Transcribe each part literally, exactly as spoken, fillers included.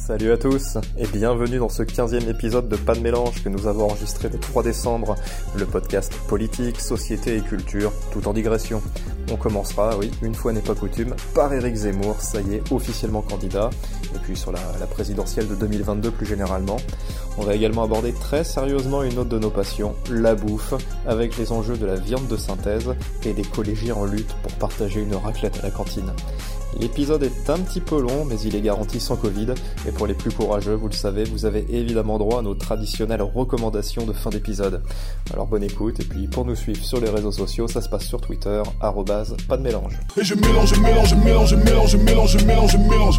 Salut à tous et bienvenue dans ce quinzième épisode de Pas de mélange que nous avons enregistré le trois décembre, le podcast politique, société et culture, tout en digression. On commencera, oui, une fois n'est pas coutume, par Éric Zemmour, ça y est, officiellement candidat, et puis sur la, la présidentielle de deux mille vingt-deux plus généralement. On va également aborder très sérieusement une autre de nos passions, la bouffe, avec les enjeux de la viande de synthèse et des collégiens en lutte pour partager une raclette à la cantine. L'épisode est un petit peu long, mais il est garanti sans Covid, et pour les plus courageux, vous le savez, vous avez évidemment droit à nos traditionnelles recommandations de fin d'épisode. Alors bonne écoute, et puis pour nous suivre sur les réseaux sociaux, ça se passe sur Twitter, arrobase pas de mélange. Et je mélange, je mélange, je mélange, je mélange, je mélange, je mélange, je mélange.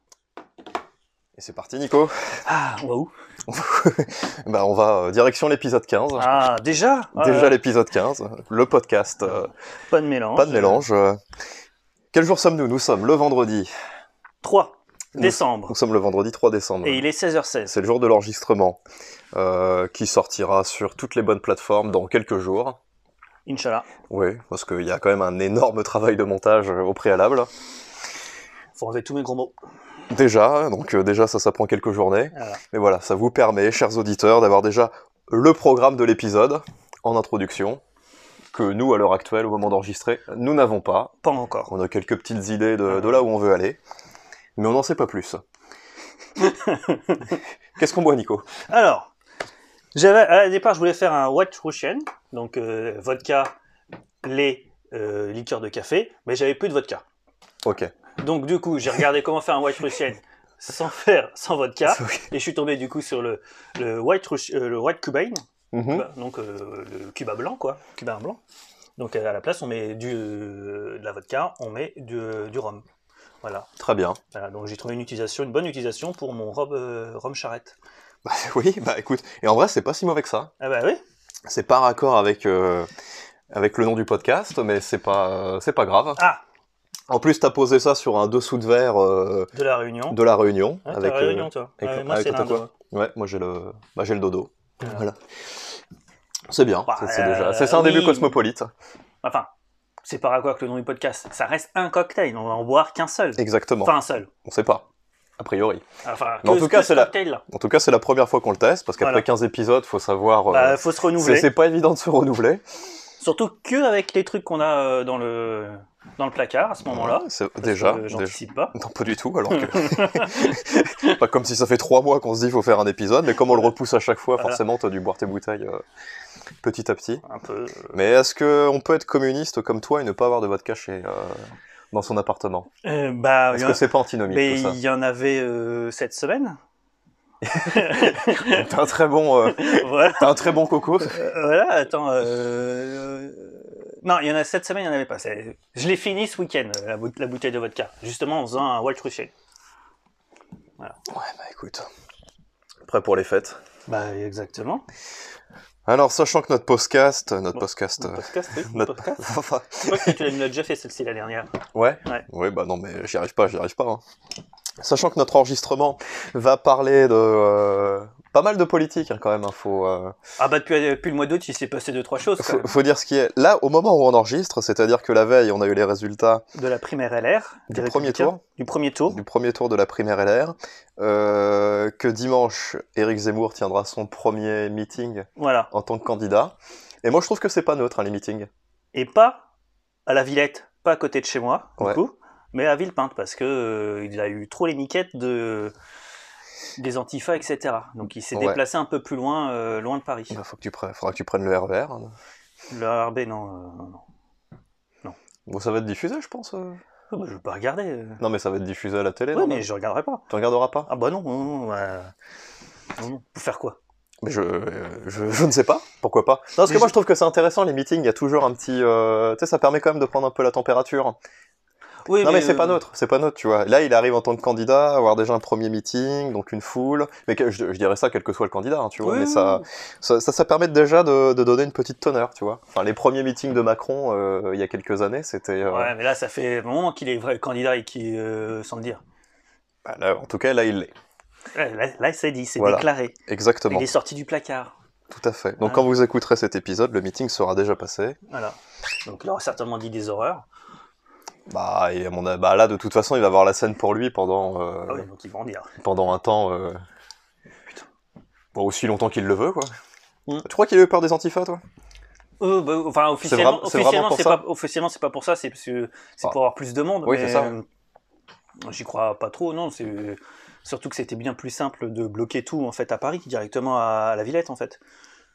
Et c'est parti Nico. Ah, waouh. Bah on va euh, direction l'épisode quinze. Ah, déjà Déjà euh... l'épisode quinze, le podcast. Euh, pas de mélange. Pas de mélange. Euh... Quel jour sommes-nous ? Nous sommes le vendredi trois décembre. Nous, nous sommes le vendredi trois décembre. Et il est seize heures seize. C'est le jour de l'enregistrement, euh, qui sortira sur toutes les bonnes plateformes dans quelques jours. Inch'Allah. Oui, parce qu'il y a quand même un énorme travail de montage au préalable. Faut enlever tous mes gros mots. Déjà, donc euh, déjà ça, ça prend quelques journées. Voilà. Mais voilà, ça vous permet, chers auditeurs, d'avoir déjà le programme de l'épisode en introduction, que nous, à l'heure actuelle, au moment d'enregistrer, nous n'avons pas. Pas encore. On a quelques petites idées de, de là où on veut aller, mais on n'en sait pas plus. Qu'est-ce qu'on boit, Nico ? Alors, j'avais, à la départ, je voulais faire un White Russian, donc euh, vodka, lait, euh, liqueur de café, mais j'avais plus de vodka. Ok. Donc du coup, j'ai regardé comment faire un White Russian sans faire, sans vodka, Okay. et je suis tombé du coup sur le, le White Rush, euh, le White Cuban. Mm-hmm. Cuba, donc euh, le Cuba blanc, quoi, Cuba blanc. Donc à la place, on met du, euh, de la vodka, on met du, euh, du rhum. Voilà. Très bien. Voilà. Donc j'ai trouvé une utilisation, une bonne utilisation pour mon rhum, euh, rhum charrette. Bah, oui, bah écoute, et en vrai, c'est pas si mauvais que ça. Ah bah oui. C'est pas raccord avec euh, avec le nom du podcast, mais c'est pas euh, c'est pas grave. Ah. En plus, t'as posé ça sur un dessous de verre euh, de la Réunion. De la Réunion. Ah, avec la Réunion, euh, toi. Avec, ouais, moi, avec c'est toi, quoi. Ouais, moi j'ai le, bah, j'ai le dodo. Voilà. Voilà. C'est bien. Bah, c'est, c'est euh, déjà, c'est, c'est un oui. début cosmopolite. Enfin, c'est pas raccord avec le nom du podcast. Ça reste un cocktail. On va en boire qu'un seul. Exactement. Enfin un seul. On sait pas. A priori. Enfin, Mais en que, tout cas, que c'est ce la... cocktail-là. en tout cas, c'est la première fois qu'on le teste, parce qu'après Voilà. quinze épisodes, faut savoir. Bah, euh, faut se renouveler. C'est, c'est pas évident de se renouveler. Surtout que avec les trucs qu'on a euh, dans le dans le placard à ce moment-là. Ouais, c'est... Parce Déjà. que j'anticipe déjà... pas. Non, pas du tout. Alors que. Pas comme si ça fait trois mois qu'on se dit qu'il faut faire un épisode, mais comme on le repousse à chaque fois, Voilà. forcément, t'as dû boire tes bouteilles euh, petit à petit. Un peu. Euh... Mais est-ce qu'on peut être communiste comme toi et ne pas avoir de vodka chez, euh, dans son appartement ? Euh, bah, Est-ce y que a... c'est pas antinomique Mais tout ça ? il y en avait euh, cette semaine. T'as un très bon, euh, voilà. T'as un très bon coco. Euh, voilà, attends. Euh... euh, Non, il y en a cette semaine, il n'y en avait pas. C'est... Je l'ai fini ce week-end, la, bou- la bouteille de vodka, justement en faisant un White Russian. Voilà. Ouais, bah écoute. Prêt pour les fêtes. Bah, exactement. Alors, sachant que notre podcast, notre Bon, podcast, Notre euh, podcast, oui. notre- Podcast. enfin, Je crois que tu l'as déjà fait celle-ci la dernière. ouais. Ouais. Ouais, bah non, mais j'y arrive pas, j'y arrive pas. Hein. Sachant que notre enregistrement va parler de euh, pas mal de politique, hein, quand même. Hein, faut, euh, Ah bah depuis, depuis le mois d'août, il s'est passé deux trois choses. Quand faut, même. faut dire ce qui est. Là, au moment où on enregistre, c'est-à-dire que la veille, on a eu les résultats De la primaire L R. du des premier Républicains. tour. Du premier tour. du premier tour de la primaire L R, euh, que dimanche, Éric Zemmour tiendra son premier meeting Voilà. en tant que candidat. Et moi, je trouve que c'est pas neutre, hein, les meetings. Et pas à la Villette, pas à côté de chez moi, du Ouais. coup, mais à Villepinte, parce que euh, il a eu trop les miquettes de des antifas, et cetera. Donc il s'est Ouais. déplacé un peu plus loin, euh, loin de Paris. Il faut que tu prennes, faudra que tu prennes le R V R. Hein. Le R B, non, euh, non. Bon, ça va être diffusé, je pense. euh. Oh, bah, je veux pas regarder. euh. Non, mais ça va être diffusé à la télé, Oui, non mais je regarderai pas. Tu regarderas pas ? Ah bah non, non, non, bah, non, non. Pour faire quoi? Mais je, euh, je, je ne sais pas, pourquoi pas. Non, parce que Mais moi je- je trouve que c'est intéressant, les meetings, il y a toujours un petit... euh, tu sais, ça permet quand même de prendre un peu la température. Oui, Non mais c'est euh, pas neutre, c'est pas neutre, tu vois. Là, il arrive en tant que candidat, avoir déjà un premier meeting, donc une foule. Mais que, je, je dirais ça quel que soit le candidat, hein, tu vois. Oui, mais oui, ça, oui. ça, ça, ça permet déjà de, de donner une petite teneur, tu vois. Enfin, les premiers meetings de Macron, euh, il y a quelques années, c'était... euh, Ouais, mais là, ça fait un moment qu'il est vrai candidat et qui, euh, sans le dire. bah, là, en tout cas, là, il l'est. Ouais, Là, là c'est dit, c'est Voilà. déclaré. Exactement, Il est sorti du placard. tout à fait. Donc Voilà. quand vous écouterez cet épisode, le meeting sera déjà passé. Voilà. Donc là, on a certainement dit des horreurs. Bah, et à mon avis, bah là, de toute façon, il va avoir la scène pour lui pendant, euh, Ah oui, donc ils vont en dire. pendant un temps, euh, bon, aussi longtemps qu'il le veut, quoi. Mm. Tu crois qu'il a eu peur des antifas, toi? Euh, bah, enfin, officiellement, C'est vra- c'est vraiment officiellement, pour c'est ça pas, officiellement, c'est pas pour ça, c'est parce que c'est Ah. pour avoir plus de monde. Oui, mais c'est ça. euh, J'y crois pas trop, non. C'est surtout que c'était bien plus simple de bloquer tout en fait à Paris, directement à la Villette, en fait.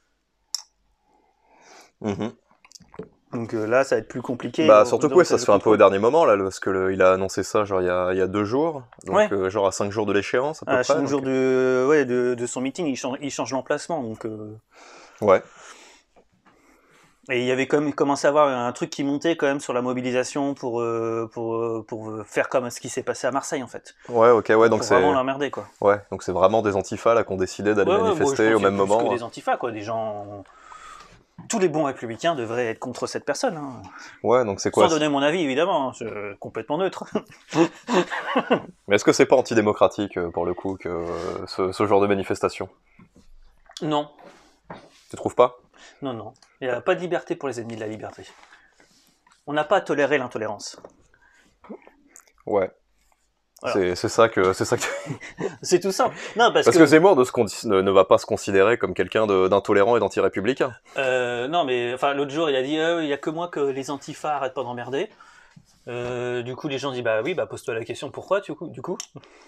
Mhm. Donc euh, là, ça va être plus compliqué. Bah, au- surtout que donc, ouais, ça le se fait un peu au contrôle. dernier moment, là, parce que le- il a annoncé ça, genre, il y a, il y a deux jours. Donc, Ouais. euh, genre, à cinq jours de l'échéance, à peu À près. chaque donc- jour de, ouais, de, de son meeting, il change, il change l'emplacement. Donc, euh, Ouais. et il y avait quand même commencé à avoir un truc qui montait quand même sur la mobilisation pour, euh, pour, euh, pour faire comme ce qui s'est passé à Marseille, en fait. Ouais, ok, ouais, donc pour c'est. vraiment l'emmerder, quoi. Ouais, donc c'est vraiment des antifas, là, qui ont décidé d'aller Ouais, ouais, bon, je manifester pense au qu'il y a même plus moment. que des antifas, quoi. Des gens. Tous les bons républicains devraient être contre cette personne. Hein. Ouais, donc c'est quoi? Sans donner mon avis, évidemment. Hein. Je... Complètement neutre. Mais est-ce que c'est pas antidémocratique, euh, pour le coup, que euh, ce, ce genre de manifestation? Non. Tu trouves pas? Non, non. Il n'y a pas de liberté pour les ennemis de la liberté. On n'a pas à tolérer l'intolérance. Ouais. Voilà. C'est, c'est ça que... C'est ça que... C'est tout simple. Non, parce, Parce que... que Zemmour de ce qu'on dit- ne, ne va pas se considérer comme quelqu'un de- d'intolérant et d'anti-républicain. Euh, non, mais enfin, l'autre jour, il a dit euh, il n'y a que moi que les antifas arrêtent pas d'emmerder. Euh, du coup, les gens disent bah oui, bah pose-toi la question pourquoi, du coup. Du coup.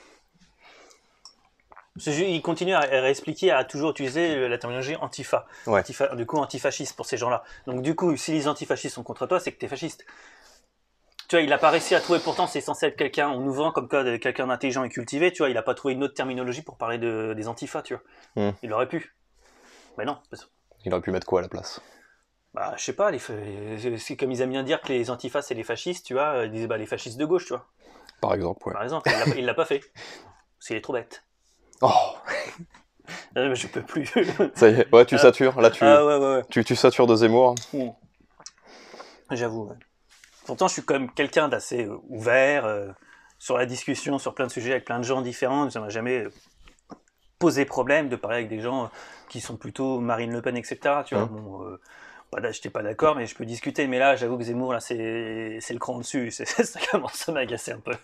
C'est ju- Il continue à, à réexpliquer, à toujours utiliser la terminologie antifa. Ouais. Antifa- du coup, antifasciste pour ces gens-là. Donc, du coup, si les antifascistes sont contre toi, c'est que t'es fasciste. Tu vois, il n'a pas réussi à trouver, pourtant c'est censé être quelqu'un, on nous vend comme quoi de- quelqu'un d'intelligent et cultivé, tu vois, il n'a pas trouvé une autre terminologie pour parler de, des antifas, tu vois. Hmm. Il aurait pu. Mais non. Il aurait pu mettre quoi à la place? Bah, je sais pas, les, fa- c'est comme ils aiment bien dire que les antifas c'est les fascistes, tu vois, ils disaient bah les fascistes de gauche, tu vois. Par exemple, ouais. Par exemple, il l'a- il l'a pas fait. Parce qu'il est trop bête. Oh, Euh, Je peux plus. ça y est, ouais, tu Ah. satures, là, tu, Ah ouais, ouais, ouais. tu, tu satures de Zemmour. Hmm. J'avoue. Ouais. Pourtant, je suis quand même quelqu'un d'assez euh, ouvert euh, sur la discussion, sur plein de sujets avec plein de gens différents. Ça m'a jamais euh, posé problème de parler avec des gens euh, qui sont plutôt Marine Le Pen, et cetera. Tu vois, Mmh. bon, euh, bah, là, j'étais pas d'accord, mais je peux discuter. Mais là, j'avoue que Zemmour, là, c'est c'est le cran au-dessus. C'est- Ça commence à m'agacer un peu.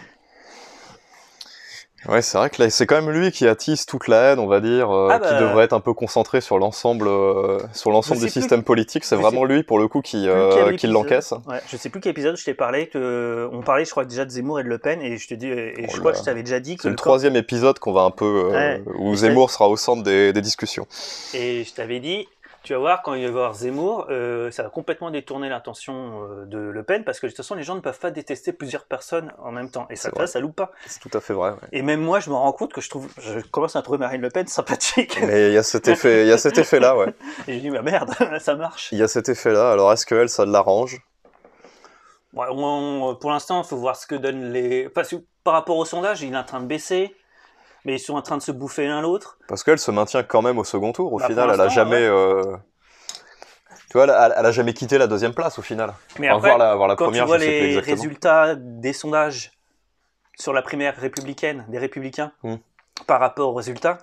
Ouais, c'est vrai que là, c'est quand même lui qui attise toute la haine, on va dire, euh, Ah bah, qui devrait être un peu concentré sur l'ensemble, euh, sur l'ensemble Je du sais plus- système politique. C'est je vraiment lui, pour le coup, qui, Plus euh, quel qui épisode. l'encaisse. Ouais, je sais plus quel épisode je t'ai parlé. Que... On parlait, je crois, déjà de Zemmour et de Le Pen. Et je te dis, et Oh je là. crois que je t'avais déjà dit que C'est le corps- troisième épisode qu'on va un peu, euh, Ouais. où Et Zemmour sera au centre des, des discussions. Et je t'avais dit, tu vas voir, quand il va y avoir Zemmour, euh, ça va complètement détourner l'attention euh, de Le Pen, parce que de toute façon, les gens ne peuvent pas détester plusieurs personnes en même temps. Et ça, C'est vrai. ça, ça loupe pas. C'est tout à fait vrai. Ouais. Et même moi, je me rends compte que je trouve, je commence à trouver Marine Le Pen sympathique. Mais il y a cet effet, il y a cet effet-là, ouais. Et je dis, bah merde, ça marche. Il y a cet effet-là. Alors, est-ce que elle, ça l'arrange? Ouais, on- pour l'instant, il faut voir ce que donnent les. Parce que par rapport au sondage, il est en train de baisser, mais ils sont en train de se bouffer l'un l'autre. Parce qu'elle se maintient quand même au second tour. Au Bah, final, pour elle a l'instant, jamais, ouais. euh, tu vois, elle, a- elle a jamais quitté la deuxième place au final. Mais Enfin, après, voir la, voir la quand première, tu vois je sais plus les exactement. résultats des sondages sur la primaire républicaine des Républicains Hmm. par rapport aux résultats,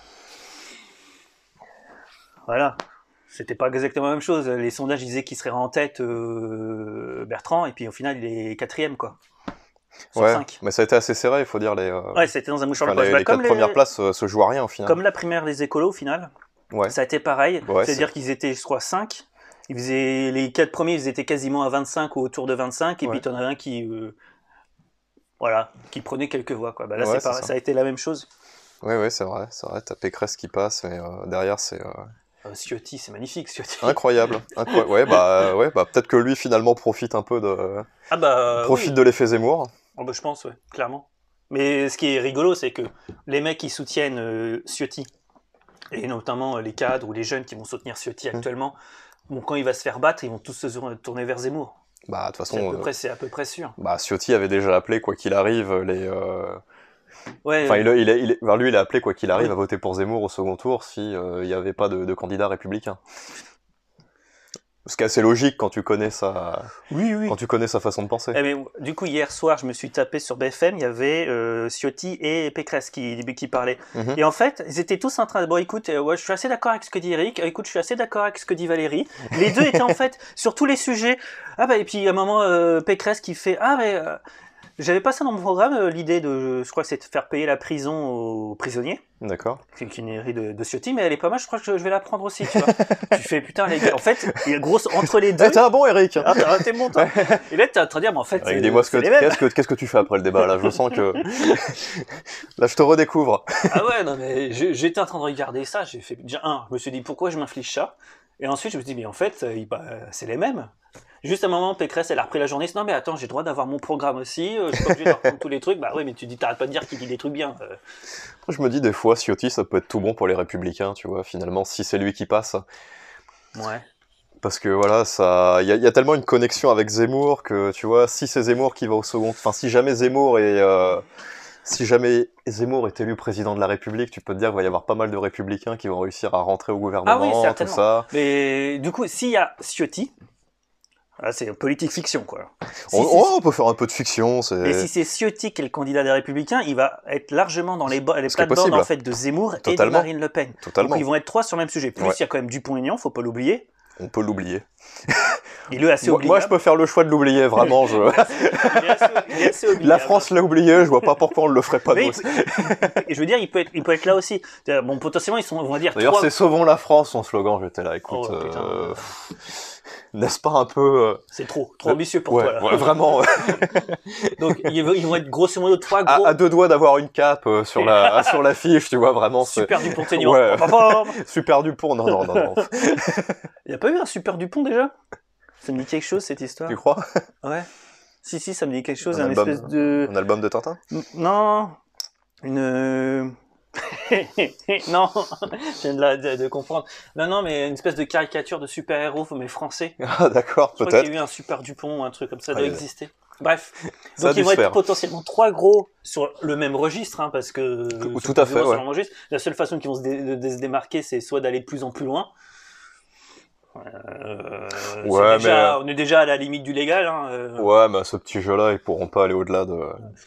voilà, c'était pas exactement la même chose. Les sondages disaient qu'il serait en tête euh, Bertrand, et puis au final il est quatrième, quoi. Sur Ouais, cinq. mais ça a été assez serré, il faut dire. Les, euh, Ouais, c'était dans un mouchoir enfin, de poche. les, Bah, les comme quatre les- premières places euh, se jouent à rien au final. Comme la primaire des écolos, au final, Ouais. ça a été pareil. Ouais, C'est-à-dire qu'ils étaient, je crois, cinq. Ils faisaient, les quatre premiers, ils étaient quasiment à vingt-cinq ou autour de vingt-cinq, et Ouais. puis t'en as un qui, euh, voilà, qui prenait quelques voix, quoi. Bah là, Ouais, c'est c'est pareil, ça. ça. a été la même chose. Ouais, ouais, c'est vrai, c'est vrai. T'as Pécresse qui passe, mais euh, derrière, c'est euh, Euh, Ciotti, c'est magnifique, Ciotti. incroyable. Incroyable. Ouais, bah, euh, ouais, bah, peut-être que lui finalement profite un peu de, Ah bah, profite oui. de l'effet Zemmour. Oh bah, je pense, ouais, clairement. Mais ce qui est rigolo, c'est que les mecs qui soutiennent euh, Ciotti, et notamment euh, les cadres ou les jeunes qui vont soutenir Ciotti Mmh. actuellement, bon, quand il va se faire battre, ils vont tous se tourner vers Zemmour. Bah, de toute C'est à, façon, peu euh, près, c'est à peu près sûr. bah, Ciotti avait déjà appelé quoi qu'il arrive les. euh, Ouais, Enfin, euh, il, a- il, a- il, est- enfin, lui, il a appelé quoi qu'il arrive Oui. à voter pour Zemmour au second tour si euh, il n'y avait pas de, de candidat républicain. Ce qui est assez logique quand tu connais sa, Oui, oui. quand tu connais sa façon de penser. Eh, mais, du coup, hier soir, je me suis tapé sur B F M, il y avait euh, Ciotti et Pécresse qui, qui parlaient. Mhm. Et en fait, ils étaient tous en train de... Bon, écoute, euh, ouais, je suis assez d'accord avec ce que dit Eric, euh, écoute, je suis assez d'accord avec ce que dit Valérie. Les deux étaient en fait sur tous les sujets. Ah bah, et puis à un moment, euh, Pécresse qui fait... Ah, mais... Euh, j'avais pas ça dans mon programme, euh, l'idée de... Je crois que c'est de faire payer la prison aux prisonniers. D'accord. C'est une hérie de, de Ciotti, mais elle est pas mal, je crois que je, je vais la prendre aussi, tu vois. Tu fais, putain, les gars, en fait, il y a grosse entre les deux. Eh, t'es un bon, Eric. Ah, t'es, t'es bon, toi. Et là, t'es en train de dire, mais en fait, Eric, c'est, dis-moi ce que, c'est les mêmes. qu'est-ce que, qu'est-ce que tu fais après le débat, là? Je sens que, là, je te redécouvre. Ah ouais, non, mais je- j'étais en train de regarder ça, j'ai fait, déjà, un, je me suis dit, pourquoi je m'inflige ça? Et ensuite, je me suis dit, mais en fait, euh, il- bah, c'est les mêmes. Juste à un moment, Pécresse, elle a repris la journée. Non, mais attends, j'ai le droit d'avoir mon programme aussi. euh, Je suis pas obligé de reprendre tous les trucs. Bah oui, mais tu dis, t'arrêtes pas de dire qu'il dit des trucs bien. euh. Je me dis des fois, Ciotti, ça peut être tout bon pour les Républicains, tu vois, finalement, si c'est lui qui passe. Ouais. Parce que voilà, ça, il y, a- y a tellement une connexion avec Zemmour que, tu vois, si c'est Zemmour qui va au second, enfin, si jamais Zemmour est, euh, si jamais Zemmour est élu président de la République, tu peux te dire qu'il va y avoir pas mal de Républicains qui vont réussir à rentrer au gouvernement, Ah oui, tout certainement. ça. Mais du coup, s'il y a Ciotti, ah, c'est politique fiction, quoi. Si, On, si, oh, on peut faire un peu de fiction, c'est. Et si c'est Ciotti qui est le candidat des Républicains, il va être largement dans les, bo- les Ce qui est plates-bandes possible. en fait de Zemmour et de Totalement. Marine Le Pen. Totalement. Donc ils vont être trois sur le même sujet. Plus il Ouais. y a quand même Dupont-Aignan, faut pas l'oublier. On peut l'oublier. Il est assez Moi, oubliable. moi, je peux faire le choix de l'oublier, vraiment. Je... Il est assez, il est assez oubliable. La France l'a oublié, je vois pas pourquoi on le ferait pas Mais nous il aussi. peut- et je veux dire, il peut être, il peut être là aussi. C'est-à-dire, bon, potentiellement, ils sont, on va dire D'ailleurs, trois. c'est Sauvons la France, son slogan. J'étais là, écoute, Oh, putain. euh, n'est-ce pas un peu. euh, C'est trop, trop ambitieux pour ouais, toi. Là. ouais, vraiment. euh, Donc ils vont, ils vont être grosso modo trois à, gros. à deux doigts d'avoir une cape euh, sur la sur l'affiche, tu vois, vraiment. c'est- Super Dupont-Aignan. Ouais. Pam, pam, pam. Super Dupont, non, non, non, non. Il n'y a pas eu un Super Dupont déjà? Ça me dit quelque chose cette histoire. Tu crois? Ouais. Si, si, ça me dit quelque chose. Un Un, album. espèce de. Un album de Tintin? Non. Une. non, je viens de, la- de, de comprendre. Non, non, mais une espèce de caricature de super-héros, mais français. Ah, d'accord, Je crois peut-être. qu'il y a eu un Super Dupont ou un truc comme ça, Ah, doit il y a- exister. Bref. Ça a Donc dû ils vont se être faire. potentiellement trois gros sur le même registre, hein, parce que. Tout- sur tout à plus ou moins fait, sur ouais. le même registre. La seule façon qu'ils vont se, dé- de, de se démarquer, c'est soit d'aller de plus en plus loin. Euh, c'est Ouais, déjà- On est déjà à la limite du légal. Hein, euh. Ouais, mais à ce petit jeu-là, ils pourront pas aller au-delà de.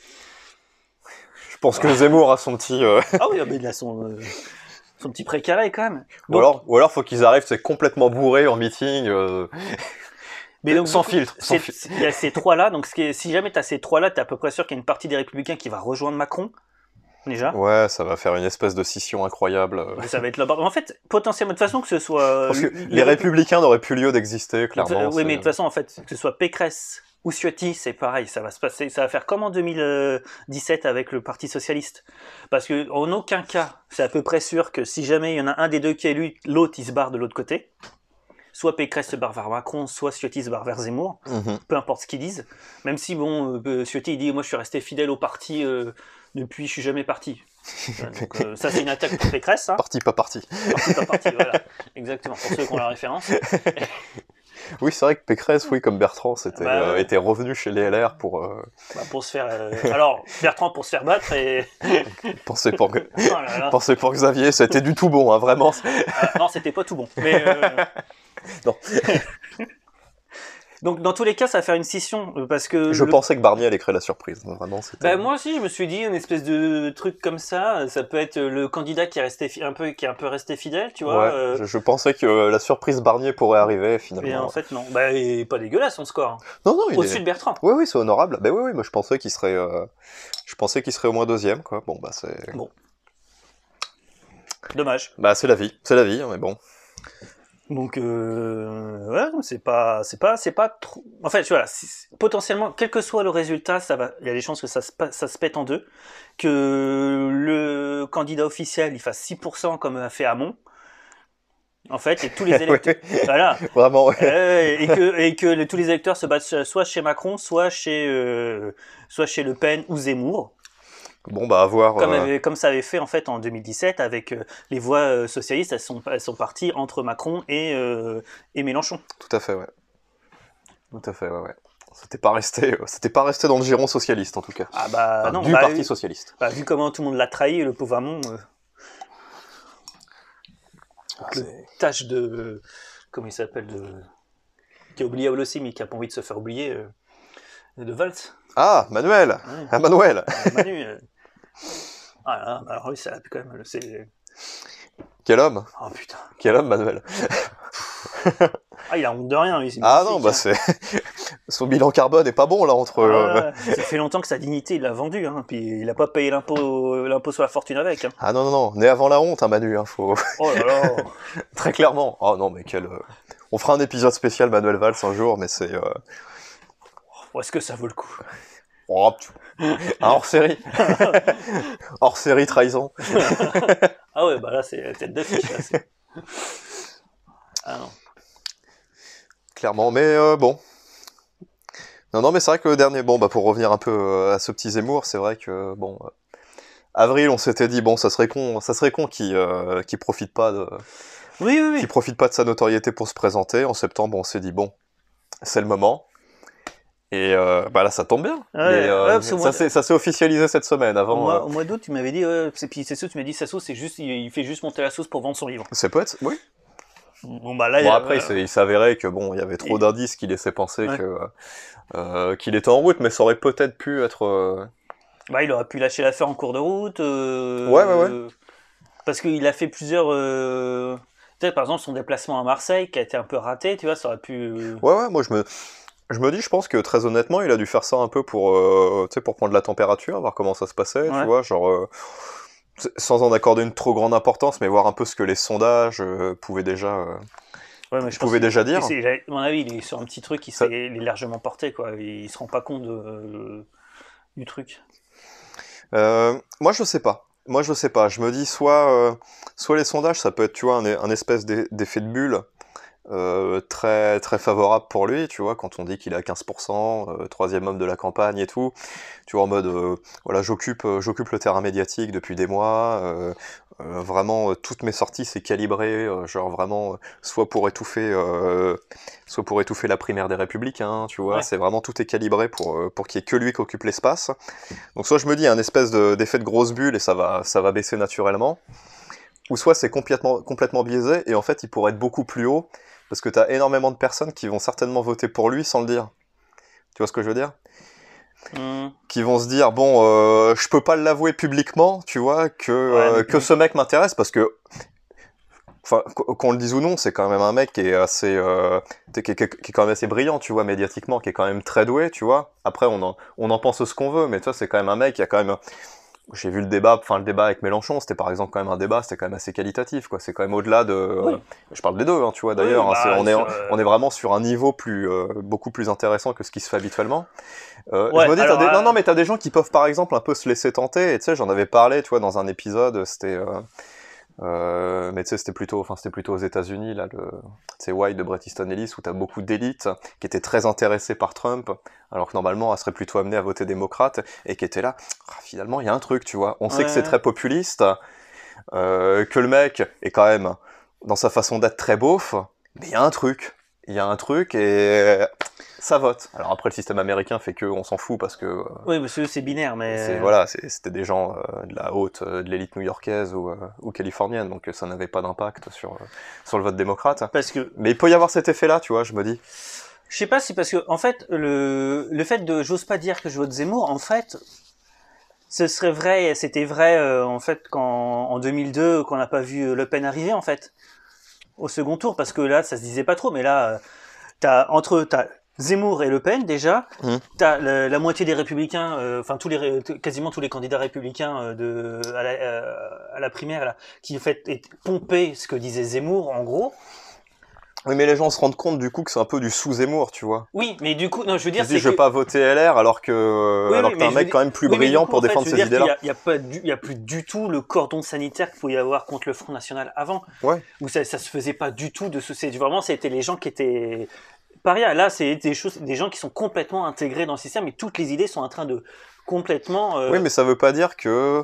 Je pense que Zemmour a son petit. euh, Ah oui, ah, mais il a son, euh, son petit précaré quand même. Ou Donc- alors, ou alors, faut qu'ils arrivent, c'est complètement bourré en meeting, euh, Mais donc, sans du coup, filtre, sans c'est- filtre. Il y a ces trois-là, donc ce qui est- si jamais tu as ces trois-là, tu es à peu près sûr qu'il y a une partie des Républicains qui va rejoindre Macron, déjà. Ouais, ça va faire une espèce de scission incroyable. euh. Ça va être là-bas. En fait, potentiellement, de toute façon, que ce soit. Parce que euh, les Républicains n'auraient plus lieu d'exister, clairement. Oui, mais de c'est- toute façon, en fait, que ce soit Pécresse ou Ciotti, c'est pareil, ça va se passer, ça va faire comme en deux mille dix-sept avec le Parti Socialiste. Parce que en aucun cas, c'est à peu près sûr que si jamais il y en a un des deux qui est élu, l'autre il se barre de l'autre côté. Soit Pécresse se barre vers Macron, soit Ciotti se barre vers Zemmour. Mhm. Peu importe ce qu'ils disent. Même si, bon, euh, Ciotti il dit, moi je suis resté fidèle au parti euh, depuis, je suis jamais parti. Euh, donc, euh, ça c'est une attaque pour Pécresse. Hein. Parti, pas parti. Parti, pas parti, voilà. Exactement, pour ceux qui ont la référence. Oui, c'est vrai que Pécresse, oui, comme Bertrand, c'était, Bah, euh, ouais. était revenu chez les L R pour euh, Bah, pour se faire. euh, Alors, Bertrand pour se faire battre et. penser pour, que- Oh là là. penser pour Xavier, c'était du tout bon, hein, vraiment. Ah, non, c'était pas tout bon. Mais. euh, Non. Donc, dans tous les cas, ça va faire une scission. euh, Parce que. Je le- pensais que Barnier allait créer la surprise, vraiment. C'était... Bah, moi aussi, je me suis dit, une espèce de truc comme ça, ça peut être le candidat qui est, resté fi- un, peu, qui est un peu resté fidèle, tu vois. Ouais, euh, je, je pensais que euh, la surprise Barnier pourrait arriver, finalement. Et en fait, non. Bah, il est pas dégueulasse son score. Non, non, il Au-dessus est... de Bertrand. Oui, oui, c'est honorable. Ben oui, oui, moi je pensais qu'il serait, euh, je pensais qu'il serait au moins deuxième, quoi. Bon, bah c'est, Bon. Dommage. bah c'est la vie, c'est la vie, mais bon. Donc, euh, ouais, non, c'est pas, c'est pas, c'est pas trop. En fait, voilà, si- potentiellement, quel que soit le résultat, ça va, il y a des chances que ça se, pa- ça se pète en deux, que le candidat officiel il fasse six pour cent comme a fait Hamon. En fait, et tous les électeurs, Ouais. voilà, Vraiment, ouais. Euh, et que et que le- tous les électeurs se battent soit chez Macron, soit chez, euh, soit chez Le Pen ou Zemmour. Bon, bah à voir. Comme, euh, avait- comme ça avait fait en fait en deux mille dix-sept avec euh, les voix euh, socialistes, elles sont, elles sont parties entre Macron et, euh, et Mélenchon. Tout à fait, ouais. Tout à fait, ouais, ouais. C'était pas resté, euh, c'était pas resté dans le giron socialiste en tout cas. Ah bah Enfin, non, du bah, Parti vu- socialiste. bah, vu comment tout le monde l'a trahi, le pauvre Hamon, euh, Ah, le c'est- tâche de, comment il s'appelle, de qui est oubliable aussi, mais qui a pas envie de se faire oublier, euh, de Valls. Ah, Manuel Ouais. Ah, Manuel Euh, Manu. euh. Ah là, bah alors oui, ça a pu quand même. C'est... Quel homme Oh putain. Quel homme, Manuel Ah, il a honte de rien, lui. C'est Ah non, magnifique, bah hein. c'est... Son bilan carbone est pas bon, là, entre... Ah, euh, ouais, ça fait longtemps que sa dignité, il l'a vendue, hein, puis il a pas payé l'impôt, l'impôt sur la fortune avec. Hein. Ah non, non, non, né avant la honte, hein, Manu, hein, faut... Oh là là. Très clairement. Oh non, mais quel... euh, On fera un épisode spécial Manuel Valls un jour, mais c'est... Euh... Oh, est-ce que ça vaut le coup? Oh, tu- un hors-série Hors-série trahison. Ah ouais, bah là, c'est tête d'affiche. Là, c'est... Ah non. Clairement, mais euh, bon. Non, non, mais c'est vrai que le dernier... Bon, bah pour revenir un peu euh, à ce petit Zemmour, c'est vrai que, bon... euh, Avril, on s'était dit, bon, ça serait con, ça serait con qu'il euh, qu'il profite pas de... Oui, oui, qu'il oui. profite pas de sa notoriété pour se présenter. En septembre, on s'est dit, bon, c'est le moment. Et euh, bah là, ça tombe bien. Ouais, Les, euh, ouais, parce que ça moi- s'est ça s'est officialisé cette semaine. Au Avant, mois, euh, au mois d'août, tu m'avais dit, ouais, c'est, puis c'est ça, tu m'as dit, Sasso, c'est juste, il, il fait juste monter la sauce pour vendre son livre. c'est peut être... Oui. Bon, bah là, il y Bon, a- après, il s'est- il s'avérait que bon, il y avait trop Et- d'indices qui laissaient penser Ouais. que euh, qu'il était en route, mais ça aurait peut-être pu être... euh, bah, il aurait pu lâcher l'affaire en cours de route. euh, Ouais, ouais, ouais. euh, Parce qu'il a fait plusieurs. Euh... Tu sais, par exemple, son déplacement à Marseille, qui a été un peu raté, tu vois, ça aurait pu. euh, Ouais, ouais, moi je me... Je me dis, je pense que très honnêtement, il a dû faire ça un peu pour, euh, tu sais, pour prendre la température, voir comment ça se passait, Ouais. tu vois, genre, euh, sans en accorder une trop grande importance, mais voir un peu ce que les sondages euh, pouvaient déjà, euh, Ouais, mais je pouvaient pense déjà que- dire. c'est- j'ai- À mon avis, il est sur un petit truc qui Ça- s'est il est largement porté, quoi. Il se rend pas compte de, euh, du truc. Euh, moi, je sais pas. Moi, je sais pas. Je me dis, soit, euh, soit les sondages, ça peut être, tu vois, un, un espèce d'e- d'effet de bulle euh, très, très favorable pour lui, tu vois, quand on dit qu'il est à quinze pour cent, euh, troisième homme de la campagne et tout, tu vois, en mode, euh, voilà, j'occupe, euh, j'occupe le terrain médiatique depuis des mois, euh, euh, vraiment, euh, toutes mes sorties, c'est calibré, euh, genre vraiment, euh, soit pour étouffer, euh, soit pour étouffer la primaire des Républicains, tu vois, Ouais. c'est vraiment, tout est calibré pour, euh, pour qu'il y ait que lui qui occupe l'espace. Donc soit je me dis, un espèce de- d'effet de grosse bulle et ça va, ça va baisser naturellement, ou soit c'est complètement, complètement biaisé et en fait il pourrait être beaucoup plus haut parce que t'as énormément de personnes qui vont certainement voter pour lui sans le dire. Tu vois ce que je veux dire ? Hum, Qui vont se dire, bon, euh, je peux pas l'avouer publiquement, tu vois, que, euh, mais- que ce mec m'intéresse parce que, enfin, qu- qu'on le dise ou non, c'est quand même un mec qui est assez, euh, qui, est- qui est- qui est quand même assez brillant, tu vois, médiatiquement, qui est quand même très doué, tu vois. Après, on en, on en pense ce qu'on veut, mais tu vois, c'est quand même un mec qui a quand même... J'ai vu le débat, enfin le débat avec Mélenchon, c'était par exemple quand même un débat, c'était quand même assez qualitatif, quoi. C'est quand même au-delà de... Oui. euh, je parle des deux, hein, tu vois, d'ailleurs. Oui, hein, c'est- bah, on, est, sur, euh, on est vraiment sur un niveau plus, euh, beaucoup plus intéressant que ce qui se fait habituellement. Euh, Ouais, je me dis, t'as alors, des... euh, non, non, mais t'as des gens qui peuvent par exemple un peu se laisser tenter, et tu sais, j'en avais parlé, tu vois, dans un épisode, c'était... Euh... Euh, mais tu sais, c'était plutôt, enfin, c'était plutôt aux États-Unis, là, le, tu sais, White de Bret Easton Ellis, où t'as beaucoup d'élites qui étaient très intéressées par Trump, alors que normalement, elles seraient plutôt amenées à voter démocrate, et qui étaient là, ah, finalement, il y a un truc, tu vois. On sait Ouais. que c'est très populiste, euh, que le mec est quand même, dans sa façon d'être, très beauf, mais il y a un truc. Il y a un truc, et ça vote. Alors après, le système américain fait que on s'en fout, parce que... euh, Oui, parce que c'est binaire, mais. c'est, voilà, c'est- c'était des gens euh, de la haute, euh, de l'élite new-yorkaise ou, euh, ou californienne, donc euh, ça n'avait pas d'impact sur, euh, sur le vote démocrate. Parce que. Mais il peut y avoir cet effet-là, tu vois, je me dis. Je sais pas si parce que en fait le le fait de j'ose pas dire que je vote Zemmour en fait ce serait vrai c'était vrai euh, en fait quand en deux mille deux qu'on n'a pas vu Le Pen arriver en fait au second tour parce que là ça se disait pas trop mais là euh, t'as entre t'as Zemmour et Le Pen déjà Mhm. t'as la, la moitié des républicains euh, enfin tous les ré- t- quasiment tous les candidats républicains euh, de à la, euh, à la primaire là qui en fait est- pompaient ce que disait Zemmour en gros. Oui, mais les gens se rendent compte du coup que c'est un peu du sous-Zemmour, tu vois. Oui mais du coup non je veux Ils dire se c'est disent, je que vais pas voter L R alors que, Oui, alors oui, que t'as mais un je mec veux quand même plus Oui, mais brillant du coup, pour en fait, défendre je veux ses dire qu'il idées-là. y a- Il n'y a, pas du- il y a plus du tout le cordon sanitaire qu'il pouvait y avoir contre le Front National avant. Ouais. Où ça, ça se faisait pas du tout de ce. c'est- Vraiment, c'était les gens qui étaient parias. Là, c'est des choses, des gens qui sont complètement intégrés dans le système et toutes les idées sont en train de complètement. euh, Oui, mais ça veut pas dire que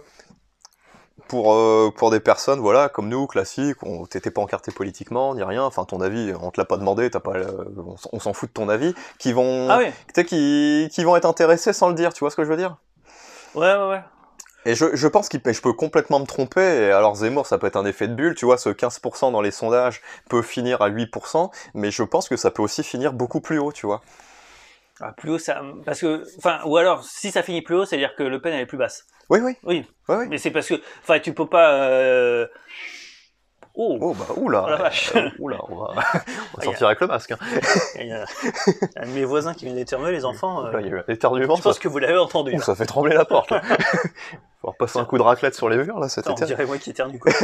pour, euh, pour des personnes, voilà, comme nous, classiques, on t'étais pas encarté politiquement, ni rien, enfin ton avis, on te l'a pas demandé, t'as pas, le- on, s- on s'en fout de ton avis, qui vont, Ah oui. tu sais, qui, qui vont être intéressés sans le dire, tu vois ce que je veux dire? Ouais, ouais, ouais. Et je, je pense qu'il je peux complètement me tromper, et alors Zemmour, ça peut être un effet de bulle, tu vois, ce quinze pour cent dans les sondages peut finir à huit pour cent, mais je pense que ça peut aussi finir beaucoup plus haut, tu vois. Ah, plus haut, ça... Parce que... Enfin, ou alors, si ça finit plus haut, c'est-à-dire que Le Pen, elle est plus basse. Oui, oui. Oui. Oui, oui. Mais c'est parce que... Enfin, tu peux pas... Euh... Oh. Oh, bah, oula. Oh la vache. Euh, oula, on va, on va sortir avec le masque. Hein. Il y a un de mes voisins qui vient d'éternuer, les enfants. Euh... Euh... Il y a eu un éternuement. Je pense ça... que vous l'avez entendu. Oh, ça fait trembler la porte. Faut en passer un coup de raclette sur les murs, là, c'était On dirait moi qui éternue, quoi.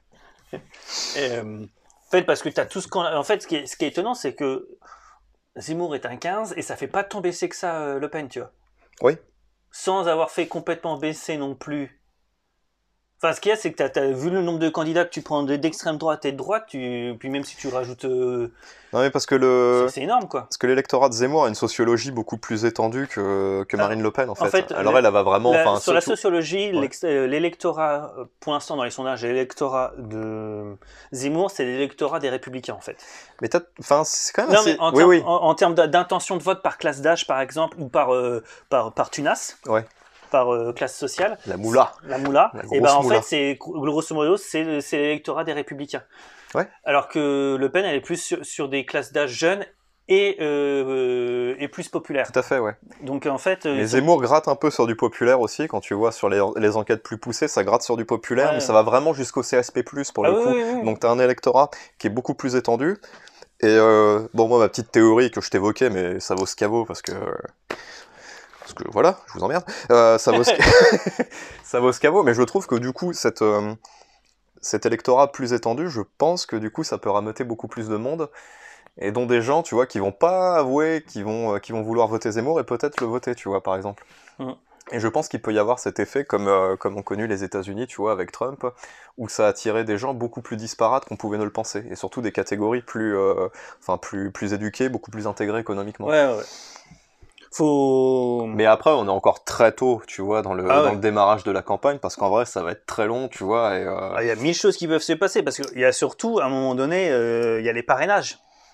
Et, euh... En fait, parce que t'as tout ce qu'on... En fait, ce qui est, ce qui est étonnant, c'est que Zemmour est un quinze, et ça fait pas tant baisser que ça, euh, Le Pen, tu vois. Oui. Sans avoir fait complètement baisser non plus. Enfin, ce qu'il y a, c'est que tu as vu le nombre de candidats que tu prends d'extrême droite et de droite, tu... puis même si tu rajoutes... Euh... Non, mais parce que le... C'est énorme, quoi. Parce que l'électorat de Zemmour a une sociologie beaucoup plus étendue que, que Marine Le Pen, en fait. En fait Alors, elle, elle va vraiment... La, enfin, sur la surtout... sociologie, ouais. l'électorat, pour l'instant, dans les sondages, l'électorat de Zemmour, c'est l'électorat des Républicains, en fait. Mais enfin, c'est quand même non, assez... mais en, oui, termes, oui. en, en termes d'intention de vote par classe d'âge, par exemple, ou par, euh, par, par Tunas, ouais. par euh, classe sociale. La moula. La moula. La et ben en moula. fait, c'est grosso modo, c'est l'électorat des Républicains. Ouais. Alors que Le Pen, elle est plus sur, sur des classes d'âge jeunes et, euh, et plus populaires. Tout à fait, ouais. Donc en fait... Mais Zemmour sont... gratte un peu sur du populaire aussi, quand tu vois sur les, les enquêtes plus poussées, ça gratte sur du populaire, ouais. Mais ça va vraiment jusqu'au C S P plus, pour ah, le oui, coup. Oui, oui. Donc t'as un électorat qui est beaucoup plus étendu. Et euh, bon, moi, ma petite théorie que je t'évoquais, mais ça vaut ce caveau, parce que... Parce que voilà, je vous emmerde. Euh, ça vaut ce ça vaut ce caveau, mais je trouve que du coup, cette, euh, cet électorat plus étendu, je pense que du coup, ça peut rameuter beaucoup plus de monde, et dont des gens, tu vois, qui vont pas avouer, qui vont, euh, qui vont vouloir voter Zemmour, et peut-être le voter, tu vois, par exemple. Mm. Et je pense qu'il peut y avoir cet effet, comme, euh, comme ont connu les États-Unis, tu vois, avec Trump, où ça a attiré des gens beaucoup plus disparates qu'on pouvait ne le penser, et surtout des catégories plus, euh, enfin, plus, plus éduquées, beaucoup plus intégrées économiquement. Ouais, ouais. Faut... Mais après, on est encore très tôt, tu vois, dans le, ah ouais. dans le démarrage de la campagne, parce qu'en vrai, ça va être très long, tu vois. Et euh... ah, y a mille choses qui peuvent se passer, parce qu'il y a surtout, à un moment donné, il euh, y a les parrainages.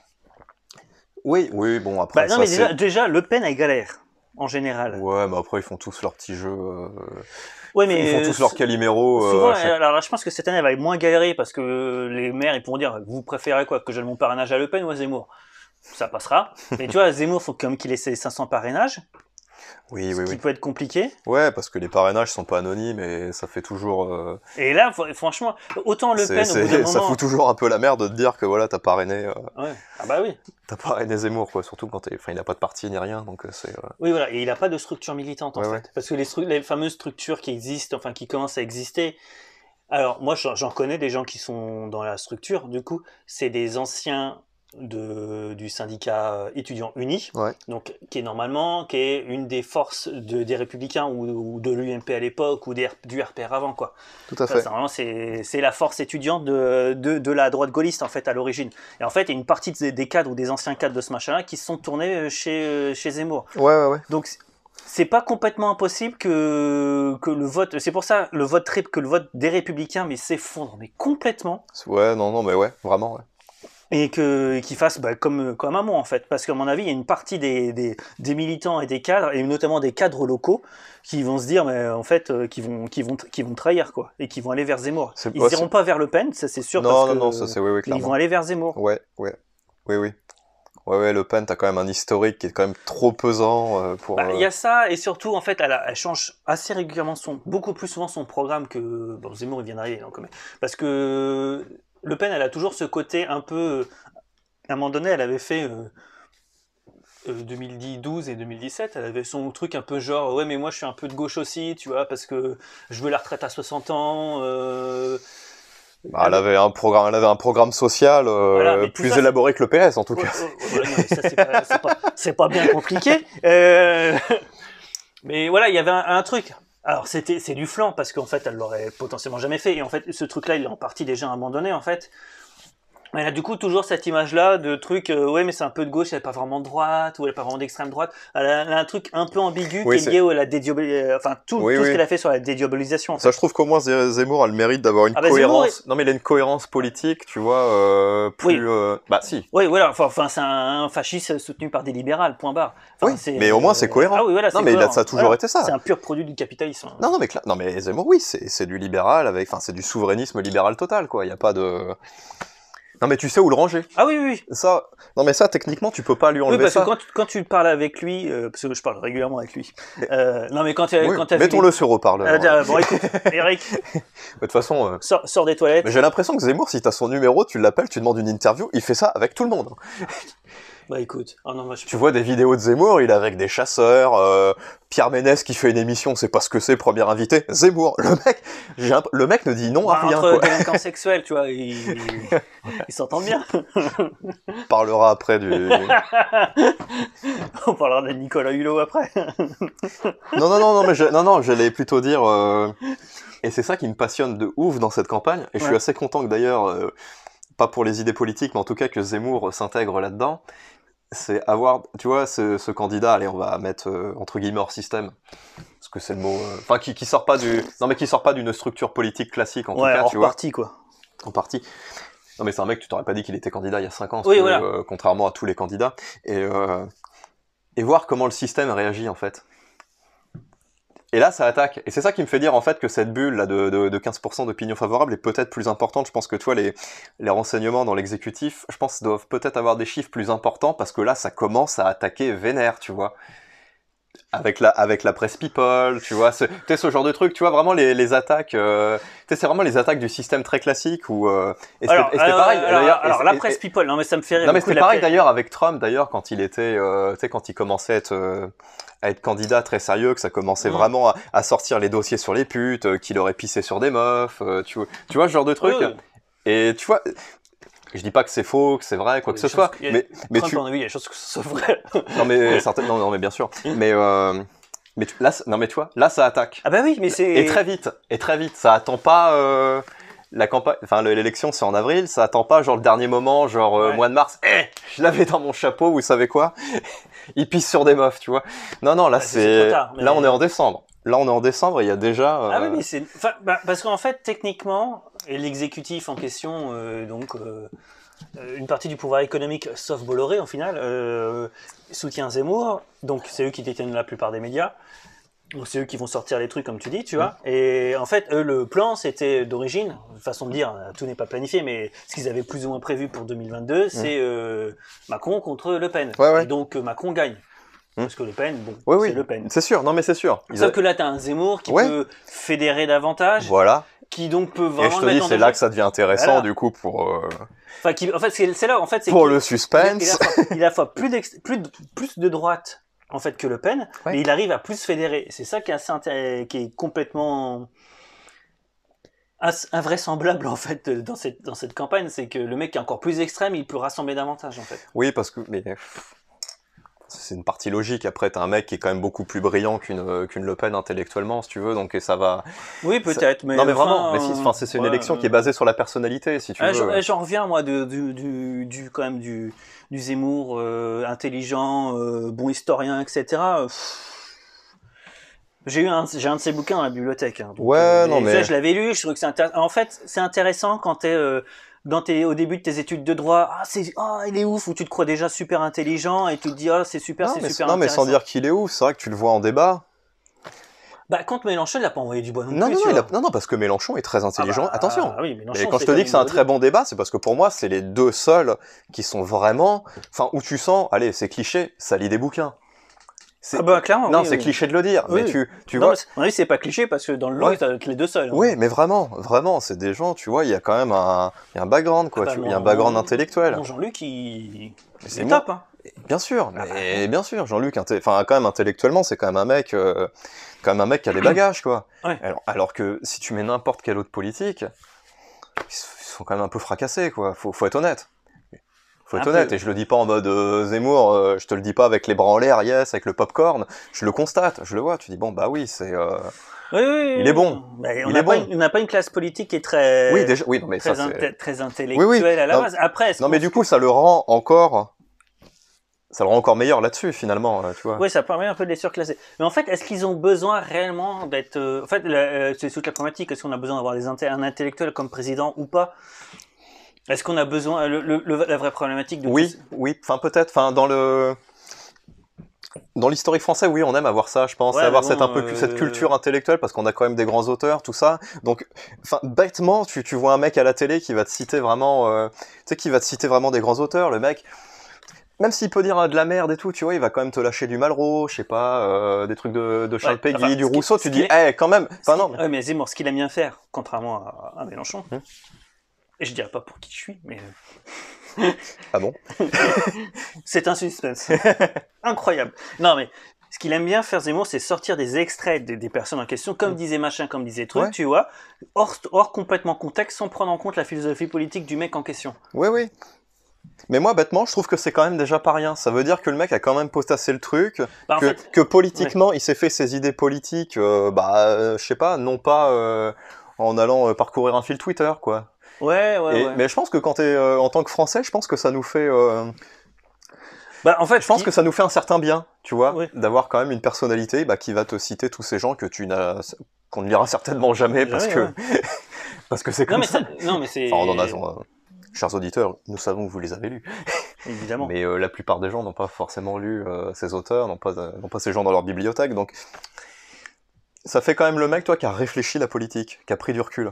Oui, oui, bon, après... Bah, non, ça, mais déjà, déjà, Le Pen, elle galère, en général. Ouais, mais après, ils font tous leur petit jeu... Euh... Ouais, mais ils font tous leur caliméro. Souvent, euh, chaque... alors là, je pense que cette année, elle va moins galérer, parce que les maires, ils pourront dire, vous préférez quoi, que je donne mon parrainage à Le Pen ou à Zemmour? Ça passera. Mais tu vois, Zemmour, il faut quand même qu'il ait ses cinq cents parrainages. Oui, ce oui, qui oui. peut être compliqué. Ouais, parce que les parrainages sont pas anonymes et ça fait toujours... Euh... Et là, franchement, autant Le Pen, au bout d'un moment... Ça fout toujours un peu la merde de te dire que voilà, t'as parrainé... Euh... Ouais, ah bah oui. T'as parrainé Zemmour, quoi, surtout quand enfin, il a pas de parti ni rien, donc c'est... Euh... Oui, voilà, et il a pas de structure militante, en ouais, fait. Ouais. Parce que les, stru les fameuses structures qui existent, enfin, qui commencent à exister... Alors, moi, j'en connais des gens qui sont dans la structure, du coup, c'est des anciens... De, du syndicat étudiant uni, ouais. donc qui est normalement qui est une des forces de, des Républicains ou, ou de l'U M P à l'époque ou des, du R P R avant, quoi. Tout à fait. Normalement, c'est la force étudiante de, de, de la droite gaulliste, en fait, à l'origine. Et en fait, il y a une partie des, des cadres ou des anciens cadres de ce machin-là qui se sont tournés chez, chez Zemmour. Ouais, ouais, ouais. Donc, c'est pas complètement impossible que, que le vote... C'est pour ça le vote, que le vote des Républicains mais s'effondre, mais complètement. Ouais, non, non, mais ouais, vraiment, ouais. Et que qu'ils fassent bah, comme, comme un mot, en fait. Parce qu'à mon avis, il y a une partie des, des, des militants et des cadres, et notamment des cadres locaux, qui vont se dire, mais en fait, euh, qui vont, qui vont, qui vont trahir, quoi. Et qui vont aller vers Zemmour. Ils ouais, n'iront pas vers Le Pen, ça c'est sûr. Non, parce non, que, non, ça c'est oui, oui, clairement. Ils vont aller vers Zemmour. Ouais, ouais. Oui, oui. Ouais, ouais, Le Pen, t'as quand même un historique qui est quand même trop pesant euh, pour... Il bah, euh... y a ça, et surtout, en fait, elle, a, elle change assez régulièrement, son, beaucoup plus souvent son programme que... Bon, Zemmour, il vient d'arriver, hein, quand même. Parce que Le Pen, elle a toujours ce côté un peu... À un moment donné, elle avait fait euh, euh, deux mille douze et deux mille dix-sept, elle avait son truc un peu genre, ouais, mais moi je suis un peu de gauche aussi, tu vois, parce que je veux la retraite à soixante ans. Euh... Bah, elle, avait un programme, elle avait un programme social euh, voilà, plus ça, élaboré que le P S, en tout ouais, cas. Ouais, ouais, non, ça, c'est pas, c'est pas, c'est pas bien compliqué. Euh... Mais voilà, il y avait un, un truc. Alors, c'était, c'est du flanc, parce qu'en fait, elle l'aurait potentiellement jamais fait. Et en fait, ce truc-là, il est en partie déjà abandonné, en fait. Mais là, du coup, toujours cette image-là de truc, euh, ouais, mais c'est un peu de gauche, elle n'est pas vraiment de droite, ou elle n'est pas vraiment d'extrême droite. Elle a, elle a un truc un peu ambigu Oui, qui est c'est- lié à la dédiabolisation, enfin, tout, Oui, tout oui. ce qu'elle a fait sur la dédiabolisation. En fait. Ça, je trouve qu'au moins Zé- Zemmour a le mérite d'avoir une Ah bah, cohérence. Zemmour Non, mais il a une cohérence politique, tu vois, euh, plus. Oui. euh, Bah, si. Oui, voilà, enfin, enfin, c'est un fasciste soutenu par des libérales, point barre. Enfin, Oui, c'est, mais au moins, c'est cohérent. Ah oui, voilà, Non, c'est mais il a- cohérent. ça a toujours Voilà. été ça. C'est un pur produit du capitalisme. Non, non, mais, cla- non, mais Zemmour, oui, c'est c'est du libéral, avec. Enfin, c'est du souverainisme libéral total, quoi. Il n'y a pas de. Non, mais tu sais où le ranger. Ah oui, oui, oui. Ça. Non, mais ça, techniquement, tu peux pas lui Oui, enlever parce ça. que quand, quand tu parles avec lui, euh, parce que je parle régulièrement avec lui. Euh, non, mais quand tu Oui, quand t'as vu mettons-le les- sur haut-parleur. Euh, tiens, bon, écoute, Eric, De toute façon. euh, sors, sors des toilettes. Mais j'ai l'impression que Zemmour, si t'as son numéro, tu l'appelles, tu demandes une interview, il fait ça avec tout le monde. Bah écoute, oh non, moi je Tu vois des vidéos de Zemmour, il est avec des chasseurs, euh, Pierre Ménès qui fait une émission, c'est pas ce que c'est, premier invité, Zemmour, le mec, j'ai un- le mec ne dit non à Bah, rien, entre quoi. délinquants sexuels, tu vois, ils ils s'entendent bien. On parlera après du... On parlera de Nicolas Hulot après. Non, non, non, non, mais je, non, non, j'allais plutôt dire, euh, et c'est ça qui me passionne de ouf dans cette campagne, et je suis Ouais. assez content que d'ailleurs, euh, pas pour les idées politiques, mais en tout cas que Zemmour s'intègre là-dedans, c'est avoir, tu vois, ce, ce candidat, allez, on va mettre euh, entre guillemets hors système, parce que c'est le mot, euh, enfin, qui, qui sort pas du, non, mais qui sort pas d'une structure politique classique, en tout Ouais, cas, hors tu vois, parti, quoi. en partie. Non, mais c'est un mec, tu t'aurais pas dit qu'il était candidat il y a cinq ans, si Oui, tu veux, voilà. euh, contrairement à tous les candidats, et, euh, et voir comment le système réagit, en fait. Et là, ça attaque. Et c'est ça qui me fait dire, en fait, que cette bulle là de, de, de quinze pour cent d'opinion favorable est peut-être plus importante. Je pense que, tu vois, les, les renseignements dans l'exécutif, je pense, doivent peut-être avoir des chiffres plus importants, parce que là, ça commence à attaquer vénère, tu vois. Avec la, avec la presse people, tu vois, tu sais, ce genre de truc, tu vois, vraiment les, les attaques, euh, tu sais, c'est vraiment les attaques du système très classique, où, euh, et c'était Alors, et c'était alors, pareil, alors, d'ailleurs, alors, et- la et- presse people, non mais ça me fait rire. non mais beaucoup, c'était la pareil presse- d'ailleurs avec Trump d'ailleurs quand il était, euh, tu sais quand il commençait à être, euh, à être candidat très sérieux, que ça commençait Mm. vraiment à, à sortir les dossiers sur les putes, euh, qu'il aurait pissé sur des meufs, euh, tu vois, tu vois ce genre de truc. Oui, oui. Et tu vois, je dis pas que c'est faux, que c'est vrai, quoi Il y que a ce des choses soit, que- il y a- mais mais Trump tu, en a vu, il y a des choses que ce soit vrai. non mais certaines, non non mais bien sûr, mais euh, mais tu- là, non mais tu vois, là ça attaque. Ah bah oui, mais c'est... Et très vite, et très vite, ça attend pas euh, la campagne, enfin le- l'élection c'est en avril, ça attend pas genre le dernier moment, genre euh, Ouais. mois de mars, eh, je l'avais dans mon chapeau, vous savez quoi, il pisse sur des meufs, tu vois. Non non, là Ah, c'est c'est, trop tard, mais- là on est en décembre, là on est en décembre, et il y a déjà. euh, Ah oui, mais c'est... Enfin, bah, parce qu'en fait, techniquement, et l'exécutif en question, euh, donc euh, euh, une partie du pouvoir économique, sauf Bolloré, en final, euh, soutient Zemmour, donc c'est eux qui détiennent la plupart des médias. Donc c'est eux qui vont sortir les trucs comme tu dis, tu vois. Et en fait, eux, le plan, c'était d'origine, façon de dire, tout n'est pas planifié, mais ce qu'ils avaient plus ou moins prévu pour deux mille vingt-deux, c'est euh, Macron contre Le Pen. Ouais, ouais. Et donc euh, Macron gagne. Parce que Le Pen, bon, Oui c'est oui, Le Pen. c'est sûr, non mais c'est sûr. Ils Sauf a- que là, t'as un Zemmour qui Ouais. peut fédérer davantage, Voilà. qui donc peut Et vraiment je te le dis, mettre en c'est là danger. que ça devient intéressant Voilà. du coup pour euh, Enfin, qui, en fait, c'est c'est là, en fait, c'est pour qu'il- le il, suspense. il a à la fois- il a à la fois plus, d'ex- plus, de, plus de droite en fait que Le Pen, Ouais. mais il arrive à plus fédérer. C'est ça qui est assez intéressant, qui est complètement as- invraisemblable en fait dans cette dans cette campagne, c'est que le mec qui est encore plus extrême, il peut rassembler davantage en fait. Oui, parce que mais pff, c'est une partie logique. Après, t'as un mec qui est quand même beaucoup plus brillant qu'une euh, qu'une Le Pen intellectuellement, si tu veux, donc et ça va. Oui, peut-être, mais non, mais enfin, vraiment, mais si, enfin, c'est c'est une ouais, élection euh, qui est basée sur la personnalité, si tu Ah, veux. j'en- J'en reviens moi de, du, du, du quand même du, du Zemmour euh, intelligent, euh, bon historien, et cetera. Euh, pff. J'ai eu un, j'ai un de ses bouquins à la bibliothèque. Hein, donc, Ouais, euh, non, et mais- ça, je l'avais lu. Je trouve que c'est intéressant. En fait, c'est intéressant quand t'es euh, dans tes, au début de tes études de droit. Ah, c'est, ah, il est ouf. Où tu te crois déjà super intelligent et tu te dis, ah, c'est super, non, c'est mais, super non, mais intéressant. sans dire qu'il est ouf, c'est vrai que tu le vois en débat. Bah, contre Mélenchon, il a pas envoyé du bois non, Non, plus. non, tu non, il a- vois. non, non, parce que Mélenchon est très intelligent. Ah bah, Attention. ah oui, Mélenchon, Et quand je te comme dis que c'est un une très bon débat, c'est parce que pour moi, c'est les deux seuls qui sont vraiment, enfin, où tu sens, allez, c'est cliché, ça lit des bouquins. C'est- Ah bah, clairement. non, oui, c'est oui. cliché de le dire, Oui, mais oui. tu, tu Non, vois. mais c'est- à mon avis, c'est pas cliché parce que dans le lot, Ouais. ils sont les deux seuls. hein. Oui, mais vraiment, vraiment, c'est des gens, tu vois, il y a quand même un, il y a un background, quoi, Ah bah, tu vois, il y a un mon- background mon- intellectuel. Mon Jean-Luc, il... Mais c'est moi- top. Hein. Bien sûr, Ah mais bien sûr, Jean-Luc, inté- enfin, quand même, intellectuellement, c'est quand même un mec, euh, quand même un mec qui a des bagages, quoi. Ouais. Alors, alors que si tu mets n'importe quel autre politique, ils sont quand même un peu fracassés, quoi. Faut, faut être honnête. Faut être Un honnête, peu. et je le dis pas en mode euh, Zemmour, euh, je te le dis pas avec les bras en l'air, yes, avec le popcorn, je le constate, je le vois, tu dis bon bah oui, c'est euh, Oui, oui, il est bon. Bah, on il n'a est pas, bon. une- on n'a pas une classe politique qui est très, Oui, déjà, oui, non, mais très, ça, c'est... inte- très intellectuelle Oui, oui. à la Non, base. Après, est-ce non, qu'on mais se- du coup, ça le rend encore... Ça le rend encore meilleur là-dessus, finalement, euh, tu vois. Oui, ça permet un peu de les surclasser. Mais en fait, est-ce qu'ils ont besoin réellement d'être... euh, En fait, la- euh, c'est toute la problématique. Est-ce qu'on a besoin d'avoir des inté- un intellectuel comme président ou pas? Est-ce qu'on a besoin... Le, le- le- la vraie problématique de Oui, tout... oui, enfin peut-être, enfin dans le... Dans l'historique français, oui, on aime avoir ça, je pense, Ouais, avoir mais cette, bon, un peu, euh, cette culture intellectuelle, parce qu'on a quand même des grands auteurs, tout ça. Donc, enfin, bêtement, tu, tu vois un mec à la télé qui va te citer vraiment... euh, tu sais, qui va te citer vraiment des grands auteurs, le mec... Même s'il peut dire euh, de la merde et tout, tu vois, il va quand même te lâcher du Malraux, je sais pas, euh, des trucs de, de Charles Ouais, Péguy, enfin, du ce qui- Rousseau, ce tu qui dis, est- eh, quand même, enfin Ce non, qui- mais... ouais, mais Zemmour, ce qu'il aime bien faire, contrairement à, à Mélenchon, Hum. et je dirais pas pour qui je suis, mais euh, Ah bon? c'est un suspense. Incroyable. Non, mais ce qu'il aime bien faire Zemmour, c'est sortir des extraits des, des personnes en question, comme Hum. disait machin, comme disait truc, Ouais. tu vois, hors, hors complètement contexte, sans prendre en compte la philosophie politique du mec en question. Oui, oui. Mais moi, bêtement, je trouve que c'est quand même déjà pas rien. Ça veut dire que le mec a quand même potassé le truc, Bah, en que, fait, que politiquement, il s'est fait ses idées politiques, euh, bah, euh, je sais pas, non pas euh, en allant euh, parcourir un fil Twitter, quoi. ouais, ouais, Et- ouais. Mais je pense que quand t'es euh, en tant que Français, je pense que ça nous fait, euh, Bah, en fait, je pense ce que qui- ça nous fait un certain bien, tu vois, Oui. d'avoir quand même une personnalité bah, qui va te citer tous ces gens que tu n'as, qu'on ne lira certainement jamais, parce Jamais, que parce que c'est Non, comme mais ça. ça- non, mais c'est Enfin, on en a, on- chers auditeurs, nous savons que vous les avez lus. évidemment. Mais euh, la plupart des gens n'ont pas forcément lu euh, ces auteurs, n'ont pas, euh, n'ont pas ces gens dans leur bibliothèque, donc ça fait quand même le mec, toi, qui a réfléchi la politique, qui a pris du recul.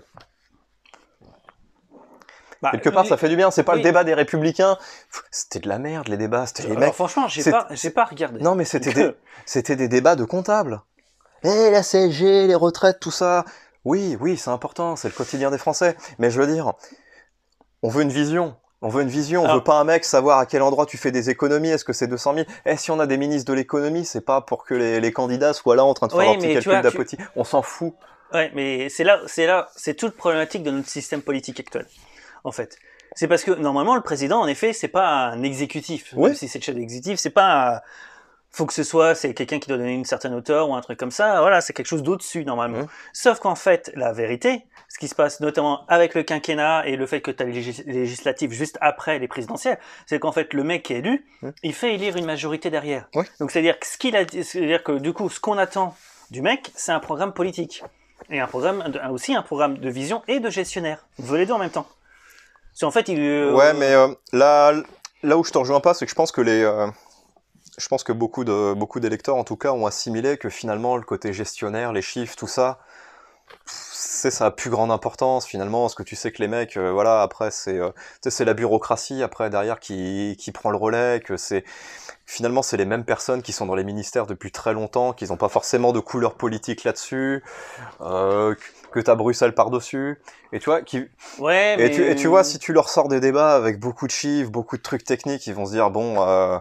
Bah, Quelque part, oui. ça fait du bien, c'est pas oui. le débat des républicains. Pff, C'était de la merde, les débats, c'était les Alors, mecs... franchement, j'ai c'est- pas, j'ai pas regardé. Non, mais c'était Donc, des, euh, c'était des débats de comptables. Eh, la C S G, les retraites, tout ça. Oui, oui, c'est important, c'est le quotidien des Français. Mais je veux dire, on veut une vision. On veut une vision, on Alors- veut pas un mec savoir à quel endroit tu fais des économies, est-ce que c'est deux cent mille? Eh, si on a des ministres de l'économie, c'est pas pour que les, les candidats soient là en train de faire Oui, leur petit mais tu calcul vois, tu- d'apotie. On s'en fout. Ouais, mais c'est là, c'est là, c'est toute problématique de notre système politique actuel, en fait. C'est parce que normalement le président, en effet, c'est pas un exécutif. Ouais. Même si c'est le chef d'exécutif, c'est pas. Un... Faut que ce soit, c'est quelqu'un qui doit donner une certaine hauteur ou un truc comme ça. Voilà, c'est quelque chose d'au-dessus normalement. Ouais. Sauf qu'en fait, la vérité, ce qui se passe notamment avec le quinquennat et le fait que tu as les légis- législatives juste après les présidentielles, c'est qu'en fait le mec qui est élu, Ouais. il fait élire une majorité derrière. Ouais. Donc c'est-à-dire que ce qu'il a, dit- c'est-à-dire que du coup, ce qu'on attend du mec, c'est un programme politique et un programme, de- aussi un programme de vision et de gestionnaire. On veut les deux en même temps. Parce qu'en fait, il. euh, Ouais, mais euh, là, là où je te rejoins pas, c'est que je pense que les, euh, je pense que beaucoup de beaucoup d'électeurs, en tout cas, ont assimilé que finalement le côté gestionnaire, les chiffres, tout ça, pff, c'est ça a plus grande importance finalement, parce que tu sais que les mecs, euh, voilà, après c'est, euh, tu sais, c'est la bureaucratie après derrière qui qui prend le relais, que c'est finalement c'est les mêmes personnes qui sont dans les ministères depuis très longtemps, qui n'ont pas forcément de couleur politique là-dessus, euh, que t'as Bruxelles par-dessus, et tu vois, qui, Ouais, mais. et tu, et tu vois, si tu leur sors des débats avec beaucoup de chiffres, beaucoup de trucs techniques, ils vont se dire, bon, euh...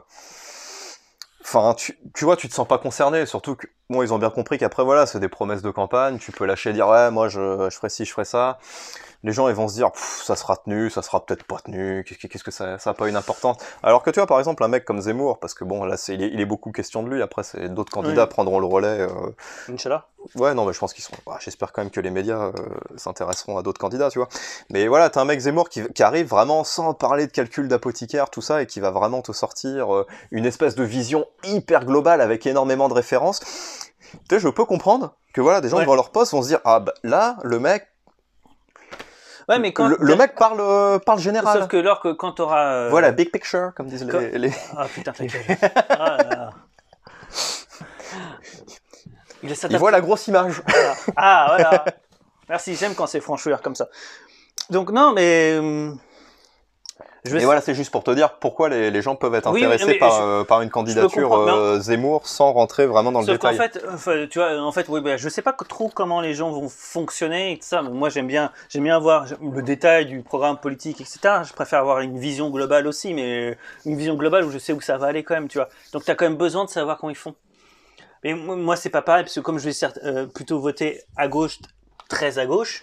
enfin, tu, tu vois, tu te sens pas concerné, surtout que, bon, ils ont bien compris qu'après, voilà, c'est des promesses de campagne, tu peux lâcher et dire, ouais, moi, je, je ferai ci, je ferai ça. Les gens, ils vont se dire, pff, ça sera tenu, ça sera peut-être pas tenu, qu'est- qu'est-ce que ça, ça a pas une importance. Alors que tu vois, par exemple, un mec comme Zemmour, parce que bon, là, c'est, il, est, il est beaucoup question de lui, après, c'est d'autres candidats Oui. prendront le relais, euh, Inch'Allah. Ouais, non, mais je pense qu'ils sont. Bah, j'espère quand même que les médias euh, s'intéresseront à d'autres candidats, tu vois. Mais voilà, t'as un mec Zemmour qui, qui arrive vraiment sans parler de calcul d'apothicaire, tout ça, et qui va vraiment te sortir euh, une espèce de vision hyper globale avec énormément de références. Tu sais, je peux comprendre que voilà, des gens Ouais. devant leur poste vont se dire, ah bah là, le mec, Ouais, mais quand. le, le mec parle, euh, parle général. Sauf que lors que quand t'auras. euh, Voilà, big picture, comme disent quand- les, les... Ah putain, ta gueule. Ah, là, là. Il Ils s'adapte. voient la grosse image. Voilà. Ah, voilà. Merci, j'aime quand c'est franchouillard comme ça. Donc, non, mais. hum, Je vais... Et voilà, c'est juste pour te dire pourquoi les, les gens peuvent être Oui, intéressés mais par, je- euh, par une candidature comprendre, mais en- euh, Zemmour sans rentrer vraiment dans le Sauf qu'en détail. fait, enfin, tu vois, en fait, oui, ben, je sais pas trop comment les gens vont fonctionner et tout ça. Mais moi, j'aime bien, j'aime bien voir le détail du programme politique, et cetera. Je préfère avoir une vision globale aussi, mais une vision globale où je sais où ça va aller quand même, tu vois. Donc, tu as quand même besoin de savoir comment ils font. Et moi, moi, c'est pas pareil parce que comme je vais certes, euh, plutôt voter à gauche, très à gauche.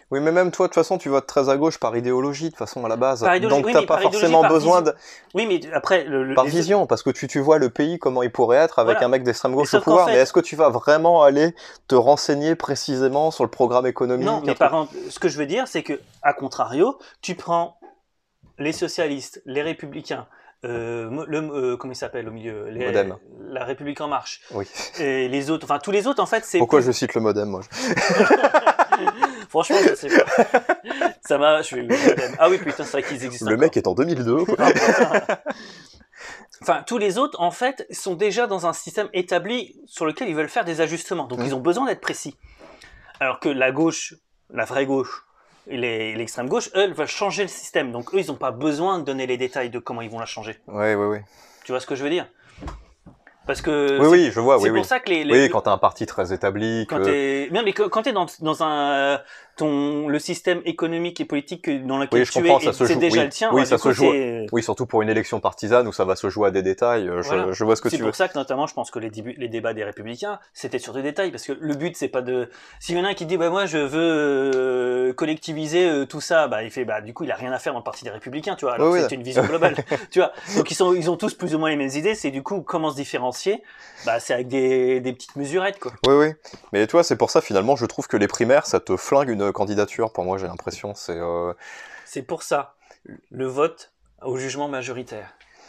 Oui, mais même toi, de toute façon, tu votes très à gauche par idéologie, de toute façon, à la base. Par idéologie, Donc, oui, t'as mais pas par forcément idéologie, besoin par de... Oui, mais après... Le, le, Par les- vision, parce que tu, tu vois le pays, comment il pourrait être avec Voilà. un mec d'extrême Mais gauche au sauf qu'en pouvoir, fait- mais est-ce que tu vas vraiment aller te renseigner précisément sur le programme économique? Non, mais un par truc- exemple, ce que je veux dire, c'est que, à contrario, tu prends les socialistes, les républicains, euh, mo- le, euh, comment il s'appelle au milieu les, Modem. La République en marche, Oui. et les autres, enfin tous les autres, en fait, c'est... Pourquoi plus- je cite le modem, moi? Franchement, je sais pas. Ça m'a... Je suis le modem. Ah oui, putain, c'est vrai qu'ils existent Le encore. mec est en deux mille deux. quoi. Ah, putain. Enfin, tous les autres, en fait, sont déjà dans un système établi sur lequel ils veulent faire des ajustements. Donc, Mm. ils ont besoin d'être précis. Alors que la gauche, la vraie gauche, et les- l'extrême gauche, eux, veulent changer le système. Donc, eux, ils n'ont pas besoin de donner les détails de comment ils vont la changer. Oui, oui, oui. Tu vois ce que je veux dire? Parce que... Oui, c'est- oui, je vois, C'est oui, pour oui. ça que les... les- Oui, quand t'as un parti très établi, Quand que... t'es... Non, mais que- quand t'es dans, dans un... euh, Ton, le système économique et politique que- dans lequel Oui, je tu comprends, es, ça et se c'est joue- déjà oui. le tien. Oui, ouais, ça du se coup, joue- c'est- Oui, surtout pour une élection partisane où ça va se jouer à des détails, euh, je, Voilà. je vois ce que C'est tu veux. pour ça que notamment je pense que les, débuts, les débats des Républicains c'était sur des détails parce que le but c'est pas de s'il y en a un qui dit bah moi je veux euh, collectiviser euh, tout ça, bah il fait bah du coup il a rien à faire dans le parti des Républicains, tu vois, alors Oui, que oui. c'est une vision globale. Tu vois, donc ils sont ils ont tous plus ou moins les mêmes idées, c'est du coup comment se différencier, bah c'est avec des, des petites mesurettes quoi. Oui, oui. Mais tu vois, c'est pour ça, finalement, je trouve que les primaires, ça te flingue une candidature, pour moi, j'ai l'impression. C'est... Euh... C'est pour ça le vote au jugement majoritaire.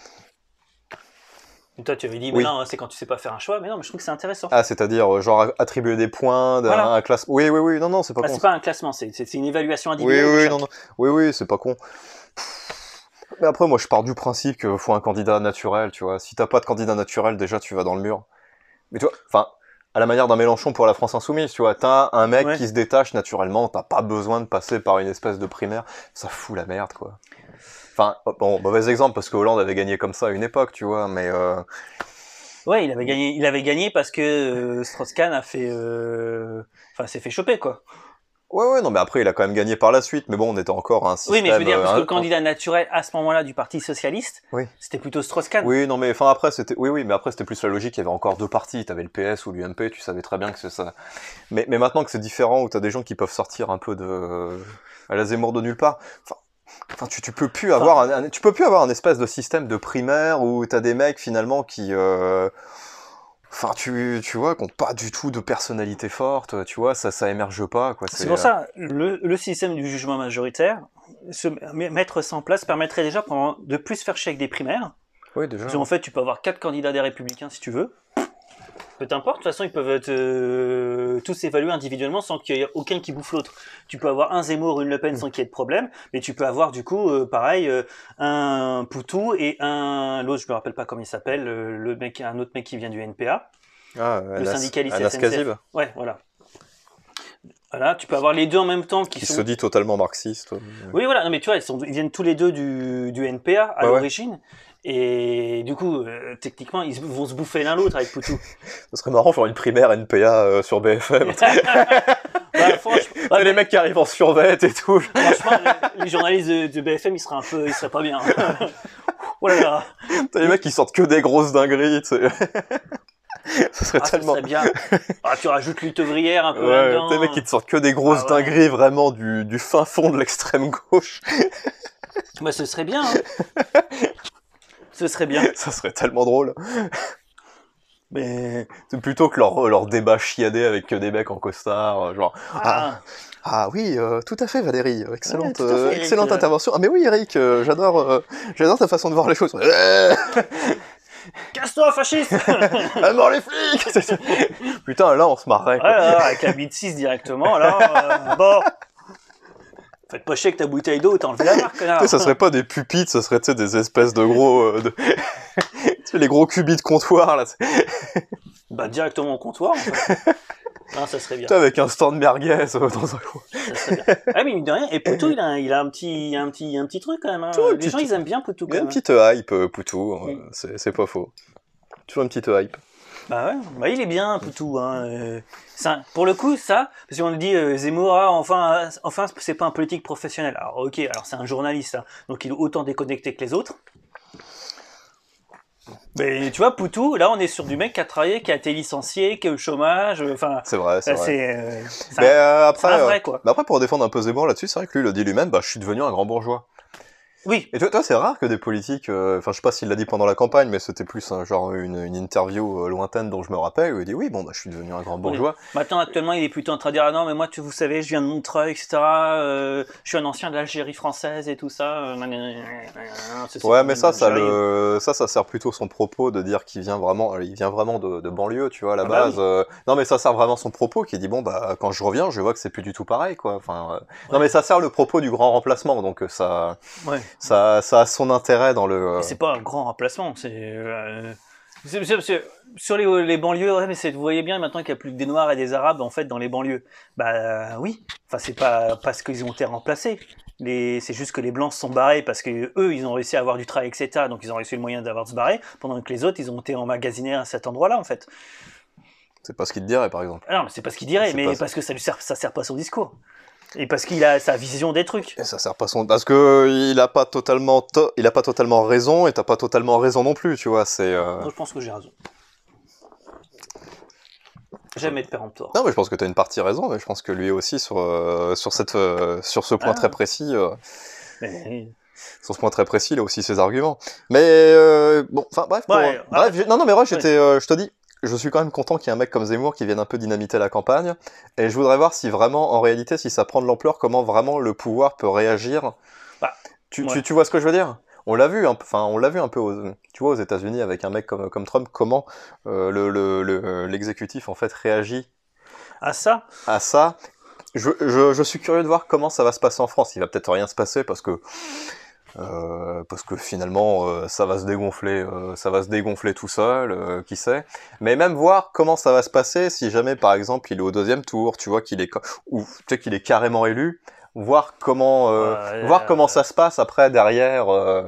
Et toi tu avais dit mais Oui. non c'est quand tu sais pas faire un choix, mais non mais je trouve que c'est intéressant. Ah, c'est-à-dire, euh, genre, attribuer des points d'un Voilà. un classe... Oui, oui, oui, non, non, c'est pas Ah, con. c'est pas un classement, c'est c'est- c'est une évaluation Oui, individuelle. de oui, chaque. non, non. Oui, oui, c'est pas con. Mais après, moi, je pars du principe qu'il faut un candidat naturel, tu vois. Si t'as pas de candidat naturel, déjà, tu vas dans le mur. Mais tu vois, enfin, à la manière d'un Mélenchon pour la France Insoumise, tu vois, t'as un mec Ouais. qui se détache naturellement, t'as pas besoin de passer par une espèce de primaire, ça fout la merde, quoi. Enfin, bon, mauvais exemple, parce que Hollande avait gagné comme ça à une époque, tu vois, mais... Euh... Ouais, il avait gagné, il avait gagné parce que euh, Strauss-Kahn a fait, euh, enfin, s'est fait choper quoi. Ouais, ouais, non, mais après, il a quand même gagné par la suite, mais bon, on était encore à un système... Oui, mais je veux dire, parce que euh, le candidat naturel à ce moment-là du Parti socialiste, Oui. c'était plutôt Strauss-Kahn. Oui, non, mais enfin après, c'était... Oui, oui, mais après, c'était plus la logique, il y avait encore deux partis, t'avais le P S ou l'U M P, tu savais très bien que c'est ça. Mais, mais maintenant que c'est différent, où t'as des gens qui peuvent sortir un peu de... à la Zemmour de nulle part, enfin... Enfin, tu, tu peux plus avoir un, un- tu peux plus avoir un espèce de système de primaire où t'as des mecs finalement qui, euh, enfin, tu, tu vois, qui ont pas du tout de personnalité forte, tu vois, ça, ça émerge pas, quoi. C'est pour ça, le, le système du jugement majoritaire, se mettre ça en place permettrait déjà pendant- de plus faire chier avec des primaires. Oui, déjà. Parce qu'en fait, tu peux avoir quatre candidats des Républicains si tu veux. Peu importe, de toute façon, ils peuvent être, euh, tous évaluer individuellement sans qu'il y ait aucun qui bouffe l'autre. Tu peux avoir un Zemmour, une Le Pen sans qu'il y ait de problème, mais tu peux avoir du coup, euh, pareil, euh, un Poutou et un l'autre, je me rappelle pas comment il s'appelle, euh, le mec, un autre mec qui vient du N P A, Ah, le Anas- syndicaliste Anas S N C F. Kazib, Ouais, voilà. Voilà, tu peux avoir les deux en même temps qui, qui sont. se dit totalement marxiste. Oui, voilà, non, mais tu vois, ils, sont, ils viennent tous les deux du, du N P A à Ouais, ouais. l'origine. Et du coup, euh, techniquement, ils vont se bouffer l'un l'autre avec Poutou. Ce serait marrant faire une primaire N P A euh, sur B F M. Bah, franchement, T'as les mecs qui arrivent en survêt et tout. franchement, les, les journalistes de, de B F M, ils seraient un peu, ils seraient pas bien. Oh là là. T'as les mecs qui sortent que des grosses dingueries, tu sais. Ça serait Ah, ça tellement... serait bien. Ah, tu rajoutes lutte ouvrière un peu Ouais, là-dedans. t'as les mecs qui te sortent que des grosses Ah ouais. dingueries vraiment du, du fin fond de l'extrême gauche. Bah, ce serait bien. Hein. Ce serait bien. Ça serait tellement drôle. Mais C'est plutôt que leur, leur débat chiadé avec que des mecs en costard, euh, genre... Ah, ah, ah oui, euh, tout à fait Valérie, excellente, Ouais, tout à fait, euh, Eric. excellente intervention. Ah mais oui Eric, euh, j'adore euh, j'adore ta façon de voir les choses. Euh, casse-toi, fasciste. à mort les flics. Putain, là on se marrait. quoi. Ouais, alors, avec la bite six directement, alors, euh, bon. Faites pas chier que ta bouteille d'eau, t'as enlevé la marque, connard. Tu sais, ça serait pas des pupitres, ça serait tu sais, des espèces de gros... euh, de... tu sais, les gros cubis de comptoir, là. tu sais. Bah, directement au comptoir, en fait. Non, ça serait bien. Tu sais, avec un stand merguez euh, dans un coin. Ça serait bien. Ah, mais mine de rien, et Poutou, il a, un- il a un petit, un petit, un petit truc quand même. Hein. Toujours une Les petite- gens, ils aiment bien Poutou Il y a quand une même. petite hype, euh, Poutou, euh, Mm. c'est c'est pas faux. Toujours une petite hype. Bah ouais, bah il est bien, Poutou. Hein. Euh, ça, pour le coup, ça, parce qu'on le dit, euh, Zemmour, ah, enfin, euh, enfin, c'est pas un politique professionnel. Alors ok, alors c'est un journaliste, hein, donc il est autant déconnecté que les autres. Mais tu vois, Poutou, là, on est sur du mec qui a travaillé, qui a été licencié, qui est au chômage. Enfin, c'est vrai, c'est euh, vrai. C'est, euh, c'est Mais un, euh, après, c'est un vrai, euh, quoi. mais après, pour défendre un peu Zemmour là-dessus, c'est vrai que lui, il a dit lui-même, bah, je suis devenu un grand bourgeois. Oui. Et toi, toi c'est rare que des politiques, enfin, euh, je sais pas s'il l'a dit pendant la campagne, mais c'était plus un, genre une, une interview euh, lointaine dont je me rappelle, où il dit oui, bon, bah, je suis devenu un grand bourgeois. Oui. Maintenant, actuellement, il est plutôt en train de dire ah non, mais moi, tu, vous savez, je viens de Montreuil, et cetera. Euh, je suis un ancien de l'Algérie française et tout ça. C'est, ouais, mais ça, ça, le, ça, ça sert plutôt son propos de dire qu'il vient vraiment, il vient vraiment de, de banlieue, tu vois, à la ah base. Bah oui. euh, non, mais ça sert vraiment son propos qui dit bon, bah, quand je reviens, je vois que c'est plus du tout pareil, quoi. Enfin, euh, ouais. Non, mais ça sert le propos du grand remplacement, donc ça, ouais. ça, ça a son intérêt dans le. Et c'est pas un grand remplacement, c'est. Euh... C'est, c'est, c'est, sur les, les banlieues, ouais, mais c'est, vous voyez bien maintenant qu'il n'y a plus que des Noirs et des Arabes en fait dans les banlieues. Bah euh, oui, enfin c'est pas parce qu'ils ont été remplacés. Les, c'est juste que les Blancs se sont barrés parce que eux ils ont réussi à avoir du travail, et cetera. Donc ils ont réussi le moyen d'avoir de se barrer, pendant que les autres ils ont été emmagasinés à cet endroit-là en fait. C'est pas ce qu'il te dirait par exemple. Ah non, mais c'est pas ce qu'il dirait, c'est mais parce que ça lui sert, ça sert pas son discours. Et parce qu'il a sa vision des trucs. Et ça sert pas son, parce que il a pas totalement, to... il a pas totalement raison, et t'as pas totalement raison non plus, tu vois. C'est. Euh... Moi je pense que j'ai raison. Jamais de péremptoire. Non, mais je pense que t'as une partie raison, mais je pense que lui aussi sur euh, sur cette euh, sur ce point ah. très précis. Euh... Mais... Sur ce point très précis, il a aussi ses arguments. Mais euh, bon, enfin bref. Pour... Ouais, bref, j'ai... non, non, mais ouais, j'étais, ouais. euh, je te dis. Je suis quand même content qu'il y ait un mec comme Zemmour qui vienne un peu dynamiter la campagne, et je voudrais voir si vraiment, en réalité, si ça prend de l'ampleur, comment vraiment le pouvoir peut réagir. Bah, tu, ouais. tu, tu vois ce que je veux dire ? On l'a vu, enfin, on l'a vu un peu, aux, tu vois, aux États-Unis avec un mec comme, comme Trump, comment euh, le, le, le, l'exécutif en fait réagit à ça. À ça. Je, je, je suis curieux de voir comment ça va se passer en France. Il va peut-être rien se passer parce que. Euh, parce que finalement euh, ça va se dégonfler euh, ça va se dégonfler tout seul, euh, qui sait, mais même voir comment ça va se passer si jamais par exemple il est au deuxième tour, tu vois, qu'il est ou tu sais qu'il est carrément élu, voir comment euh, ouais, voir euh... comment ça se passe après derrière, euh,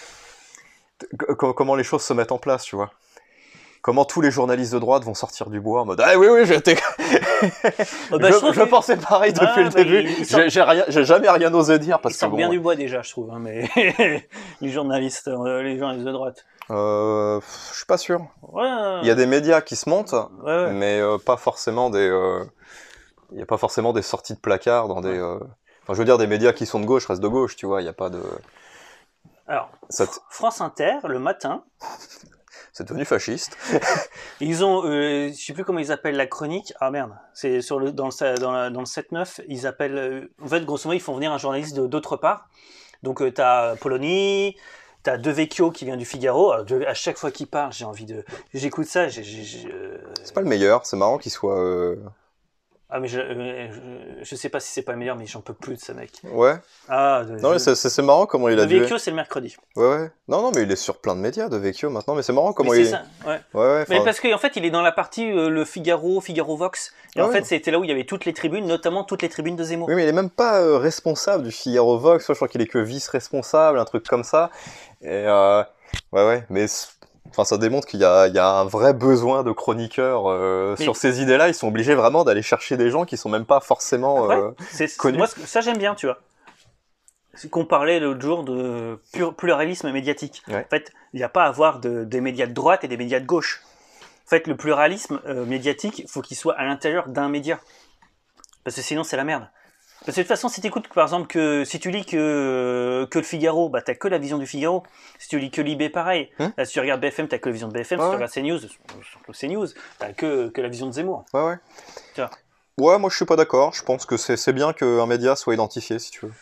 comment les choses se mettent en place, tu vois. Comment tous les journalistes de droite vont sortir du bois en mode ah oui oui j'étais oh bah, je, je, je que... pensais pareil depuis ah, le début il, il sort... j'ai, j'ai, rien, j'ai jamais rien osé dire parce ils sortent que bon, bien ouais. du bois déjà je trouve hein, mais les journalistes euh, les journalistes de droite euh, je suis pas sûr ouais, euh... il y a des médias qui se montent ouais, ouais. mais euh, pas forcément des euh... il y a pas forcément des sorties de placard dans des euh... enfin je veux dire des médias qui sont de gauche restent de gauche, tu vois, il y a pas de alors t... France Inter le matin c'est devenu fasciste. Ils ont, euh, je sais plus comment ils appellent la chronique. Ah merde, c'est sur le dans le dans, la, dans le sept neuf, ils appellent. Euh, en fait, grosso modo, ils font venir un journaliste de, d'autre part. Donc euh, t'as Polony, t'as De Vecchio qui vient du Figaro. Alors, de, à chaque fois qu'il parle, j'ai envie de, j'écoute ça. J'ai, j'ai, j'ai, euh... C'est pas le meilleur. C'est marrant qu'il soit. Euh... Ah mais je, euh, je, je sais pas si c'est pas le meilleur, mais j'en peux plus de ce mec. Ouais. Ah. De, non mais c'est, c'est, c'est marrant comment il a. De Vecchio, c'est le mercredi. Ouais ouais. Non non mais il est sur plein de médias De Vecchio maintenant, mais c'est marrant comment mais il. C'est ça. Ouais. Ouais ouais. Mais parce qu'en en fait il est dans la partie euh, le Figaro, Figaro Vox. Et ah en ouais. fait c'était là où il y avait toutes les tribunes, notamment toutes les tribunes de Zemmour. Oui mais il est même pas euh, responsable du Figaro Vox. Je crois qu'il est que vice-responsable, un truc comme ça. Et euh... ouais ouais. Mais enfin, ça démontre qu'il y a, il y a un vrai besoin de chroniqueurs euh, sur ces idées-là. Ils sont obligés vraiment d'aller chercher des gens qui sont même pas forcément euh, ouais, c'est, connus. Moi, ça j'aime bien, tu vois. C'est qu'on parlait l'autre jour de pur, pluralisme médiatique. Ouais. En fait, il n'y a pas à avoir de, des médias de droite et des médias de gauche. En fait, le pluralisme euh, médiatique, il faut qu'il soit à l'intérieur d'un média. Parce que sinon, c'est la merde. Parce que de toute façon, si tu écoutes, par exemple, que si tu lis que, que le Figaro, bah, t'as que la vision du Figaro. Si tu lis que l'I B, pareil. Hum Là, si tu regardes B F M, t'as que la vision de B F M. Ouais. Si tu regardes CNews, surtout CNews, t'as que, que la vision de Zemmour. Ouais, ouais. Tu vois. Ouais, moi, je suis pas d'accord. Je pense que c'est, c'est bien qu'un média soit identifié, si tu veux.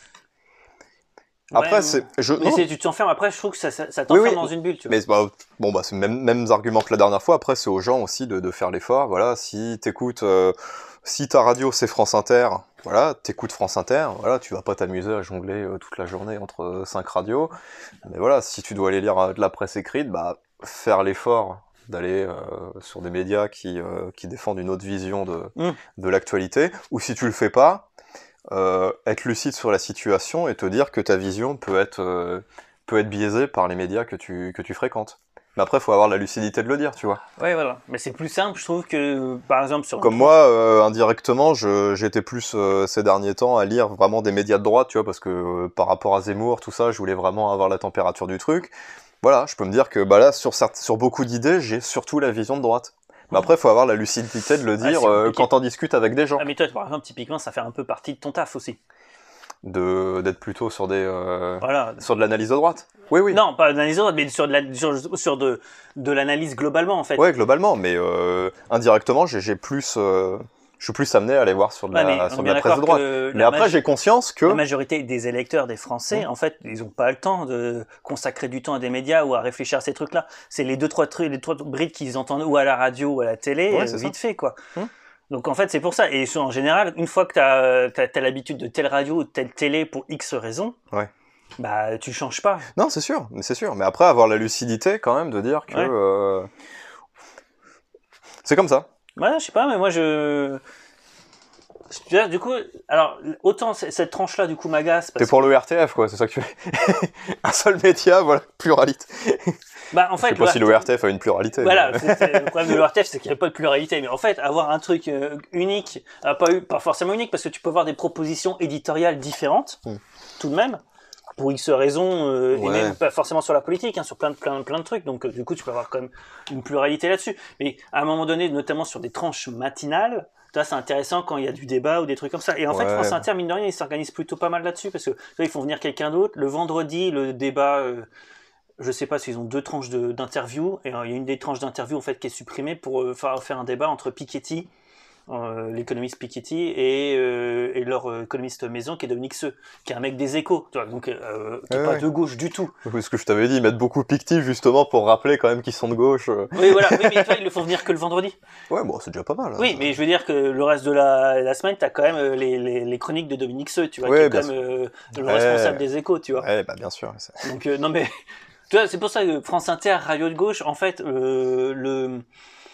Après, ouais, c'est. Je... Mais c'est, tu t'enfermes, après, je trouve que ça, ça, ça t'enferme oui, oui. dans une bulle, tu vois. Mais bah, bon, bah, c'est le même, mêmes arguments que la dernière fois. Après, c'est aux gens aussi de, de faire l'effort. Voilà, si t'écoutes. Euh... Si ta radio c'est France Inter, voilà, t'écoutes France Inter, voilà, tu vas pas t'amuser à jongler euh, toute la journée entre euh, cinq radios. Mais voilà, si tu dois aller lire euh, de la presse écrite, bah faire l'effort d'aller euh, sur des médias qui euh, qui défendent une autre vision de mmh. de l'actualité. Ou si tu le fais pas, euh, être lucide sur la situation et te dire que ta vision peut être euh, peut être biaisée par les médias que tu que tu fréquentes. Mais après, il faut avoir la lucidité de le dire, tu vois. Ouais, voilà. Mais c'est plus simple, je trouve, que, par exemple, sur... Comme moi, euh, indirectement, je, j'étais plus, euh, ces derniers temps, à lire vraiment des médias de droite, tu vois, parce que euh, par rapport à Zemmour, tout ça, je voulais vraiment avoir la température du truc. voilà, je peux me dire que bah là, sur, certes, sur beaucoup d'idées, j'ai surtout la vision de droite. Mais après, il faut avoir la lucidité de le dire ah, euh, quand on discute avec des gens. Ah, mais toi, par exemple, typiquement, ça fait un peu partie de ton taf aussi. De, d'être plutôt sur des euh, voilà. sur de l'analyse de droite. Oui, oui. Non, pas de l'analyse de droite, mais sur de, la, sur, sur de, de l'analyse globalement, en fait. Ouais, globalement, mais euh, indirectement, j'ai, j'ai plus... Euh... Je suis plus amené à aller voir sur de la, ouais, sur de la presse de droite. Mais après, j'ai conscience que... La majorité des électeurs, des Français, mmh. en fait, ils n'ont pas le temps de consacrer du temps à des médias ou à réfléchir à ces trucs-là. C'est les deux, trois trucs, les trois brides qu'ils entendent ou à la radio ou à la télé, ouais, euh, vite ça. fait, quoi. Mmh. Donc, en fait, c'est pour ça. Et en général, une fois que tu as l'habitude de telle radio ou de telle télé pour X raisons, ouais. bah, tu changes pas. Non, c'est sûr, c'est sûr. Mais après, avoir la lucidité, quand même, de dire que... Ouais. Euh... C'est comme ça. Ouais, je sais pas, mais moi je. Du coup, alors, autant cette tranche-là, du coup, m'agace. T'es pour que... le R T F, quoi, c'est ça que tu fais. Un seul média, voilà, pluralité. Bah, en fait. Je sais pas si le R T F a une pluralité. Voilà, mais... c'est, c'est, le problème de l'O R T F, c'est qu'il n'y a pas de pluralité. Mais en fait, avoir un truc euh, unique, euh, pas, pas forcément unique, parce que tu peux avoir des propositions éditoriales différentes, mm. tout de même. Pour X raisons, euh, ouais. et même pas forcément sur la politique, hein, sur plein de, plein, plein de trucs, donc euh, du coup tu peux avoir quand même une pluralité là-dessus. Mais à un moment donné, notamment sur des tranches matinales, là c'est intéressant quand il y a du débat ou des trucs comme ça. Et en ouais. fait, France Inter, mine de rien, ils s'organisent plutôt pas mal là-dessus, parce que là, ils font venir quelqu'un d'autre. Le vendredi, le débat, euh, je sais pas s'ils ont deux tranches de, d'interview, et euh, il y a une des tranches d'interview en fait qui est supprimée pour euh, faire, faire un débat entre Piketty, Euh, l'économiste Piketty et, euh, et leur euh, économiste maison qui est Dominique Seux, qui est un mec des Échos, tu vois, donc euh, qui est ouais, pas ouais. de gauche du tout. Oui, ce que je t'avais dit, ils mettent beaucoup Piketty justement pour rappeler quand même qu'ils sont de gauche. Oui, voilà, oui, mais toi, ils le font venir que le vendredi. Ouais, bon, c'est déjà pas mal. Hein. Oui, mais je veux dire que le reste de la, la semaine, t'as quand même euh, les, les, les chroniques de Dominique Seux, tu vois, ouais, qui est quand même euh, le ouais. responsable des Échos, tu vois. Ouais, bah bien sûr. C'est... Donc, euh, non mais, tu vois, c'est pour ça que France Inter, radio de gauche, en fait, euh, le,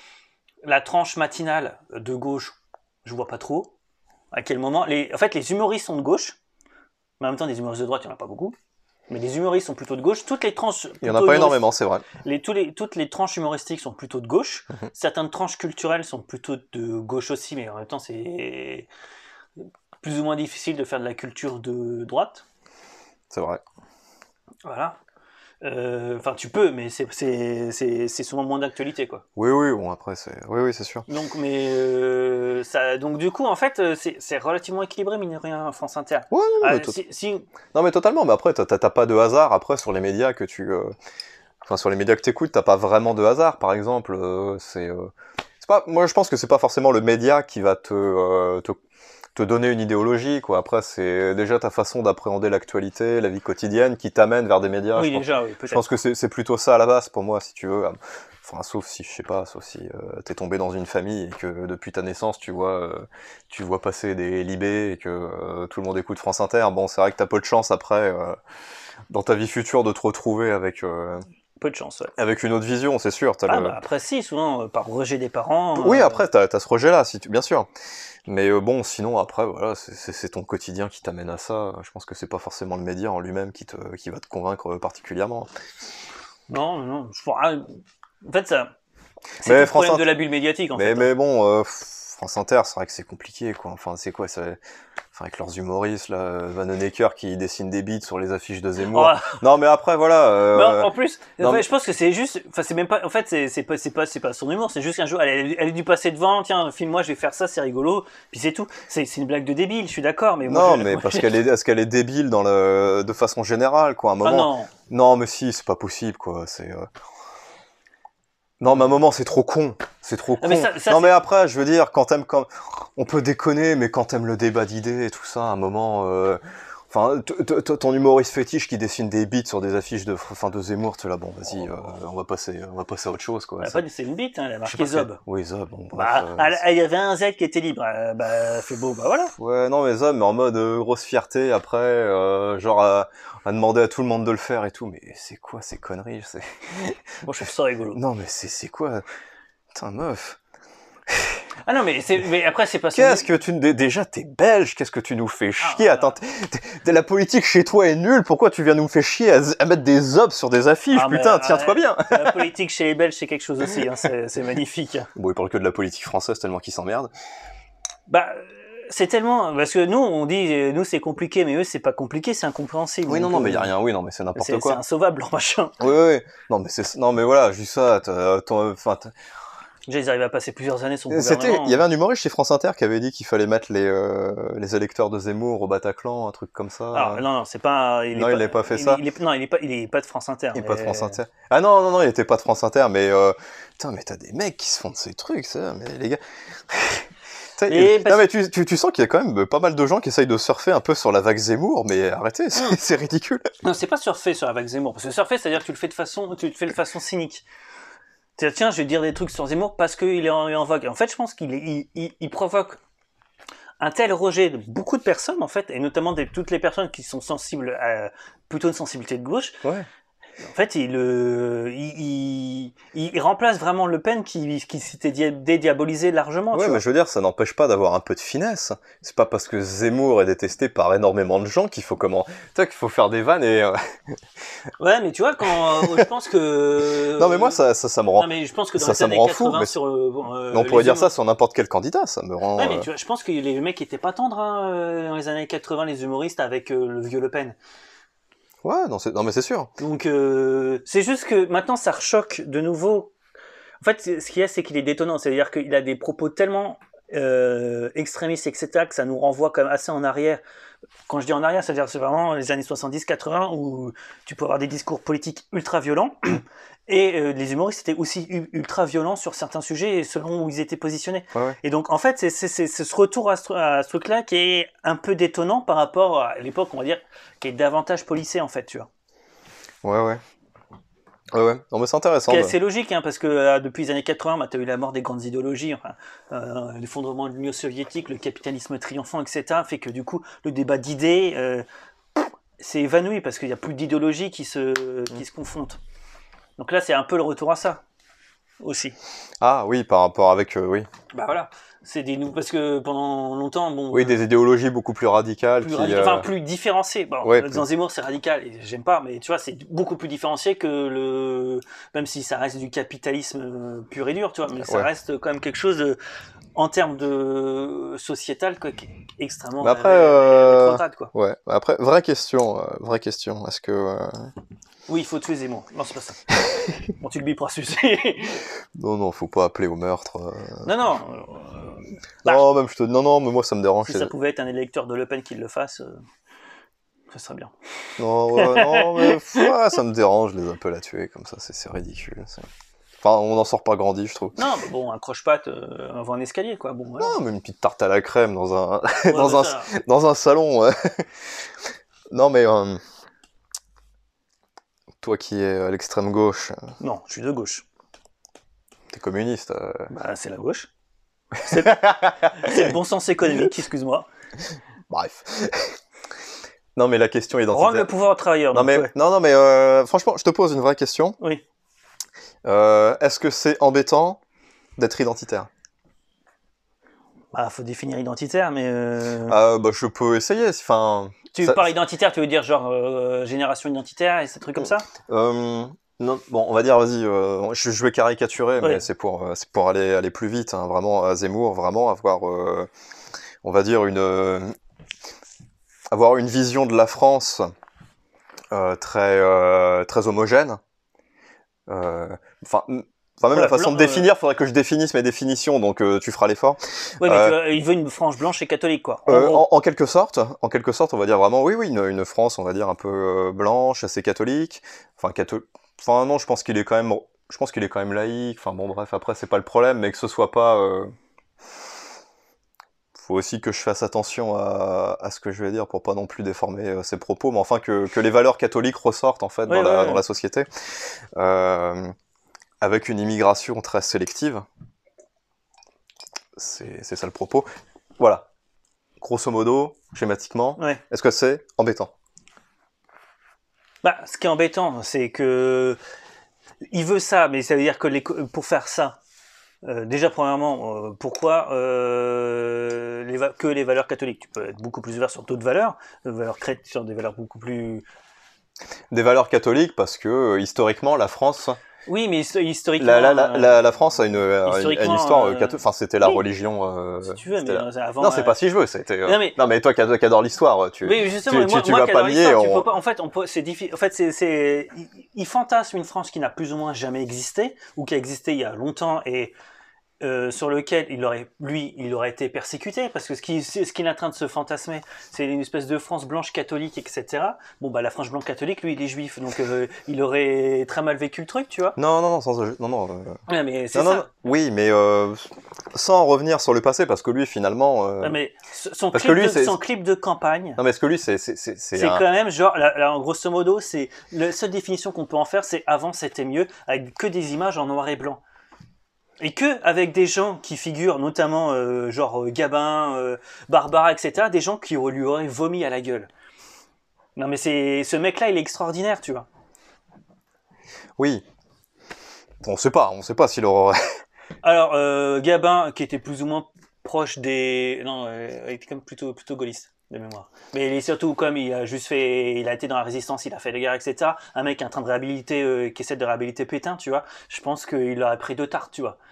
la tranche matinale de gauche, je vois pas trop à quel moment. Les... En fait, les humoristes sont de gauche, mais en même temps, des humoristes de droite, il n'y en a pas beaucoup. Mais les humoristes sont plutôt de gauche. Toutes les tranches. Il n'y en a pas énormément, c'est vrai. Les, tous les, toutes les tranches humoristiques sont plutôt de gauche. Mm-hmm. Certaines tranches culturelles sont plutôt de gauche aussi, mais en même temps, c'est plus ou moins difficile de faire de la culture de droite. C'est vrai. Voilà. Enfin, euh, tu peux, mais c'est, c'est, c'est, c'est souvent moins d'actualité, quoi. Oui, oui, bon, après, c'est, oui, oui, c'est sûr. Donc, mais, euh, ça, donc, du coup, en fait, c'est, c'est relativement équilibré, mine de rien, France Inter. Ouais, non, mais, euh, si, si... non, mais totalement, mais après, t'as, t'as pas de hasard, après, sur les médias que tu, euh... enfin, sur les médias que t'écoutes, t'as pas vraiment de hasard, par exemple, euh, c'est, euh... c'est pas, moi, je pense que c'est pas forcément le média qui va te, euh, te te donner une idéologie, quoi. Après, c'est déjà ta façon d'appréhender l'actualité, la vie quotidienne, qui t'amène vers des médias. Oui, je déjà, pense, oui, peut-être. Je pense que c'est, c'est plutôt ça à la base, pour moi, si tu veux. Enfin, sauf si, je sais pas, sauf si euh, t'es tombé dans une famille et que depuis ta naissance, tu vois, euh, tu vois passer des libés et que euh, tout le monde écoute France Inter. Bon, c'est vrai que t'as peu de chance après, euh, dans ta vie future, de te retrouver avec... Euh, peu de chance, ouais. Avec une autre vision, c'est sûr. T'as ah, le... bah, après, si, souvent, euh, par rejet des parents. Oui, euh... après, t'as, t'as ce rejet-là, si tu... bien sûr. Mais euh, bon, sinon, après, voilà, c'est, c'est, c'est ton quotidien qui t'amène à ça. Je pense que c'est pas forcément le média en lui-même qui, te, qui va te convaincre particulièrement. Non, non. Je... En fait, ça... c'est mais le France problème Inter... de la bulle médiatique, en mais, fait. Mais bon, euh, France Inter, c'est vrai que c'est compliqué, quoi. Enfin, c'est quoi, c'est... Enfin, avec leurs humoristes, là, Vanhoenacker qui dessine des bites sur les affiches de Zemmour. Oh. Non, mais après, voilà. Euh... Non, en plus, non, en fait, mais... je pense que c'est juste, enfin, c'est même pas, en fait, c'est, c'est pas, c'est pas, c'est pas son humour, c'est juste qu'un jour, elle, elle est dû passer devant, tiens, filme-moi, je vais faire ça, c'est rigolo, puis c'est tout. C'est, c'est une blague de débile, je suis d'accord, mais moi, non, je... mais parce qu'elle est, parce qu'elle est débile dans le, de façon générale, quoi, à un moment. Ah non. Non, mais si, c'est pas possible, quoi, c'est, euh... Non, mais à un moment, c'est trop con. C'est trop con. Ah, mais ça, ça, non, c'est... mais après, je veux dire, quand t'aimes, quand... on peut déconner, mais quand t'aimes le débat d'idées et tout ça, à un moment, euh... enfin, t- t- t- ton humoriste fétiche qui dessine des bites sur des affiches de, enfin, de Zemmour, tu es là, bon, vas-y, euh, on va passer, on va passer à autre chose, quoi. Elle a pas dessiné une bite, hein, elle a marqué Zob. Oui, Zob, bon, bref. Bah, euh, il y avait un Z qui était libre, euh, bah, fait beau, bah voilà. Ouais, non, mais Zob, mais en mode euh, grosse fierté, après, euh, genre, à, à demander à tout le monde de le faire et tout, mais c'est quoi ces conneries, c'est... Moi, je trouve ça rigolo. Non, mais c'est, c'est quoi? Putain, meuf. Ah non, mais, c'est, mais après, c'est pas... Qu'est-ce que tu... Déjà, t'es belge, qu'est-ce que tu nous fais chier? Ah, Attends, t'es, t'es, la politique chez toi est nulle, pourquoi tu viens nous faire chier à, à mettre des obs sur des affiches? ah, Putain, mais, tiens-toi euh, bien. La politique chez les Belges, c'est quelque chose aussi, hein, c'est, c'est magnifique. Bon, il parle que de la politique française tellement qu'il s'emmerde. Bah, c'est tellement... Parce que nous, on dit, euh, nous, c'est compliqué, mais eux, c'est pas compliqué, c'est incompréhensible. Oui, non, donc, non, mais euh, il y a rien, oui, non, mais c'est n'importe c'est, quoi. c'est insauvable, leur machin. Oui, oui, oui. Non, mais c'est, non, mais voilà, juste ça, t'as- t'en- enfin, t'as- Déjà, ils arrivent à passer plusieurs années sur le C'était, gouvernement. il y avait un humoriste chez France Inter qui avait dit qu'il fallait mettre les, euh, les électeurs de Zemmour au Bataclan, un truc comme ça. Alors, non, non, c'est pas... Il est Non, il pas, n'avait pas fait il, ça. Il est, non, il est pas, il est pas de France Inter. Il est mais- pas de France Inter. Ah non, non, non, il était pas de France Inter, mais euh, putain, mais t'as des mecs qui se font de ces trucs, ça, mais les gars. T'sais, Et non, parce- mais tu, tu, tu sens qu'il y a quand même pas mal de gens qui essayent de surfer un peu sur la vague Zemmour, mais arrêtez, c'est, c'est ridicule. Non, c'est pas surfer sur la vague Zemmour. Parce que surfer, c'est-à-dire que tu le fais de façon, tu le fais de façon cynique. C'est-à-dire, tiens, je vais dire des trucs sur Zemmour parce qu'il est en, il est en vogue. En fait, je pense qu'il est, il, il, il provoque un tel rejet de beaucoup de personnes, en fait, et notamment de toutes les personnes qui sont sensibles à plutôt une sensibilité de gauche. Ouais. En fait, il, euh, il, il, il remplace vraiment Le Pen qui, qui s'était dia- dédiabolisé largement. tu Ouais, vois. mais je veux dire, ça n'empêche pas d'avoir un peu de finesse. C'est pas parce que Zemmour est détesté par énormément de gens qu'il faut comment, tu sais, qu'il faut faire des vannes et. euh, Ouais, mais tu vois, quand euh, je pense que. Non, mais moi, ça, ça, ça me rend. Non, mais je pense que dans ça, les ça me années rend fou, quatre-vingts mais- sur. Euh, bon, euh, Mais on pourrait les dire humo- ça sur n'importe quel candidat, ça me rend. Ouais, mais euh, tu vois, je pense que les mecs étaient pas tendres hein, euh, dans les années quatre-vingts, les humoristes avec euh, le vieux Le Pen. Ouais, non, c'est... non, mais c'est sûr. Donc euh, c'est juste que maintenant ça rechoque de nouveau. En fait, c'est- ce qu'il y a, c'est qu'il est détonnant. C'est-à-dire qu'il a des propos tellement euh, extrémistes, et cetera, que ça nous renvoie quand même assez en arrière. Quand je dis en arrière, c'est-à-dire que c'est vraiment les années soixante-dix quatre-vingts où tu peux avoir des discours politiques ultra violents. Et euh, les humoristes étaient aussi u- ultra violents sur certains sujets et selon où ils étaient positionnés. Ouais, ouais. Et donc, en fait, c'est, c'est, c'est, c'est ce retour à ce, à ce truc-là qui est un peu détonnant par rapport à l'époque, on va dire, qui est davantage policé, en fait, tu vois. Ouais, ouais. Ouais, ouais. Non, mais c'est intéressant. Ce qui est de- assez logique, hein, parce que euh, depuis les années quatre-vingts, bah, tu as eu la mort des grandes idéologies, enfin, euh, l'effondrement de l'Union soviétique, le capitalisme triomphant, et cetera, fait que du coup, le débat d'idées euh, s'est évanoui parce qu'il n'y a plus d'idéologies qui se, qui se confrontent. Donc là, c'est un peu le retour à ça, aussi. Ah oui, par rapport avec, euh, oui. Bah voilà, c'est des nou- parce que pendant longtemps, bon, Oui, des idéologies beaucoup plus radicales. plus qui, radical- euh, enfin plus différencié. Bon, ouais, dans Zemmour c'est radical et j'aime pas, mais tu vois c'est beaucoup plus différencié que le, même si ça reste du capitalisme euh, pur et dur, tu vois, mais ça Ouais. reste quand même quelque chose de, en termes de sociétal quoi, qui est extrêmement Mais après, ré- ré- euh, rétrograde, quoi. Ouais. Après, vraie question, euh, vraie question. Est-ce que euh, Oui, il faut tuer Zemmour. Non, c'est pas ça. Bon, tu le billes pour sucer. non, non, faut pas appeler au meurtre. euh. non, non. euh, Bah. Non, même je te, non, non, mais moi ça me dérange. si c'est- ça pouvait être un électeur de Le Pen qui le fasse, euh, ça serait bien. Non, ouais, non, mais pff, ouais, ça me dérange les appels à tuer comme ça, c'est, c'est ridicule. c'est- Enfin, on n'en sort pas grandi, je trouve. Non, mais bon, un croche-patte euh, avant un escalier, quoi. Bon, voilà. Non, mais une petite tarte à la crème dans un, Ouais, dans mais un, ça, dans un salon. ouais. Non, mais euh, toi qui es à l'extrême gauche, euh, non, je suis de gauche. t'es communiste. euh. Bah, c'est la gauche. C'est c'est le bon sens économique, excuse-moi. Bref. Non, mais la question Rendre identitaire. le pouvoir aux travailleurs. Non, donc, mais, ouais. non, non, mais euh, franchement, je te pose une vraie question. Oui. Euh, est-ce que c'est embêtant d'être identitaire? Bah, faut définir identitaire, mais. euh, Ah, bah, je peux essayer. Enfin, tu ça- parles identitaire, tu veux dire genre euh, génération identitaire et ces trucs comme ça? Euh, non, bon, on va dire, vas-y, euh, je, je vais caricaturer, mais Oui. c'est pour, euh, c'est pour aller, aller plus vite, hein, vraiment, à Zemmour, vraiment avoir, euh, on va dire, une, euh, avoir une vision de la France euh, très, euh, très homogène. Euh, Enfin, m- enfin même Voilà, la façon blanc, de définir, faudrait que je définisse mes définitions, donc euh, tu feras l'effort. Oui, mais Euh, tu vois, il veut une frange blanche et catholique, quoi. En Euh, gros. en, en quelque sorte, en quelque sorte, on va dire vraiment, oui, oui, une, une France, on va dire un peu euh, blanche, assez catholique. Enfin, catho... enfin non, je pense qu'il est quand même, je pense qu'il est quand même laïque. Enfin bon, bref, après c'est pas le problème, mais que ce soit pas. Euh... Faut aussi que je fasse attention à, à ce que je vais dire pour pas non plus déformer euh, ses propos, mais enfin que, que les valeurs catholiques ressortent en fait Ouais, dans, la, ouais, ouais. dans la société, euh, avec une immigration très sélective. C'est c'est ça le propos. Voilà. Grosso modo, schématiquement, Ouais. est-ce que c'est embêtant? Bah, ce qui est embêtant, c'est que il veut ça, mais ça veut dire que les... pour faire ça, euh, déjà premièrement, euh, pourquoi euh, les va- que les valeurs catholiques? Tu peux être beaucoup plus ouvert sur d'autres valeurs, des valeurs chrétiennes, sur des valeurs beaucoup plus. Des valeurs catholiques parce que euh, historiquement la France Oui, mais historiquement... La, la, la, euh, la, la France a une, une, une histoire... euh, catho- enfin, c'était la oui. religion... Euh, si tu veux, mais la... avant... Non, c'est euh, pas si je veux, c'était... Euh... Non, mais... non, mais toi qui ad- qui adore l'histoire, tu, oui, justement, tu, moi, tu, tu moi, vas qui pas adore nier... l'histoire, tu On... peux pas... En fait, on peut... c'est difficile. En fait, c'est... c'est... Il, il fantasme une France qui n'a plus ou moins jamais existé, ou qui a existé il y a longtemps, et... Euh, sur lequel il aurait, lui, il aurait été persécuté, parce que ce qui, ce qu'il est en train de se fantasmer, c'est une espèce de France blanche catholique, et cetera. Bon, bah, la France blanche catholique, lui, il est juif, donc euh, il aurait très mal vécu le truc, tu vois. Non, non, non, sans... non, non. Euh... Ouais, mais c'est non, ça. non, oui, mais euh, sans revenir sur le passé, parce que lui, finalement... Euh... Ouais, mais son, parce clip, que lui, de, c'est... son clip de campagne... Non, mais est-ce que lui, c'est... C'est, c'est, c'est, c'est un... quand même, genre, là, là, en grosso modo, c'est... La seule définition qu'on peut en faire, c'est « avant, c'était mieux », avec que des images en noir et blanc. Et que avec des gens qui figurent, notamment euh, genre euh, Gabin, euh, Barbara, et cetera, des gens qui lui auraient vomi à la gueule. Non mais c'est ce mec-là, il est extraordinaire, tu vois. Oui. On sait pas, on sait pas s'il aurait... Alors, euh, Gabin, qui était plus ou moins proche des... Non, euh, il était quand même plutôt, plutôt gaulliste, de mémoire. Mais il est surtout, comme il a juste fait... Il a été dans la résistance, il a fait les guerres, et cetera. Un mec qui est en train de réhabiliter, euh, qui essaie de réhabiliter Pétain, tu vois. Je pense qu'il aurait pris deux tartes, tu vois.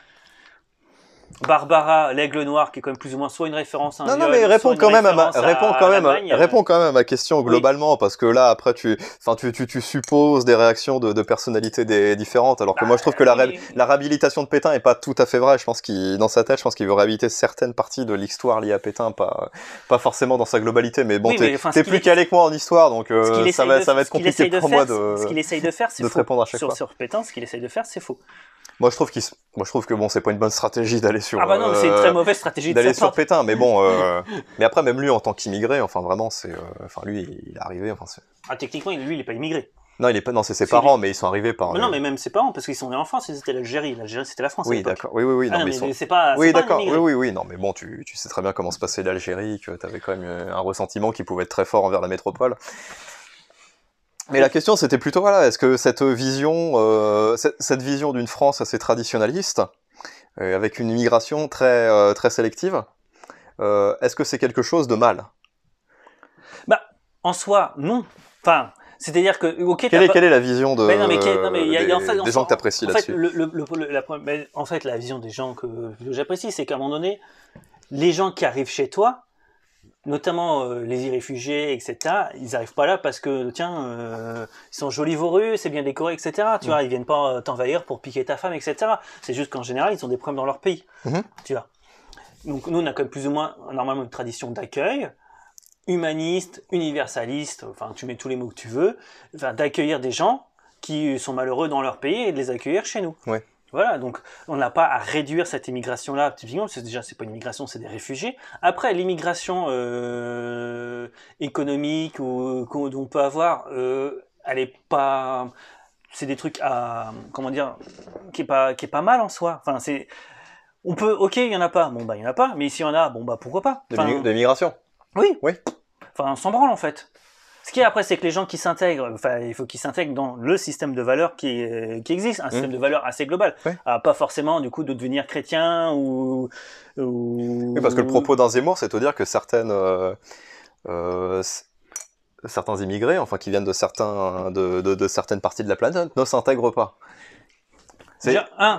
Barbara, l'aigle noir, qui est quand même plus ou moins soit une référence à un non, viol, non, mais réponds quand même à ma, réponds quand même, à, réponds quand même à ma question globalement, oui. Parce que là, après, tu, enfin, tu, tu, tu supposes des réactions de, de personnalités des, différentes, alors que bah, moi, je trouve que la, ré, la réhabilitation de Pétain est pas tout à fait vraie. Je pense qu'il, dans sa tête, je pense qu'il veut réhabiliter certaines parties de l'histoire liée à Pétain, pas, pas forcément dans sa globalité. Mais bon, oui, t'es, enfin, t'es plus calé que moi en histoire, donc euh, ça va, ça va être compliqué pour moi de, ce qu'il essaye de faire, c'est de te répondre à chaque sur, fois. Sur Pétain, ce qu'il essaye de faire, c'est faux. Moi je trouve qu'il, moi je trouve que bon, c'est pas une bonne stratégie d'aller sur. Ah bah non, euh, c'est une très mauvaise stratégie d'aller sur Pétain, mais bon, euh, mais après même lui en tant qu'immigré, enfin vraiment c'est, euh, enfin lui il est arrivé, enfin c'est. Ah techniquement lui il est pas immigré. Non il est pas, non c'est ses c'est parents, lui. Mais ils sont arrivés par. Mais non mais même ses parents parce qu'ils sont nés en France, ils étaient l'Algérie, l'Algérie c'était la France. Oui d'accord, oui oui oui, ah, non, non mais, mais ils sont. C'est pas. Oui c'est d'accord, pas oui oui oui, non mais bon tu, tu sais très bien comment se passait l'Algérie, que t'avais quand même un ressentiment qui pouvait être très fort envers la métropole. Mais la question, c'était plutôt, voilà, est-ce que cette vision, euh, cette, cette vision d'une France assez traditionnaliste, euh, avec une immigration très, euh, très sélective, euh, est-ce que c'est quelque chose de mal ? Bah, en soi, non. Enfin, c'est-à-dire que, ok, quelle est, pas... quelle est la vision de, mais non, mais quel... non, mais y a, des, y a en fait, des en gens en, que t'apprécies en là-dessus ? Fait, le, le, le, la, en fait, la vision des gens que, que j'apprécie, c'est qu'à un moment donné, les gens qui arrivent chez toi, notamment euh, les irréfugiés, et cetera, ils n'arrivent pas là parce que, tiens, euh, ils sont jolis vorus, c'est bien décoré, et cetera. Tu mmh. vois, ils viennent pas t'envahir pour piquer ta femme, et cetera. C'est juste qu'en général, ils ont des problèmes dans leur pays. Mmh. Tu vois. Donc nous, on a quand même plus ou moins, normalement, une tradition d'accueil, humaniste, universaliste, enfin, tu mets tous les mots que tu veux, enfin, d'accueillir des gens qui sont malheureux dans leur pays et de les accueillir chez nous. Ouais. Voilà, donc on n'a pas à réduire cette immigration-là, typiquement, parce que déjà, c'est pas une immigration, c'est des réfugiés. Après, l'immigration euh, économique ou qu'on peut avoir, euh, elle est pas... C'est des trucs à... Comment dire, qui est pas, qui est pas mal en soi. Enfin, c'est... On peut... Ok, il y en a pas. Bon, bah, il y en a pas. Mais s'il y en a, bon, bah, pourquoi pas. Enfin, de l'immigration. Oui. Oui. Enfin, on s'en branle, en fait. Ce qui est après, c'est que les gens qui s'intègrent, enfin, il faut qu'ils s'intègrent dans le système de valeurs qui, euh, qui existe, un mmh. système de valeurs assez global. Oui. Ah, pas forcément, du coup, de devenir chrétien ou... ou... Oui, parce que le propos d'un Zemmour, c'est de dire que certaines... Euh, euh, certains immigrés, enfin, qui viennent de, certains, de, de, de certaines parties de la planète, ne s'intègrent pas. C'est... Déjà, un...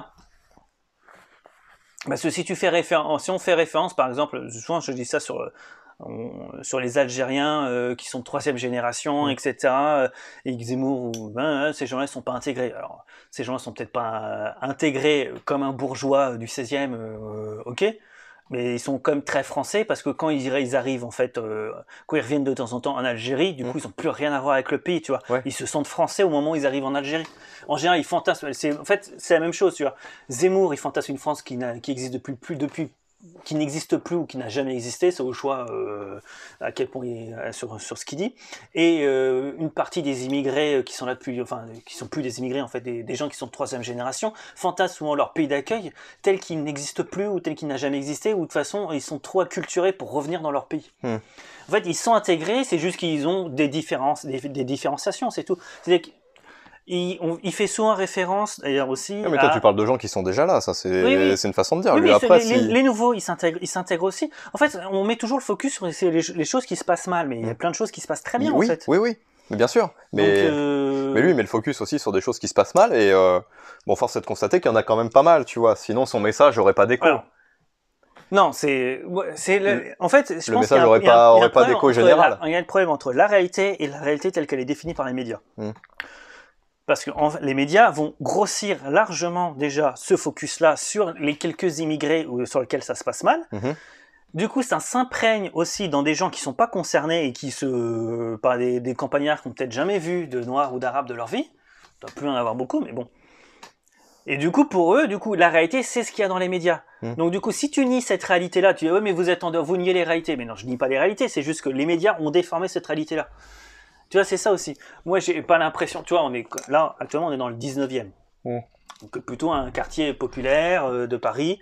Parce que si tu fais référence, si on fait référence, par exemple, souvent je dis ça sur... On, sur les Algériens euh, qui sont de troisième génération, mmh. et cetera. Et Zemmour, où, ben, ces gens-là ne sont pas intégrés. Alors, ces gens-là ne sont peut-être pas euh, intégrés comme un bourgeois du seizième, euh, ok, mais ils sont quand même très français parce que quand ils, ils arrivent, en fait, euh, quand ils reviennent de temps en temps en Algérie, du mmh. coup, ils n'ont plus rien à voir avec le pays, tu vois. Ouais. Ils se sentent français au moment où ils arrivent en Algérie. En général, ils fantasment. C'est, en fait, c'est la même chose, tu vois. Zemmour, il fantasme une France qui, n'a, qui existe depuis plus depuis qui n'existe plus ou qui n'a jamais existé, c'est au choix euh, à quel point il est sur, sur ce qu'il dit. Et euh, une partie des immigrés qui sont là depuis, enfin, qui sont plus des immigrés en fait, des, des gens qui sont de troisième génération, fantasment souvent leur pays d'accueil tel qu'il n'existe plus ou tel qu'il n'a jamais existé, ou de toute façon ils sont trop acculturés pour revenir dans leur pays. Hmm. En fait, ils sont intégrés, c'est juste qu'ils ont des différences, des, des différenciations, c'est tout. C'est-à-dire que Il, on, il fait souvent référence, d'ailleurs aussi. Non, mais toi, à... tu parles de gens qui sont déjà là, ça, c'est, oui, oui. c'est une façon de dire. Oui, Lui, oui, après, les, si... les, les nouveaux, ils s'intègrent, ils s'intègrent aussi. En fait, on met toujours le focus sur les, les, les choses qui se passent mal, mais il y a plein de choses qui se passent très bien, oui, en fait. Oui, oui. Mais bien sûr. Mais, Donc, euh... mais lui, il met le focus aussi sur des choses qui se passent mal. Et euh, bon, force est de constater qu'il y en a quand même pas mal, tu vois. Sinon, son message n'aurait pas d'écho. Alors, non, c'est, c'est le, en fait, je le pense message qu'il y a, n'aurait pas, pas d'écho général. La, il y a le problème entre la réalité et la réalité telle qu'elle est définie par les médias. Mm. Parce que en, les médias vont grossir largement déjà ce focus-là sur les quelques immigrés ou sur lesquels ça se passe mal. Mm-hmm. Du coup, ça s'imprègne aussi dans des gens qui sont pas concernés et qui se, par des, des campagnards qui n'ont peut-être jamais vu de noirs ou d'arabes de leur vie. Il doit plus en avoir beaucoup, mais bon. Et du coup, pour eux, du coup, la réalité, c'est ce qu'il y a dans les médias. Mmh. Donc, du coup, si tu nies cette réalité-là, tu dis, ouais, mais vous êtes en dehors, vous niez les réalités. Mais non, je nie pas les réalités, c'est juste que les médias ont déformé cette réalité-là. Tu vois, c'est ça aussi. Moi, j'ai pas l'impression, tu vois, on est, là, actuellement, on est dans le dix-neuvième. Mmh. Donc, plutôt un quartier populaire euh, de Paris,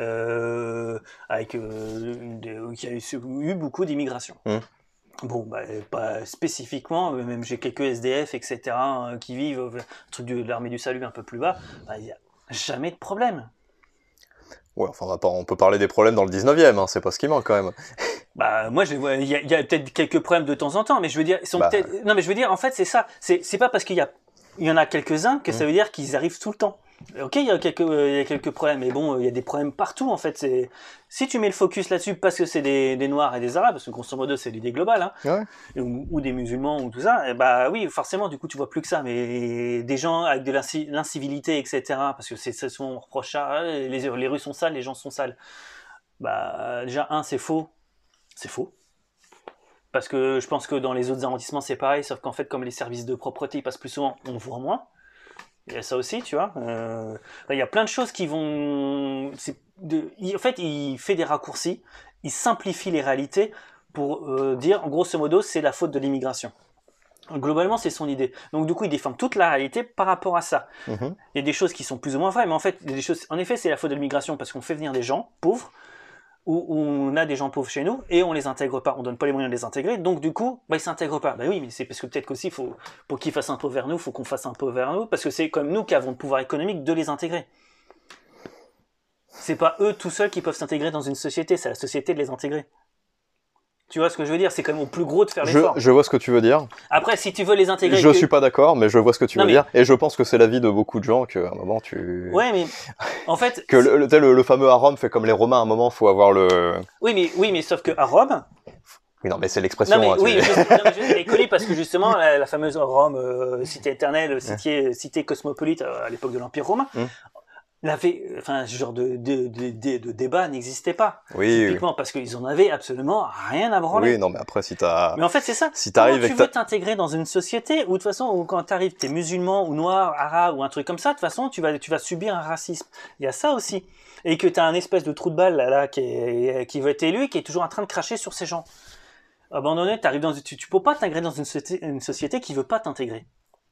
euh, avec, euh, des, qui a eu, eu beaucoup d'immigration. Mmh. Bon, bah, pas spécifiquement, même j'ai quelques S D F, et cetera, euh, qui vivent, euh, truc de l'armée du salut un peu plus bas, bah, il n'y a jamais de problème. Ouais, enfin, on, va pas, on peut parler des problèmes dans le dix-neuvième, hein, c'est pas ce qui manque quand même. Bah, moi, il y, y a peut-être quelques problèmes de temps en temps, mais je veux dire, ils sont bah... peut-être. Non, mais je veux dire, en fait, c'est ça. C'est, c'est pas parce qu'il y a, il y en a quelques-uns que mmh. ça veut dire qu'ils arrivent tout le temps. Ok, il y a quelques, euh, il y a quelques problèmes, mais bon, il y a des problèmes partout en fait. C'est... Si tu mets le focus là-dessus parce que c'est des, des Noirs et des Arabes, parce que grosso modo c'est l'idée globale, hein, ouais. ou, ou des musulmans ou tout ça, et bah oui, forcément, du coup tu vois plus que ça. Mais des gens avec de l'inci- l'incivilité, et cetera, parce que c'est ça, on reproche ça, les, les rues sont sales, les gens sont sales. Bah déjà un, c'est faux, c'est faux. Parce que je pense que dans les autres arrondissements c'est pareil, sauf qu'en fait comme les services de propreté ils passent plus souvent, on voit moins. Il y a ça aussi, tu vois. Euh, il y a plein de choses qui vont... C'est de, il, en fait, il fait des raccourcis, il simplifie les réalités pour euh, dire, en grosso modo, c'est la faute de l'immigration. Globalement, c'est son idée. Donc, du coup, il déforme toute la réalité par rapport à ça. Mm-hmm. Il y a des choses qui sont plus ou moins vraies, mais en fait, il y a des choses... en effet, c'est la faute de l'immigration parce qu'on fait venir des gens pauvres, où on a des gens pauvres chez nous et on les intègre pas, on donne pas les moyens de les intégrer, donc du coup, bah, ils s'intègrent pas. Bah oui, mais c'est parce que peut-être qu'aussi, faut, pour qu'ils fassent un peu vers nous, faut qu'on fasse un peu vers nous, parce que c'est comme nous qui avons le pouvoir économique de les intégrer. C'est pas eux tout seuls qui peuvent s'intégrer dans une société, c'est à la société de les intégrer. Tu vois ce que je veux dire? C'est quand même au plus gros de faire l'effort. Je, je vois ce que tu veux dire. Après, si tu veux les intégrer... Je que... suis pas d'accord, mais je vois ce que tu non, veux mais... dire. Et je pense que c'est l'avis de beaucoup de gens qu'à un moment, tu... Ouais, mais en fait... que le, le, le, le fameux à Rome fait comme les Romains, à un moment, faut avoir le... Oui, mais, oui, mais sauf que à Rome... Oui, non, mais c'est l'expression. Non, mais, hein, oui, tu... je, non, mais je l'ai collé parce que justement, la, la fameuse Rome, euh, cité éternelle, cité, cité cosmopolite euh, à l'époque de l'Empire romain... Hum. L'avait, enfin, ce genre de, de, de, de, de débat n'existait pas. Oui, typiquement oui. parce qu'ils en avaient absolument rien à branler. Oui, non, mais après, si t'as... Mais en fait, c'est ça. Si t'arrives Comment tu avec veux ta... t'intégrer dans une société où, de toute façon, où quand t'arrives, t'es musulman ou noir, arabe ou un truc comme ça, de toute façon, tu vas, tu vas subir un racisme. Il y a ça aussi. Et que t'as un espèce de trou de balle, là, là qui, est, qui veut être élu et qui est toujours en train de cracher sur ces gens. Abandonné, t'arrives dans, tu, tu peux pas t'intégrer dans une société, une société qui veut pas t'intégrer.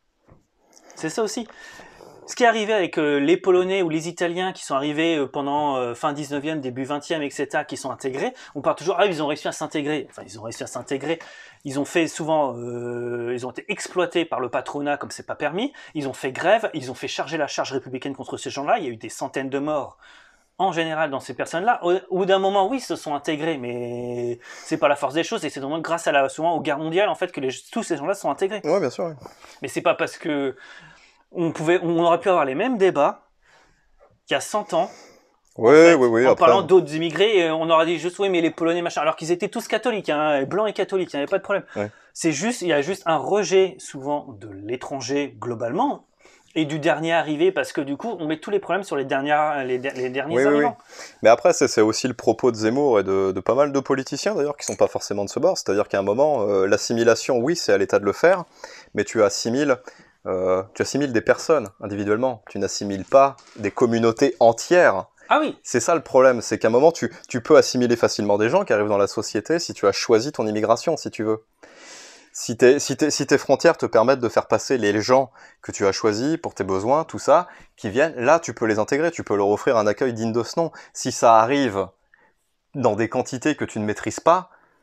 C'est ça aussi. Ce qui est arrivé avec euh, les Polonais ou les Italiens qui sont arrivés euh, pendant euh, fin dix-neuvième, début vingtième, et cetera, qui sont intégrés, on parle toujours, ah, ils ont réussi à s'intégrer. Enfin, ils ont réussi à s'intégrer. Ils ont fait souvent, euh, ils ont été exploités par le patronat comme c'est pas permis. Ils ont fait grève, ils ont fait charger la charge républicaine contre ces gens-là. Il y a eu des centaines de morts en général dans ces personnes-là. Au, au bout d'un moment, oui, ils se sont intégrés, mais c'est pas la force des choses et c'est vraiment grâce à la, souvent aux guerres mondiales en fait que les, tous ces gens-là sont intégrés. Ouais, bien sûr. Oui. Mais c'est pas parce que On, pouvait, on aurait pu avoir les mêmes débats qu'il y a cent ans. Oui, en fait, oui, oui. En après... parlant d'autres immigrés, et on aurait dit juste, oui, mais les Polonais, machin. Alors qu'ils étaient tous catholiques, hein, blancs et catholiques, il n'y avait pas de problème. Ouais. C'est juste, il y a juste un rejet, souvent, de l'étranger, globalement, et du dernier arrivé, parce que du coup, on met tous les problèmes sur les, dernières, les, les derniers oui, arrivants. Oui, oui. Mais après, c'est, c'est aussi le propos de Zemmour et de, de pas mal de politiciens, d'ailleurs, qui sont pas forcément de ce bord. C'est-à-dire qu'à un moment, euh, l'assimilation, oui, c'est à l'État de le faire, mais tu assimiles... Euh, tu assimiles des personnes individuellement, tu n'assimiles pas des communautés entières. Ah oui. C'est ça le problème, c'est qu'à un moment tu, tu peux assimiler facilement des gens qui arrivent dans la société si tu as choisi ton immigration, si tu veux. Si, t'es, si, t'es, si tes frontières te permettent de faire passer les gens que tu as choisis pour tes besoins, tout ça, qui viennent, là tu peux les intégrer, tu peux leur offrir un accueil digne de ce nom. Si ça arrive dans des quantités que tu ne maîtrises pas,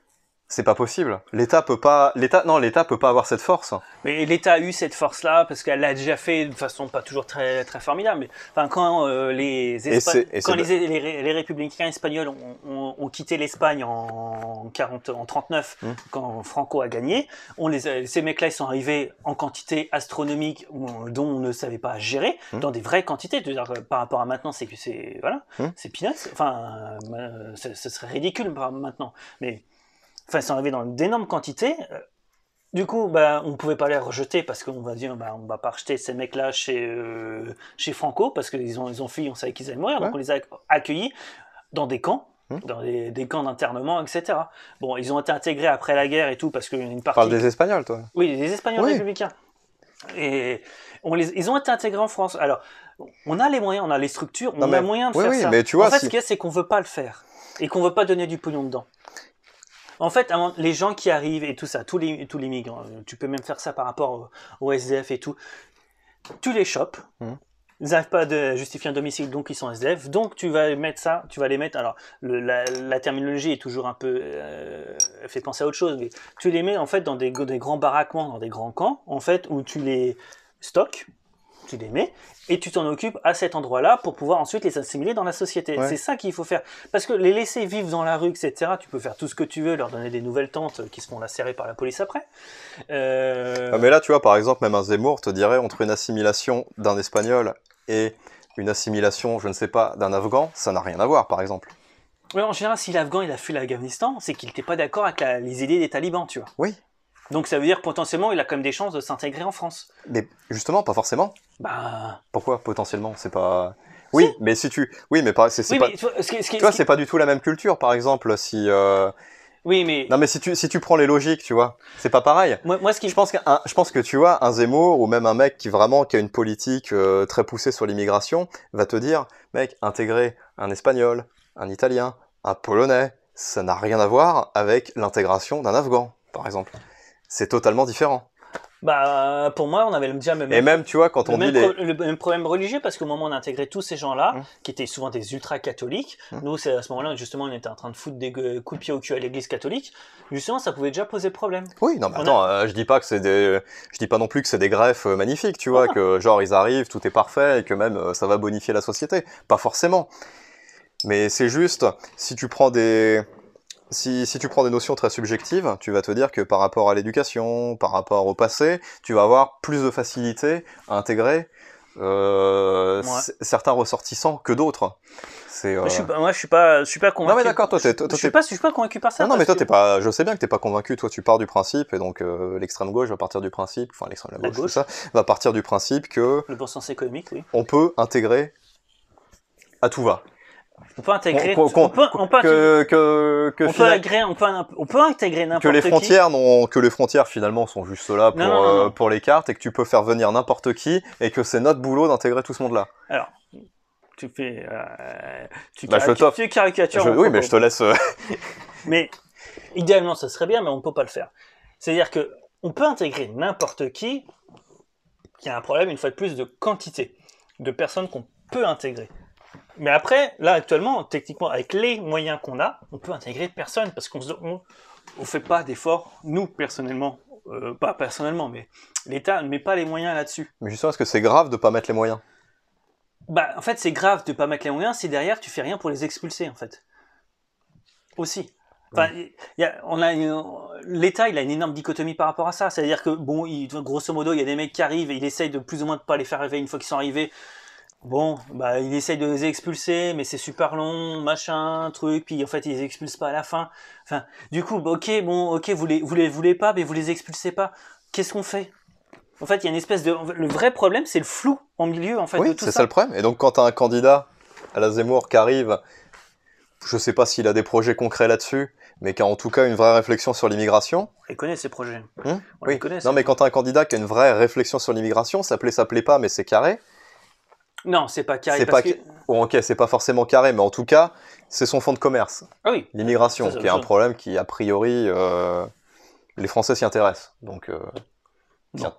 C'est pas possible. L'État peut pas. L'État, non, l'État peut pas avoir cette force. Mais l'État a eu cette force-là parce qu'elle l'a déjà fait de façon pas toujours très très formidable. Mais enfin, quand euh, les Espa... c'est, et quand c'est les, les, les républicains espagnols ont, ont, ont quitté l'Espagne en quarante, en trente-neuf, mmh. quand Franco a gagné, on les, ces mecs-là ils sont arrivés en quantité astronomique dont on ne savait pas gérer, mmh. dans des vraies quantités. C'est-à-dire, par rapport à maintenant, c'est c'est voilà, mmh. c'est peanuts. Enfin, euh, ce, ce serait ridicule maintenant, mais enfin, ils sont arrivés dans d'énormes quantités. Du coup, bah, on ne pouvait pas les rejeter parce qu'on va dire, bah, on ne va pas rejeter ces mecs-là chez, euh, chez Franco parce qu'ils ont, ils ont fui, on savait qu'ils allaient mourir, ouais. Donc on les a accueillis dans des camps, mmh. dans des, des camps d'internement, et cetera. Bon, ils ont été intégrés après la guerre et tout parce qu'il y a une partie. Tu parles des Espagnols, toi? Oui, des Espagnols oui. républicains. Et on les, ils ont été intégrés en France. Alors, on a les moyens, on a les structures, on non, mais, a moyen de oui, faire oui, ça. Mais tu vois, en fait, si... ce qu'il y a, c'est qu'on ne veut pas le faire et qu'on ne veut pas donner du pognon dedans. En fait, les gens qui arrivent et tout ça, tous les, tous les migrants, tu peux même faire ça par rapport au, au S D F et tout, tu les chopes, mmh. ils n'arrivent pas à justifier un domicile, donc ils sont S D F, donc tu vas mettre ça, tu vas les mettre, alors le, la, la terminologie est toujours un peu, euh, fait penser à autre chose, mais tu les mets en fait dans des, des grands baraquements, dans des grands camps, en fait, où tu les stockes, tu les mets, et tu t'en occupes à cet endroit-là pour pouvoir ensuite les assimiler dans la société. Ouais. C'est ça qu'il faut faire. Parce que les laisser vivre dans la rue, et cetera, tu peux faire tout ce que tu veux, leur donner des nouvelles tentes qui se font lacérer par la police après. Euh... Ah, mais là, tu vois, par exemple, même un Zemmour te dirait, entre une assimilation d'un Espagnol et une assimilation, je ne sais pas, d'un Afghan, ça n'a rien à voir, par exemple. Ouais, en général, si l'Afghan il a fui l'Afghanistan, c'est qu'il n'était pas d'accord avec la, les idées des talibans, tu vois. Oui. Donc ça veut dire potentiellement il a quand même des chances de s'intégrer en France. Mais justement, pas forcément. Bah. Pourquoi potentiellement? C'est pas. Oui, si. mais si tu. Oui, mais c'est c'est oui, pas. Mais, tu vois, ce qui, ce qui, tu vois, ce qui... c'est pas du tout la même culture, par exemple, si. Euh... Oui, mais. Non, mais si tu si tu prends les logiques, tu vois, c'est pas pareil. Moi, moi ce qui. Je pense qu'un, je pense que tu vois, un Zemmour ou même un mec qui vraiment qui a une politique euh, très poussée sur l'immigration va te dire, mec, intégrer un Espagnol, un Italien, un Polonais, ça n'a rien à voir avec l'intégration d'un Afghan, par exemple. C'est totalement différent. Bah, pour moi, on avait déjà le même. Et même, tu vois, quand on dit les... les... le même problème religieux, parce qu'au moment où on a intégré tous ces gens-là, mmh. qui étaient souvent des ultra-catholiques, mmh. nous, c'est à ce moment-là, justement, on était en train de foutre des coups de pied au cul à l'église catholique, justement, ça pouvait déjà poser problème. Oui, non, mais on attends, a... euh, je dis pas que c'est des, je dis pas non plus que c'est des greffes euh, magnifiques, tu vois, ah. que genre ils arrivent, tout est parfait et que même euh, ça va bonifier la société. Pas forcément. Mais c'est juste, si tu prends des, Si, si tu prends des notions très subjectives, tu vas te dire que par rapport à l'éducation, par rapport au passé, tu vas avoir plus de facilité à intégrer euh, ouais. c- certains ressortissants que d'autres. C'est, euh... moi, je suis pas, moi, je suis pas, je suis pas convaincu. Non mais d'accord, toi, t'es, toi, je, je suis pas, je suis pas convaincu par ça. Non, non mais toi, que... t'es pas. Je sais bien que t'es pas convaincu. Toi, tu pars du principe, et donc euh, l'extrême gauche va partir du principe, enfin l'extrême la gauche, la gauche. Tout ça, va partir du principe que le bon sens économique, oui. On peut intégrer à tout va. On peut intégrer. Qu'on, qu'on, on peut, on peut, que, que, que on, peut agréer, on, peut, on peut intégrer n'importe que les qui. frontières non, que les frontières finalement sont juste là pour, non, non, non, non. Euh, pour les cartes et que tu peux faire venir n'importe qui et que c'est notre boulot d'intégrer tout ce monde-là. Alors, tu fais, euh, tu, bah, caric- tu caricatures. Je, oui, mais je te laisse. Euh... mais idéalement, ça serait bien, mais on ne peut pas le faire. C'est-à-dire que on peut intégrer n'importe qui. Il y a un problème une fois de plus de quantité de personnes qu'on peut intégrer. Mais après, là, actuellement, techniquement, avec les moyens qu'on a, on peut intégrer personne parce qu'on ne fait pas d'efforts, nous, personnellement, euh, pas personnellement, mais l'État ne met pas les moyens là-dessus. Mais justement, est-ce que c'est grave de ne pas mettre les moyens ? Bah, en fait, c'est grave de ne pas mettre les moyens si derrière, tu fais rien pour les expulser, en fait. Aussi. Enfin, ouais. y a, on a une, l'État, il a une énorme dichotomie par rapport à ça. C'est-à-dire que, bon, il, grosso modo, il y a des mecs qui arrivent et il essaye de plus ou moins de ne pas les faire arriver une fois qu'ils sont arrivés. Bon, bah, il essaye de les expulser, mais c'est super long, machin, truc, puis en fait, ils les expulsent pas à la fin. Enfin, du coup, bah, ok, bon, ok, vous les, vous les voulez pas, mais vous les expulsez pas. Qu'est-ce qu'on fait ? En fait, il y a une espèce de... Le vrai problème, c'est le flou en milieu, en fait, oui, de tout ça. Oui, c'est ça le problème. Et donc, quand t'as un candidat à la Zemmour qui arrive, je sais pas s'il a des projets concrets là-dessus, mais qui a en tout cas une vraie réflexion sur l'immigration. On les connaît, ces projets. Hum On oui. les connaît. Non, mais quand t'as un candidat qui a une vraie réflexion sur l'immigration, ça plaît, ça plaît pas, mais c'est carré. Non, c'est pas carré. C'est parce pas... que... Bon, ok, c'est pas forcément carré, mais en tout cas, c'est son fonds de commerce. Ah oui. L'immigration, ça, ça, qui est un problème qui, a priori, euh, les Français s'y intéressent. Donc, euh... non.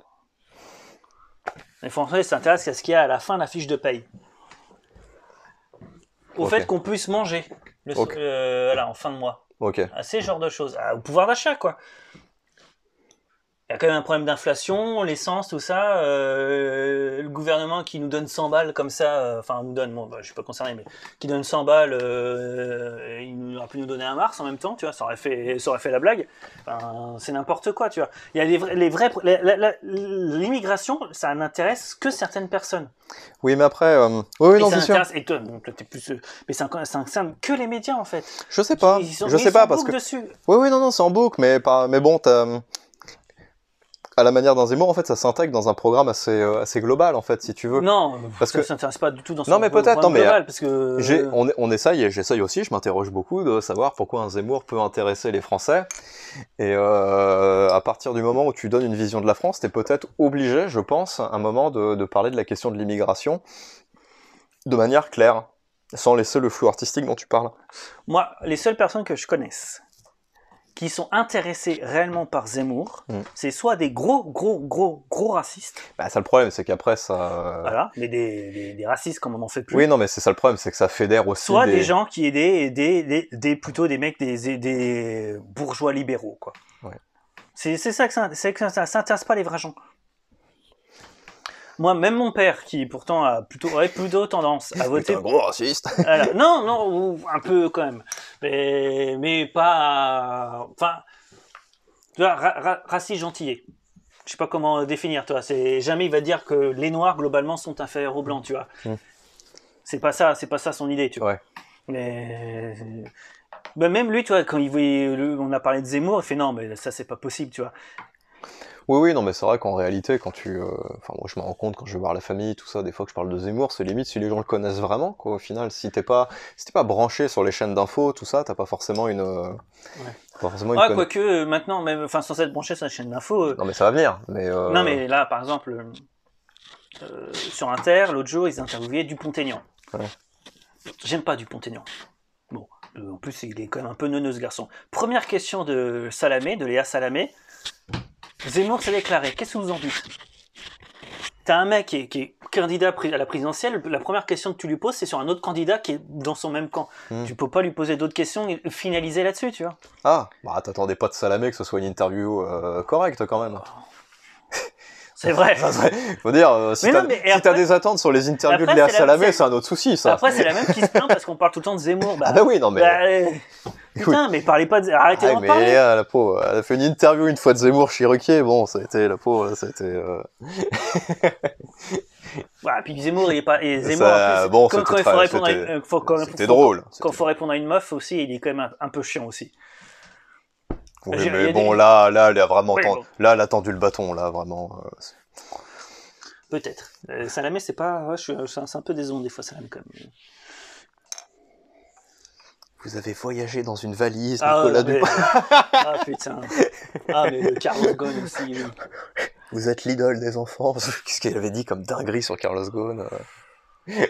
Les Français s'intéressent à ce qu'il y a à la fin de la fiche de paye. Au okay. fait qu'on puisse manger le... okay. euh, voilà, en fin de mois. Ok. À ces genres de choses. À- au pouvoir d'achat, quoi. Il y a quand même un problème d'inflation, l'essence, tout ça. Euh, le gouvernement qui nous donne cent balles comme ça, euh, enfin, nous donne, bon, bah, je suis pas concerné, mais qui donne cent balles, euh, il aurait pu nous donner un Mars en même temps, tu vois, ça aurait fait, ça aurait fait la blague. Enfin, c'est n'importe quoi, tu vois. Il y a les vrais, les vrais, la- la- la- l'immigration, ça n'intéresse que certaines personnes. Oui, mais après, euh... oui, oui, Et non, ça c'est sûr. intéresse, et toi, bon, toi, t'es plus, euh, mais ça, ça concerne que les médias, en fait. Je sais pas. Ils sont, Je mais sais ils pas sont parce boucles que. dessus. Oui, oui, non, non, c'est en boucle, mais pas. Mais bon, t'as. À la manière d'un Zemmour, en fait, ça s'intègre dans un programme assez, euh, assez global, en fait, si tu veux. Non, Parce ça que- ne s'intéresse pas du tout dans son Non, mais peut-être, programme non, mais, global, parce que... J'ai, on, on essaye, et j'essaye aussi, je m'interroge beaucoup de savoir pourquoi un Zemmour peut intéresser les Français. Et euh, à partir du moment où tu donnes une vision de la France, t'es peut-être obligé, je pense, à un moment de, de parler de la question de l'immigration de manière claire, sans laisser le flou artistique dont tu parles. Moi, les seules personnes que je connaisse qui sont intéressées réellement par Zemmour, Mm. c'est soit des gros, gros, gros, gros racistes, Bah, ça, le problème, c'est qu'après, ça... voilà, mais des, des, des racistes comme on n'en fait plus, Oui, non, mais c'est ça le problème, c'est que ça fédère aussi soit des... des... gens qui aient des, des, des, des- plutôt des mecs, des, des bourgeois libéraux, quoi. Ouais. C'est, c'est ça que ça, c'est que ça, ça s'intéresse pas les vrais gens. Moi, même mon père, qui pourtant a plutôt, aurait plutôt tendance à T'es voter un gros raciste. Voilà. Non, non, ou un peu quand même. Mais, mais pas. Enfin, tu vois, ra- ra- raciste gentillet. Je sais pas comment définir, toi. C'est jamais il va dire que les noirs globalement sont inférieurs aux blancs, tu vois. Mm. C'est pas ça, c'est pas ça son idée, tu vois. Ouais. Mais ben, même lui, tu vois, quand il voyait, le- on a parlé de Zemmour, il fait non, mais ça c'est pas possible, tu vois. Oui, oui, non, mais c'est vrai qu'en réalité, quand tu... euh, Enfin, moi, je me rends compte, quand je vais voir la famille, tout ça, des fois que je parle de Zemmour, c'est limite si les gens le connaissent vraiment, quoi, au final. Si t'es pas, si t'es pas branché sur les chaînes d'infos, tout ça, t'as pas forcément une... euh, pas forcément une Ouais, conna- quoique euh, maintenant, même, enfin, sans être branché sur la chaîne d'info. euh, Non, mais ça va venir, mais... euh, Non, mais là, par exemple, euh, sur Inter, l'autre jour, ils interviewaient Dupont-Aignan. Ouais. J'aime pas Dupont-Aignan. Bon, euh, en plus, il est quand même un peu neuneux, ce garçon. Première question de Salamé, de Léa Salamé. Zemmour s'est déclaré. Qu'est-ce que vous en dites? T'as un mec qui est, qui est candidat à la présidentielle, la première question que tu lui poses, c'est sur un autre candidat qui est dans son même camp. Hmm. Tu peux pas lui poser d'autres questions et finaliser là-dessus, tu vois. Ah, bah t'attendais pas de Salamé que ce soit une interview euh, correcte, quand même. C'est vrai. Ça serait- Faut dire, euh, si Mais t'as non, mais- et si après- t'as des attentes sur les interviews après, de Léa c'est la- Salamé, c'est- c'est un autre souci, ça. Après, c'est la même qui se plaint parce qu'on parle tout le temps de Zemmour. Bah, Ah bah oui, non, mais... bah, euh, putain, mais parlez pas de... Arrêtez Ah, d'en mais parler. Léa, la pauvre, elle a fait une interview une fois de Zemmour chez Ruquier, bon, ça a été, la pauvre, ça a été... euh, Voilà, puis Zemmour, il est pas. Et Zemmour, Ça- en plus, bon, quand, c'était quand il faut très- répondre à c'était- une, euh, faut- quand- c'était faut- drôle. Quand C'était- il faut répondre à une meuf aussi, il est quand même un, un peu chiant aussi. Oui, J'ai- il y mais a bon, des- là, là, elle a vraiment Oui, ten- bon. là, elle a tendu le bâton, là, vraiment. euh, c'est- Peut-être. Euh, Salamé, c'est pas. Ouais, je suis, c'est un- c'est un peu décevant des fois, Salamé, quand même. Vous avez voyagé dans une valise, Ah, Nicolas mais- Dupont. ah putain. Ah, mais le Carlos Ghosn aussi. oui. Vous êtes l'idole des enfants. Qu'est-ce qu'elle avait dit comme dinguerie sur Carlos Ghosn euh.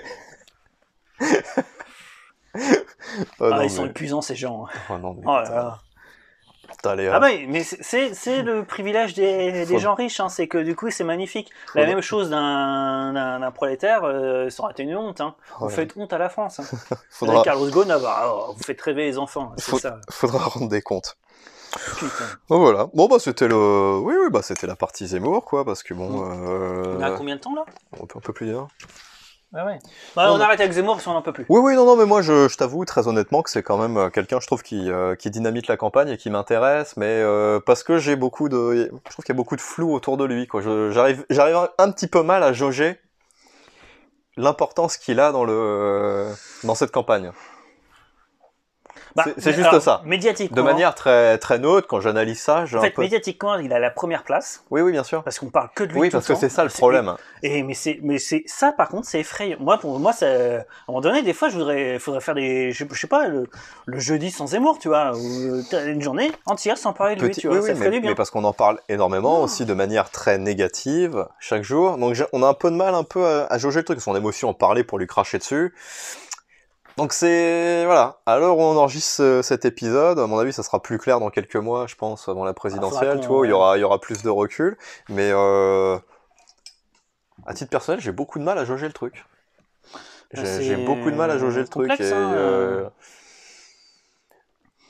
Oh, Ah, non, ils sont mais- épuisants, ces gens. Oh non, mais Oh là putain. là. Putain, Léa. Ah bah, mais c'est- c'est c'est le privilège des, des Faut- gens riches, hein, c'est que du coup c'est magnifique. La Faudra- même chose d'un d'un- d'un prolétaire, euh, ça aurait été une honte. Hein. Vous Ouais. faites honte à la France. Hein. Faudra, Avec Carlos Ghosn, ah bah, oh, vous faites rêver les enfants, c'est Faut- ça. faudra rendre des comptes. Putain. Bon, voilà. Bon, bah, c'était le... Oui, oui, bah, c'était la partie Zemmour, quoi, parce que bon... Euh... On a combien de temps là? Un peu, un peu plus d'une heure. Ouais, ouais. Bah, Non, on non. arrête avec Zemmour parce qu'on n'en peut plus. Oui, oui, non, non, mais moi, je, je t'avoue très honnêtement que c'est quand même euh, quelqu'un, je trouve, qui, euh, qui dynamite la campagne et qui m'intéresse, mais euh, parce que j'ai beaucoup de... Je trouve qu'il y a beaucoup de flou autour de lui, quoi. Je- J'arrive j'arrive un, un petit peu mal à jauger l'importance qu'il a dans, le, dans cette campagne. Bah, C'est- c'est juste alors, ça. Médiatiquement. De manière très, très neutre, quand j'analyse ça, j'ai En un fait, peu... médiatiquement, il a la première place Oui, oui, bien sûr. parce qu'on parle que de lui. Oui, tout parce que le temps. c'est ça le C'est- problème. Et mais c'est mais c'est ça par contre c'est effrayant. Moi pour moi ça, à un moment donné des fois je voudrais faudrait faire des je, je sais pas le, le jeudi sans Zemmour tu vois ou t'as une journée entière sans parler de lui Petit- tu vois oui, ça oui, ferait mais, du bien. mais parce qu'on en parle énormément aussi de manière très négative chaque jour. Donc j'ai- on a un peu de mal un peu à, à jauger le truc. Son émotion en parler pour lui cracher dessus. Donc c'est voilà. À l'heure où on enregistre ce- cet épisode, à mon avis, ça sera plus clair dans quelques mois, je pense, avant la présidentielle. qu'on- Tu vois, où il y aura il y aura plus de recul. Mais euh, à titre personnel, j'ai beaucoup de mal à jauger le truc. J'ai C'est j'ai beaucoup de mal à jauger le truc. complexe, Et, hein, euh,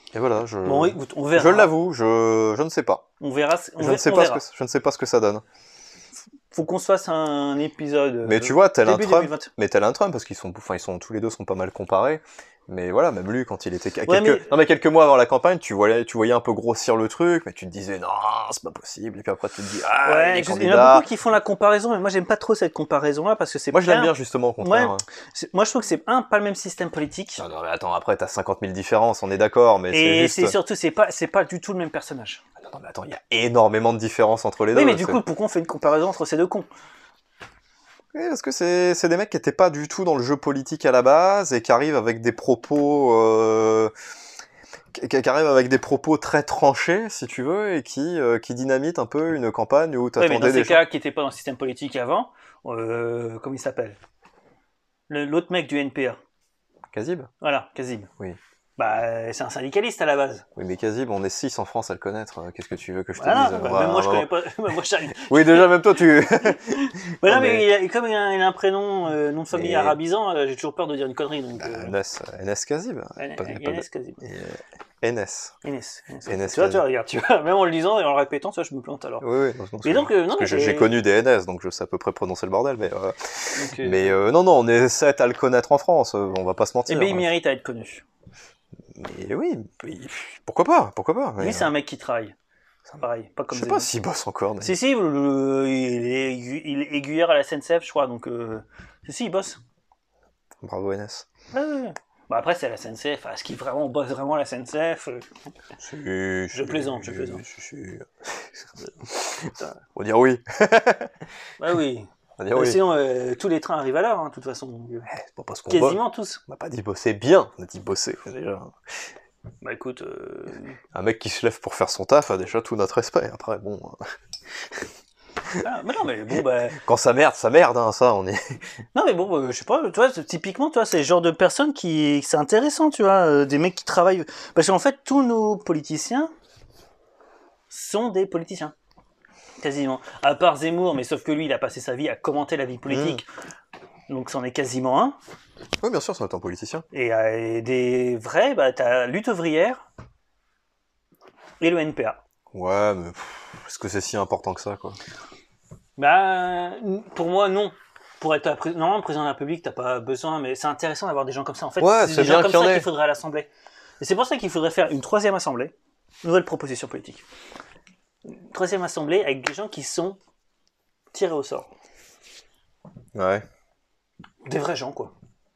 Et voilà, je, Bon, écoute, on verra. je l'avoue, je, je ne sais pas. On verra. On je, ver, ne sais on pas verra. ce que, je ne sais pas ce que ça donne. Faut qu'on se fasse un épisode. Mais tu vois, tel un Trump, deux mille vingt. mais tel un Trump, parce qu'ils sont, enfin, ils sont tous les deux sont pas mal comparés. Mais voilà, même lui, quand il était quelques, Ouais, mais... non mais quelques mois avant la campagne, tu voyais, tu voyais un peu grossir le truc, mais tu te disais non, c'est pas possible. Et puis après, tu te dis ah, ouais, il est il candidat. y en a beaucoup qui font la comparaison, mais moi j'aime pas trop cette comparaison-là parce que c'est. Moi, je l'aime bien justement au contraire. Ouais, c'est... Moi, je trouve que c'est un pas le même système politique. Non, non, mais attends, après, t'as cinquante mille différences, on est d'accord, mais et c'est juste. Et surtout, c'est pas, c'est pas du tout le même personnage. Non, non, mais attends, il y a énormément de différences entre les oui, deux. Oui, mais du coup, pourquoi on fait une comparaison entre ces deux cons? Oui, parce que c'est, c'est des mecs qui n'étaient pas du tout dans le jeu politique à la base et qui arrivent avec des propos, euh, qui, qui arrivent avec des propos très tranchés, si tu veux, et qui, euh, qui dynamitent un peu une campagne où t'attendais oui, mais dans ces des cas gens... qui n'étaient pas dans le système politique avant, euh, comment il s'appelle? Le, L'autre mec du N P A. Kazib? Voilà, Kazib. Oui. Bah, c'est un syndicaliste à la base. Oui, mais Kazib, on est six en France à le connaître. Qu'est-ce que tu veux que je te voilà, dise? bah, Voilà, même moi, je vraiment. connais pas. moi, j'arrive. Oui, déjà, même toi, tu... Voilà, non, mais, mais... Il a, comme il a, il a un prénom, euh, nom de famille mais... arabisant, euh, j'ai toujours peur de dire une connerie. Donc, euh... N S, N S Kazib. N S Kazib. N S. N S. N S. Tu vois, tu vois, regarde, tu vois, même en le disant et en le répétant, tu vois, je me plante alors. Oui, oui. Non, et donc, euh, non, parce que mais j'ai connu des N S, donc je sais à peu près prononcer le bordel, mais... Euh... Donc, euh... Mais euh, non, non, on est sept à le connaître en France, on va pas se mentir. Eh bien, il mérite à être connu. Mais oui, pourquoi pas, pourquoi pas. Lui, mais... c'est un mec qui travaille. C'est pareil, pas comme Je sais pas s'il bosse encore. Mais... Si, si, le, le, il, est aigu, il est aiguilleur à la S N C F, je crois, donc... Euh... Si, si, il bosse. Bravo N S. Ouais, ouais. Bah après, c'est la S N C F. Est-ce qu'il vraiment bosse vraiment à la S N C F? si, Je plaisante, je plaisante. Si, si. On va dire oui. Bah oui. On va dire oui. Sinon, euh, tous les trains arrivent à l'heure, hein, de toute façon. Eh, c'est pas parce qu'on Quasiment bosse. tous. On n'a pas dit bosser bien, on a dit bosser, déjà. Bah écoute... Euh... Un mec qui se lève pour faire son taf a déjà tout notre respect. Après, bon... Ah, mais non, mais bon, bah... Quand ça merde, ça merde, hein, ça, on est... Non, mais bon, bah, je sais pas, tu vois, typiquement, tu vois, c'est le genre de personnes qui... C'est intéressant, tu vois, euh, des mecs qui travaillent... Parce qu'en fait, tous nos politiciens sont des politiciens. Quasiment. À part Zemmour, mais sauf que lui, il a passé sa vie à commenter la vie politique. Mmh. Donc, c'en est quasiment un. Oui, bien sûr, ça va être un politicien. Et, euh, et des vrais, bah, t'as Lutte ouvrière et le N P A. Ouais, mais pff, est-ce que c'est si important que ça, quoi? Bah, pour moi, non. Pour être pré... non, président de la République, t'as pas besoin, mais c'est intéressant d'avoir des gens comme ça. En fait, ouais, c'est, c'est des bien gens comme qu'il y en ça ait. qu'il faudrait à l'Assemblée. Et c'est pour ça qu'il faudrait faire une troisième assemblée, nouvelle proposition politique. Une troisième assemblée avec des gens qui sont tirés au sort. Ouais. Des vrais gens, quoi.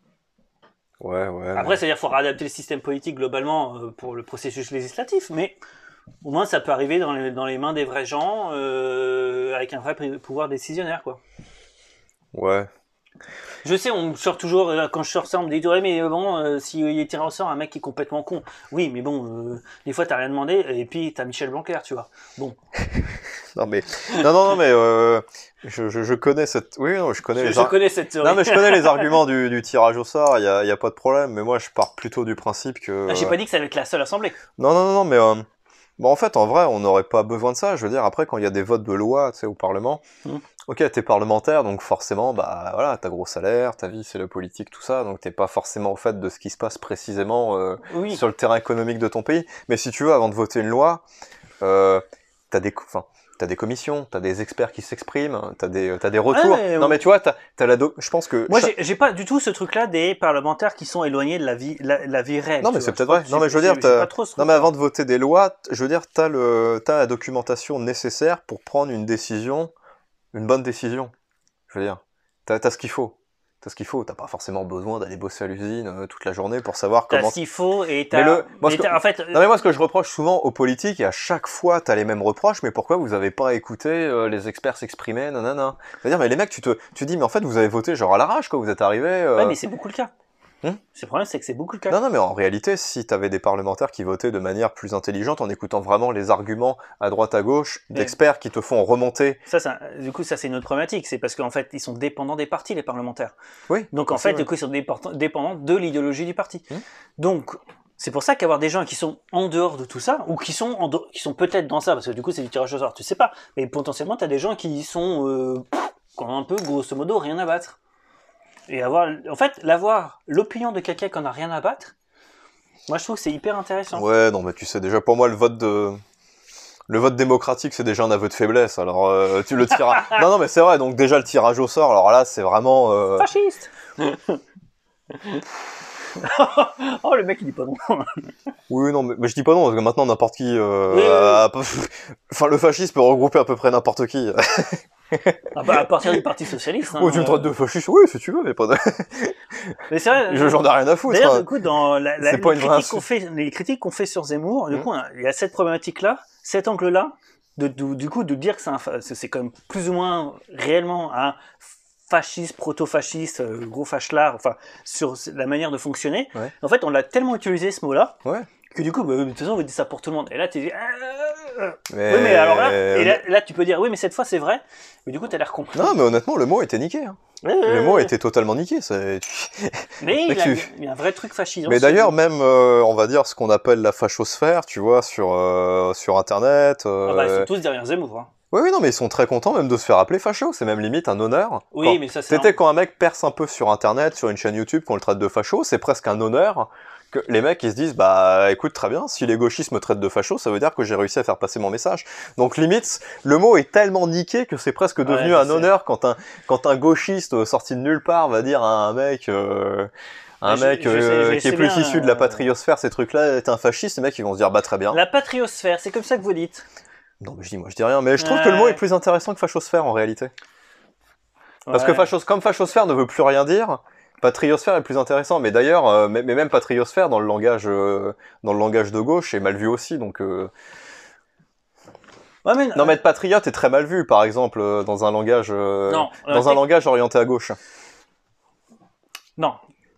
Ouais, ouais. Après, mais... c'est-à-dire qu'il faut adapter le système politique globalement euh, pour le processus législatif, mais au moins ça peut arriver dans les, dans les mains des vrais gens euh, avec un vrai pouvoir décisionnaire, quoi. Ouais. Je sais, on me sort toujours, quand je sors ça, on me dit ouais, mais bon, euh, s'il est tiré au sort, un mec qui est complètement con. Oui, mais bon, euh, des fois t'as rien demandé, et puis t'as Michel Blanquer, tu vois. Bon. non, mais, non, non, non, mais euh, je, je, je connais cette. Oui, non, je connais je, les. Je ar... connais cette théorie. Non, mais je connais les arguments du, du tirage au sort, il n'y a, y a pas de problème, mais moi je pars plutôt du principe que. Ah, j'ai pas dit que ça allait être la seule assemblée. Non, non, non, non, mais. Euh... Bon, en fait, en vrai, on n'aurait pas besoin de ça. Je veux dire, après, quand il y a des votes de loi, tu sais, au Parlement, mmh. ok, t'es parlementaire, donc forcément, bah voilà, t'as gros salaire, ta vie, c'est le politique, tout ça, donc t'es pas forcément au fait de ce qui se passe précisément euh, oui. sur le terrain économique de ton pays. Mais si tu veux, avant de voter une loi, euh, t'as des, enfin, t'as des commissions, t'as des experts qui s'expriment, t'as des, t'as des retours. Ah, mais, non, mais tu vois, t'as, t'as la, do... je pense que. Moi, j'ai, j'ai pas du tout ce truc-là des parlementaires qui sont éloignés de la vie, la, la vie réelle. Non, mais c'est peut-être vrai. Non, mais je veux dire, t'as... non, mais avant de voter des lois, je veux dire, t'as le, t'as la documentation nécessaire pour prendre une décision, une bonne décision. Je veux dire, t'as, t'as ce qu'il faut. T'as ce qu'il faut, t'as pas forcément besoin d'aller bosser à l'usine euh, toute la journée pour savoir t'as comment... T'as ce qu'il faut et t'as... Le... Moi, et que... t'as... En fait... Non mais moi ce que je reproche souvent aux politiques, et à chaque fois t'as les mêmes reproches, mais pourquoi vous avez pas écouté euh, les experts s'exprimer, nanana. C'est-à-dire, mais les mecs, tu te tu dis, mais en fait vous avez voté genre à l'arrache, quoi, vous êtes arrivés... Euh... Ouais, mais c'est beaucoup le cas. Hum le problème, c'est que c'est beaucoup le cas. Non, non, mais en réalité, si t'avais des parlementaires qui votaient de manière plus intelligente, en écoutant vraiment les arguments à droite à gauche d'experts qui te font remonter... Ça, ça, du coup, ça c'est une autre problématique, c'est parce qu'en fait, ils sont dépendants des partis, les parlementaires. Oui. Donc en fait, vrai. Du coup, ils sont dépendants de l'idéologie du parti. Hum Donc, c'est pour ça qu'avoir des gens qui sont en dehors de tout ça, ou qui sont, en de... qui sont peut-être dans ça, parce que du coup, c'est du tirage au sort, tu sais pas, mais potentiellement, t'as des gens qui sont, euh, qui ont un peu, grosso modo, rien à battre. Et avoir, en fait, l'avoir, l'opinion de quelqu'un qu'on n'a rien à battre, Moi, je trouve que c'est hyper intéressant. Ouais, non, mais tu sais, déjà, pour moi, le vote de... Le vote démocratique, c'est déjà un aveu de faiblesse. Alors, euh, tu le tiras... non, non, mais c'est vrai, donc déjà, le tirage au sort, alors là, c'est vraiment... Euh... Fasciste. Oh, le mec, il dit pas non. Oui, non, mais, mais je dis pas non, parce que maintenant, n'importe qui... Euh, oui, oui, oui. a... Enfin, le fascisme peut regrouper à peu près n'importe qui. Ah bah, à partir du Parti Socialiste. Hein, oh, tu me euh... traites de fasciste, oui, si tu veux, mais pas de... mais c'est vrai... Je, j'en ai rien à foutre. D'ailleurs, hein. du coup, dans la, la, les, pas une critiques qu'on fait, les critiques qu'on fait sur Zemmour, du mmh. coup, il y a cette problématique-là, cet angle-là, de, de, du coup, de dire que c'est, un, c'est quand même plus ou moins réellement un fasciste, proto-fasciste, euh, gros fachelard, enfin, sur la manière de fonctionner. Ouais. En fait, on l'a tellement utilisé, ce mot-là, ouais. que du coup, bah, de toute façon, on dit ça pour tout le monde. Et là, tu dis... Euh, mais... Oui, mais alors là, et là, là, tu peux dire, oui, mais cette fois, c'est vrai. Mais du coup, t'as l'air compris. Non, mais honnêtement, le mot était niqué. Hein. Ouais, le mot était totalement niqué. C'est... Mais il, a, il y a un vrai truc fascisant. Mais d'ailleurs, même, euh, on va dire, ce qu'on appelle la fachosphère, tu vois, sur, euh, sur Internet... Euh... Ah bah, ils sont tous derrière Zemmour, hein. Oui, oui, non, mais ils sont très contents même de se faire appeler facho. C'est même limite un honneur. Oui, quand... mais ça, c'est... C'était un... quand un mec perce un peu sur Internet, sur une chaîne YouTube, qu'on le traite de facho, c'est presque un honneur que les mecs, ils se disent, bah, écoute, très bien, si les gauchistes me traitent de facho, ça veut dire que j'ai réussi à faire passer mon message. Donc, limite, le mot est tellement niqué que c'est presque devenu ouais, un honneur quand un, quand un gauchiste sorti de nulle part va dire à un mec... Euh... Un je, mec je, je euh, sais, qui est plus bien, issu de la patriosphère, ces trucs-là, est un fasciste, les mecs, ils vont se dire, bah, très bien. La patriosphère, c'est comme ça que vous dites. Non, mais je dis, moi, je dis rien, mais je trouve ouais. que le mot est plus intéressant que fachosphère, en réalité. Parce ouais. que fachos, comme fachosphère ne veut plus rien dire, patriosphère est plus intéressant. Mais d'ailleurs, euh, mais, mais même patriosphère, dans le langage, euh, dans le langage de gauche, est mal vu aussi, donc... Euh... Ouais, mais... Non, mais être patriote est très mal vu, par exemple, euh, dans un langage, euh, non, dans un langage orienté à gauche. Non.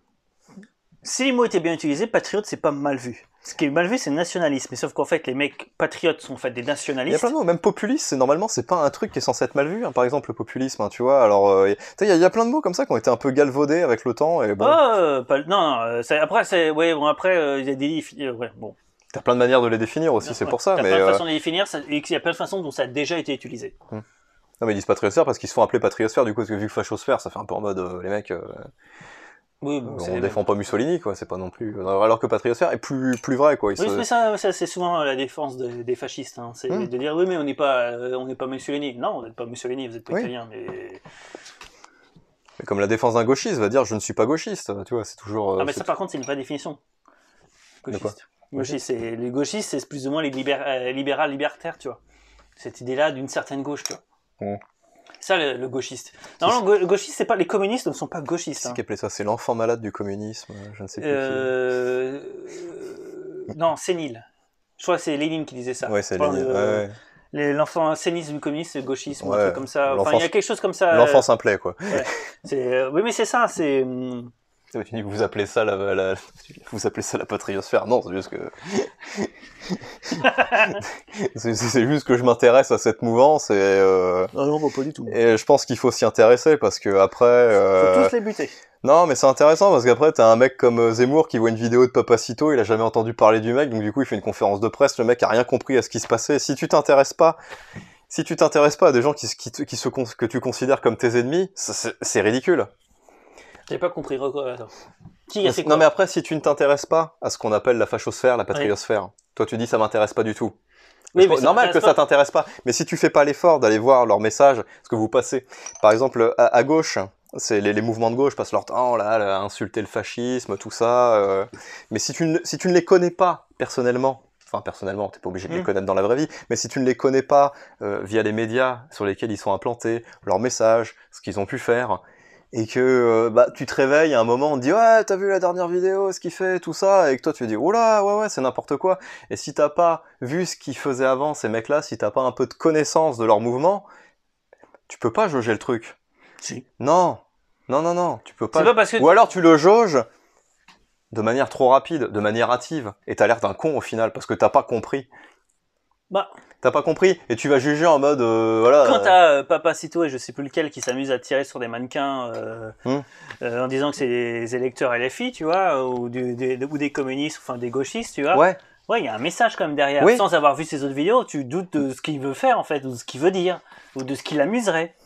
Si les mots étaient bien utilisés, patriote, c'est pas mal vu. Ce qui est mal vu, c'est le nationalisme. Mais sauf qu'en fait, les mecs patriotes sont en fait des nationalistes. Il y a plein de mots. Même populiste, c'est normalement, c'est pas un truc qui est censé être mal vu. Hein. Par exemple, le populisme, hein, tu vois. Alors, euh, il y, y a plein de mots comme ça qui ont été un peu galvaudés avec le temps. Et bon. Oh, euh, pas, non, non. C'est, après, c'est, ouais, bon, après, euh, il y a des, euh, ouais, bon. T'as plein de manières de les définir aussi, c'est ouais, pour ça. T'as mais plein de euh... façons de les définir. Ça, et il y a plein de façons dont ça a déjà été utilisé. Hum. Non, mais ils disent patriosphère parce qu'ils se font appeler patriosphère. Du coup, parce que vu que fachosphère, ça fait un peu en mode euh, les mecs. Euh... Oui, bon, on défend pas Mussolini, quoi, c'est pas non plus... Alors que patriosphère est plus, plus vrai, quoi. Oui, se... mais ça, ça c'est souvent la défense de, des fascistes, hein. C'est mmh. de dire, oui, mais on n'est pas, euh, on n'est pas Mussolini. Non, vous n'êtes pas Mussolini, vous n'êtes pas oui. italien, mais... mais... comme la défense d'un gauchiste va dire, je ne suis pas gauchiste, tu vois, c'est toujours... Ah, mais ça, par contre, c'est une vraie définition. Gauchiste. Gauchiste, c'est... Les gauchistes, c'est plus ou moins les libér... euh, libéral libertaires, tu vois. Cette idée-là d'une certaine gauche, tu vois. Mmh. Ça, le, le gauchiste. Non, non, le gauchiste, c'est pas... Les communistes ne sont pas gauchistes. C'est hein. qui appelait ça? C'est l'enfant malade du communisme, je ne sais plus euh... qui. Non, sénile. Je crois que c'est Lénine qui disait ça. Ouais, c'est Lénine. De... Ouais, ouais. Les, l'enfant sénile du communisme, c'est le gauchisme, ouais, un truc comme ça. Enfin, il y a quelque chose comme ça. L'enfant simplet, quoi. Ouais. C'est... Euh... Oui, mais c'est ça, c'est... Tu dis que vous appelez ça la, la... vous appelez ça la patriosphère. Non, c'est juste que... c'est, c'est juste que je m'intéresse à cette mouvance et... Euh... Ah non, pas du tout. Et je pense qu'il faut s'y intéresser parce que après... Euh... Faut tous les buter. Non, mais c'est intéressant parce qu'après, t'as un mec comme Zemmour qui voit une vidéo de Papacito, il a jamais entendu parler du mec, donc du coup, il fait une conférence de presse, le mec a rien compris à ce qui se passait. Si tu t'intéresses pas... Si tu t'intéresses pas à des gens qui, qui, qui se, que tu considères comme tes ennemis, ça, c'est, c'est ridicule. J'ai pas compris. Attends. Qui a fait quoi? Non mais après, si tu ne t'intéresses pas à ce qu'on appelle la fachosphère, la patriosphère, oui. Toi tu dis ça m'intéresse pas du tout. Oui, mais normal que pas. Ça t'intéresse pas. Mais si tu fais pas l'effort d'aller voir leur message, ce que vous passez, par exemple à, à gauche, c'est les, les mouvements de gauche passent leur temps là, là à insulter le fascisme, tout ça. Euh, mais si tu ne si tu ne les connais pas personnellement. Enfin, personnellement, t'es pas obligé de les mmh. connaître dans la vraie vie, mais si tu ne les connais pas euh, via les médias sur lesquels ils sont implantés, leurs messages, ce qu'ils ont pu faire, et que euh, bah tu te réveilles à un moment, on te dit ouais t'as vu la dernière vidéo, ce qu'il fait, tout ça, et que toi tu te dis oula ouais ouais c'est n'importe quoi. Et si t'as pas vu ce qu'ils faisaient avant ces mecs-là, si t'as pas un peu de connaissance de leur mouvement, tu peux pas jauger le truc. Si. Non, non non non, tu peux pas. C'est pas parce que ou alors tu le jauges de manière trop rapide, de manière hâtive, et t'as l'air d'un con au final, parce que t'as pas compris. Bah... T'as pas compris, et tu vas juger en mode, euh, voilà... Quand t'as euh, Papacito et je sais plus lequel qui s'amuse à tirer sur des mannequins euh, hum. euh, en disant que c'est des électeurs L F I, tu vois, ou, du, des, ou des communistes, enfin des gauchistes, tu vois. Ouais. Ouais, il y a un message quand même derrière. Oui. Sans avoir vu ses autres vidéos, tu doutes de ce qu'il veut faire, en fait, ou de ce qu'il veut dire, ou de ce qui l'amuserait.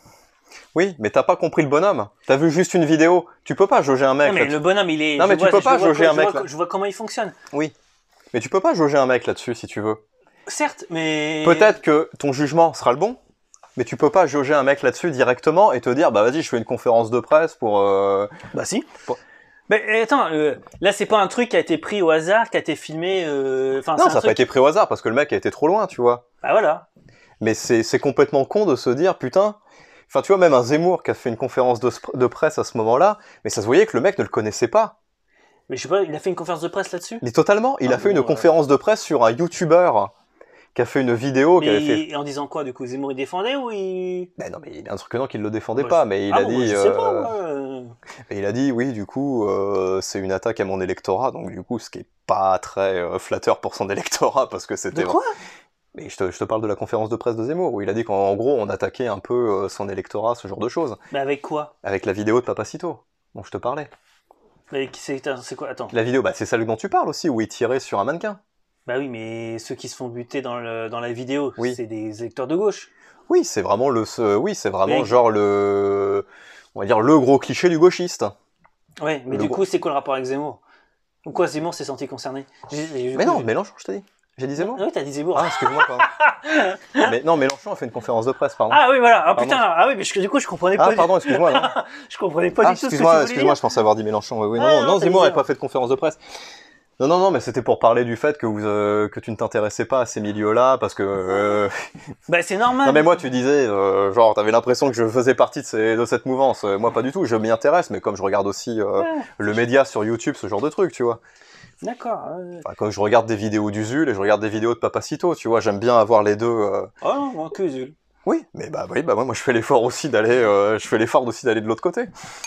Oui, mais t'as pas compris le bonhomme. T'as vu juste une vidéo. Tu peux pas jauger un mec. Non, mais là, le bonhomme, il est. Non, mais je tu vois, peux je pas vois jauger quoi- un je mec, vois- là. Je vois comment il fonctionne. Oui. Mais tu peux pas jauger un mec là-dessus si tu veux. Certes, mais. Peut-être que ton jugement sera le bon, mais tu peux pas jauger un mec là-dessus directement et te dire bah vas-y je fais une conférence de presse pour. Euh... Bah si. Pour- Mais attends, euh, là c'est pas un truc qui a été pris au hasard, qui a été filmé. euh, Enfin, Non, c'est un ça n'a truc... pas été pris au hasard parce que le mec a été trop loin, tu vois. Bah voilà. Mais c'est c'est complètement con de se dire putain. Enfin, tu vois, même un Zemmour qui a fait une conférence de, sp- de presse à ce moment-là, mais ça se voyait que le mec ne le connaissait pas. Mais je sais pas, il a fait une conférence de presse là-dessus. Mais totalement, il Ah a fait bon, une ouais. conférence de presse sur un YouTuber qui a fait une vidéo, qui avait fait. Mais en disant quoi du coup, Zemmour il défendait ou il. Ben non, mais il y a un truc non qu'il le défendait Bah, pas, je- mais il ah a bon, dit. moi, je sais euh, pas, moi, euh. Et il a dit oui, du coup, euh, c'est une attaque à mon électorat, donc du coup, ce qui est pas très euh, flatteur pour son électorat parce que c'était. De quoi? Mais je te, je te parle de la conférence de presse de Zemmour où il a dit qu'en gros, on attaquait un peu euh, son électorat, ce genre de choses, Mais avec quoi? avec la vidéo de Papacito dont je te parlais. Mais qui c'est c'est quoi? Attends. La vidéo, bah c'est celle dont tu parles aussi, où il tirait sur un mannequin. Bah oui, mais ceux qui se font buter dans, le, dans la vidéo, Oui. c'est des électeurs de gauche. Oui, c'est vraiment le, ce- oui, c'est vraiment Mais- genre le, on va dire le gros cliché du gauchiste. Ouais, mais Le du gros- coup, c'est quoi le rapport avec Zemmour? Pourquoi Zemmour s'est senti concerné? J'ai- j'ai- du Mais coup, non, j'ai- Mélenchon, je te dis. J'ai dit Zemmour. Ah oui, t'as dit Zemmour. Ah, excuse-moi, pardon. mais non, Mélenchon a fait une conférence de presse, pardon. Ah oui, voilà. Ah Pardon. putain, ah oui, mais je- du coup, je comprenais Ah, pas. du- pardon, excuse-moi. non. Je comprenais pas Ah, du tout ce que tu excuse-moi, voulais excuse-moi, dire. je pensais avoir dit Mélenchon. Oui, oui, non, Ah, non, non, non, t'as Zemmour dit n'avait pas fait de conférence de presse. Non, non, non, mais c'était pour parler du fait que vous, euh, que tu ne t'intéressais pas à ces milieux-là, parce que. euh, Bah c'est normal. Non, mais moi, tu disais, euh, genre, t'avais l'impression que je faisais partie de, ces, de cette mouvance. Euh, Moi, pas du tout. Je m'y intéresse, mais comme je regarde aussi euh, Ouais, le média sur YouTube, ce genre de truc, tu vois. d'accord. euh. Enfin, quand je regarde des vidéos d'Usul et je regarde des vidéos de Papacito, tu vois, j'aime bien avoir les deux. euh, Oh non, moi que Zul. Oui, mais bah oui, bah moi, moi je fais l'effort aussi d'aller, euh, je fais l'effort aussi d'aller de l'autre côté.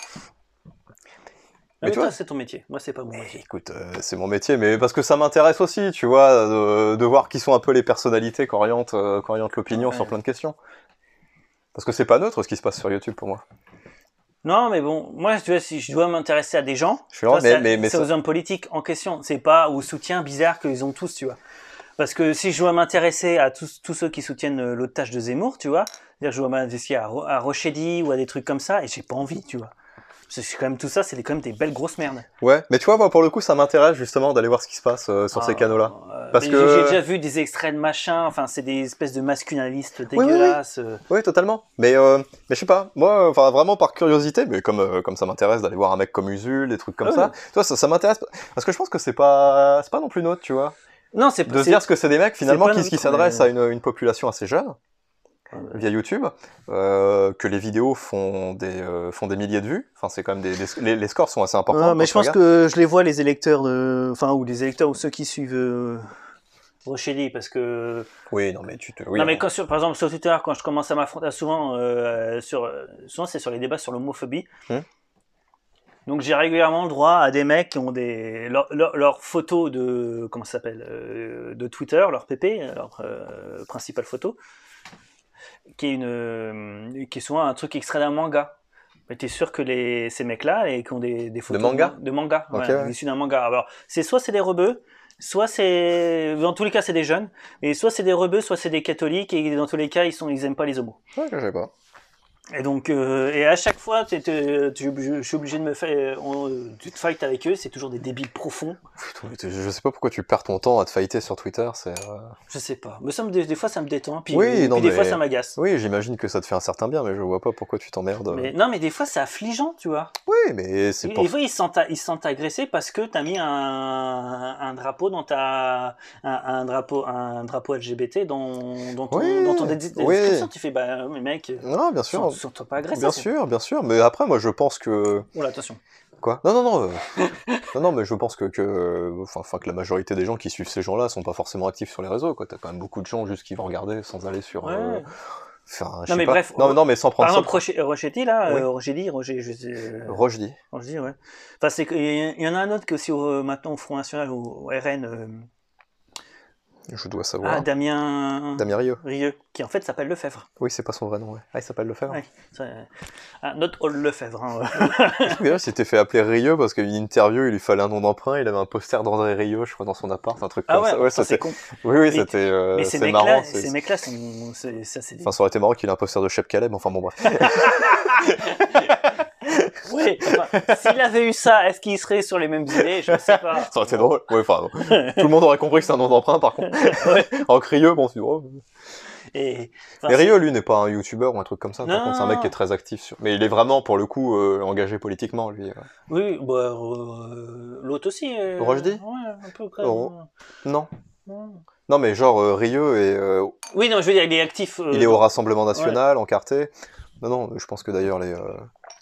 Mais tu toi, vois- c'est ton métier. Moi, c'est pas mon Mais métier. écoute, euh, c'est mon métier, mais parce que ça m'intéresse aussi, tu vois, de, de voir qui sont un peu les personnalités qui orientent, euh, qui orientent l'opinion Ouais. sur plein de questions. Parce que c'est pas neutre ce qui se passe sur YouTube pour moi. Non, mais bon, moi, tu vois, si je dois m'intéresser à des gens, Je suis là, tu vois, mais- c'est mais- mais c'est ça- aux hommes politiques en question. C'est pas aux soutiens bizarres qu'ils ont tous, tu vois. Parce que si je dois m'intéresser à tous, tous ceux qui soutiennent euh, l'otage de Zemmour, tu vois, c'est-à-dire que je dois m'intéresser à, Ro- à Rochedi ou à des trucs comme ça, et j'ai pas envie, tu vois. Parce que c'est quand même tout ça, c'est des- quand même des belles grosses merdes. Ouais, mais tu vois, moi pour le coup, ça m'intéresse justement d'aller voir ce qui se passe euh, sur Ah, ces canaux-là. euh, Parce mais que- j'ai déjà vu des extraits de machin, enfin c'est des espèces de masculinalistes oui, oui. dégueulasses. euh. Oui, totalement. Mais, euh, mais je sais pas, moi, enfin vraiment par curiosité, mais comme, euh, comme ça m'intéresse d'aller voir un mec comme Usul, des trucs comme Ouais. ça, tu vois, ça, ça m'intéresse parce que je pense que c'est pas, c'est pas non plus neutre, tu vois. Non, c'est De se c'est- dire que c'est des mecs finalement pas qui, neutre, qui s'adressent mais- à une, une population assez jeune via YouTube, euh, que les vidéos font des, euh, font des milliers de vues. Enfin, c'est quand même des, des- les, les scores sont assez importants. Ouais, mais quand je tu pense regardes. que je les vois les électeurs de, enfin ou les électeurs ou ceux qui suivent euh, Rochely parce que Oui, non, mais tu te. Oui, non mais on- quand sur, par exemple sur Twitter quand je commence à m'affronter souvent euh, sur souvent c'est sur les débats sur l'homophobie. Hmm. Donc j'ai régulièrement le droit à des mecs qui ont des leurs leur, leur photos de comment ça s'appelle euh, de Twitter, leur P P, leur euh, principale photo, qui est une euh, qui est souvent un truc extrait d'un manga. Mais t'es sûr que les ces mecs-là et qui ont des, des photos manga de manga, Ok, ouais, ouais. issus d'un manga. Alors c'est soit c'est des rebeux, soit c'est dans tous les cas c'est des jeunes, et soit c'est des rebeux, soit c'est des catholiques et dans tous les cas ils sont ils aiment pas les homos. Ouais, je sais pas. Et donc, euh, et à chaque fois, t'es- t'es- tu- je suis obligé de me faire, on, tu te fights avec eux, c'est toujours des débiles profonds. Putain, Je sais pas pourquoi tu perds ton temps à te fighter sur Twitter, c'est. euh, Je sais pas. Mais ça me, des, des fois, ça me détend, puis, Oui, puis non, des mais- fois, ça m'agace. Oui, j'imagine que ça te fait un certain bien, mais je vois pas pourquoi tu t'emmerdes. Mais, non, mais des fois, c'est affligeant, tu vois. Oui, mais c'est Et pour. des fois, ils se sentent, ils se sentent agressés parce que t'as mis un, un drapeau dans ta, un, un drapeau, un drapeau L G B T dans, dans ton, Oui, dans ton dé- description. oui. Tu fais, bah, mais mec, Non, bien sûr. sont, sont pas agressés. Bien sûr, bien sûr. Mais après, moi, je pense que. Oula, attention. Quoi? Non, non, non. euh, non, non, mais je pense que, que, enfin, enfin, que la majorité des gens qui suivent ces gens-là sont pas forcément actifs sur les réseaux, quoi. T'as quand même beaucoup de gens juste qui vont regarder sans aller sur. Ouais. euh, Enfin, je Non, sais mais pas. bref, Non, non, mais sans Par prendre exemple, ça. Roche- Rochetti, là, Oui. euh, Rochedi, Roger, je sais. euh, Roche dit. Rochedi, ouais. Enfin, c'est qu'il y, y en a un autre qui est aussi au- maintenant au Front National, au, au R N. euh, Je dois savoir. Ah, Damien... Damien Rieu. Rieu, qui en fait s'appelle Lefebvre. Oui, c'est pas son vrai nom, ouais. Ah, il s'appelle Lefebvre. Ouais, c'est... Ah, not all Lefebvre. Hein. Il s'était fait appeler Rieu parce qu'une interview, il lui fallait un nom d'emprunt, il avait un poster d'André Rieu, je crois, dans son appart, un truc ah comme ouais, ça. Ouais, ça c'était... c'est con. Oui, oui, mais, c'était euh, mais ces c'est mecs-là, marrant. Ces C'est... mecs-là sont... C'est... Ça, c'est... Enfin, ça aurait été marrant qu'il ait un poster de Cheb Caleb, enfin bon, bref. Oui, enfin, s'il avait eu ça, est-ce qu'il serait sur les mêmes idées? Je ne sais pas. Ça aurait été drôle. Ouais, enfin, tout le monde aurait compris que c'est un nom d'emprunt, par contre. Ouais. En Rieu, bon, c'est drôle. Et, enfin, mais Rieu, lui, n'est pas un youtubeur ou un truc comme ça. Par non, contre, c'est un mec qui est très actif. Sur... Mais il est vraiment, pour le coup, euh, engagé politiquement, lui. Oui, bah, euh, l'autre aussi. Euh, Rochdy ouais, un peu quand oh. même. Non. Ouais. Non, mais genre, euh, Rieu est... Euh... Oui, non, je veux dire, il est actif. Euh, il est au Rassemblement National, ouais. encarté. Non, non, je pense que d'ailleurs, les... Euh...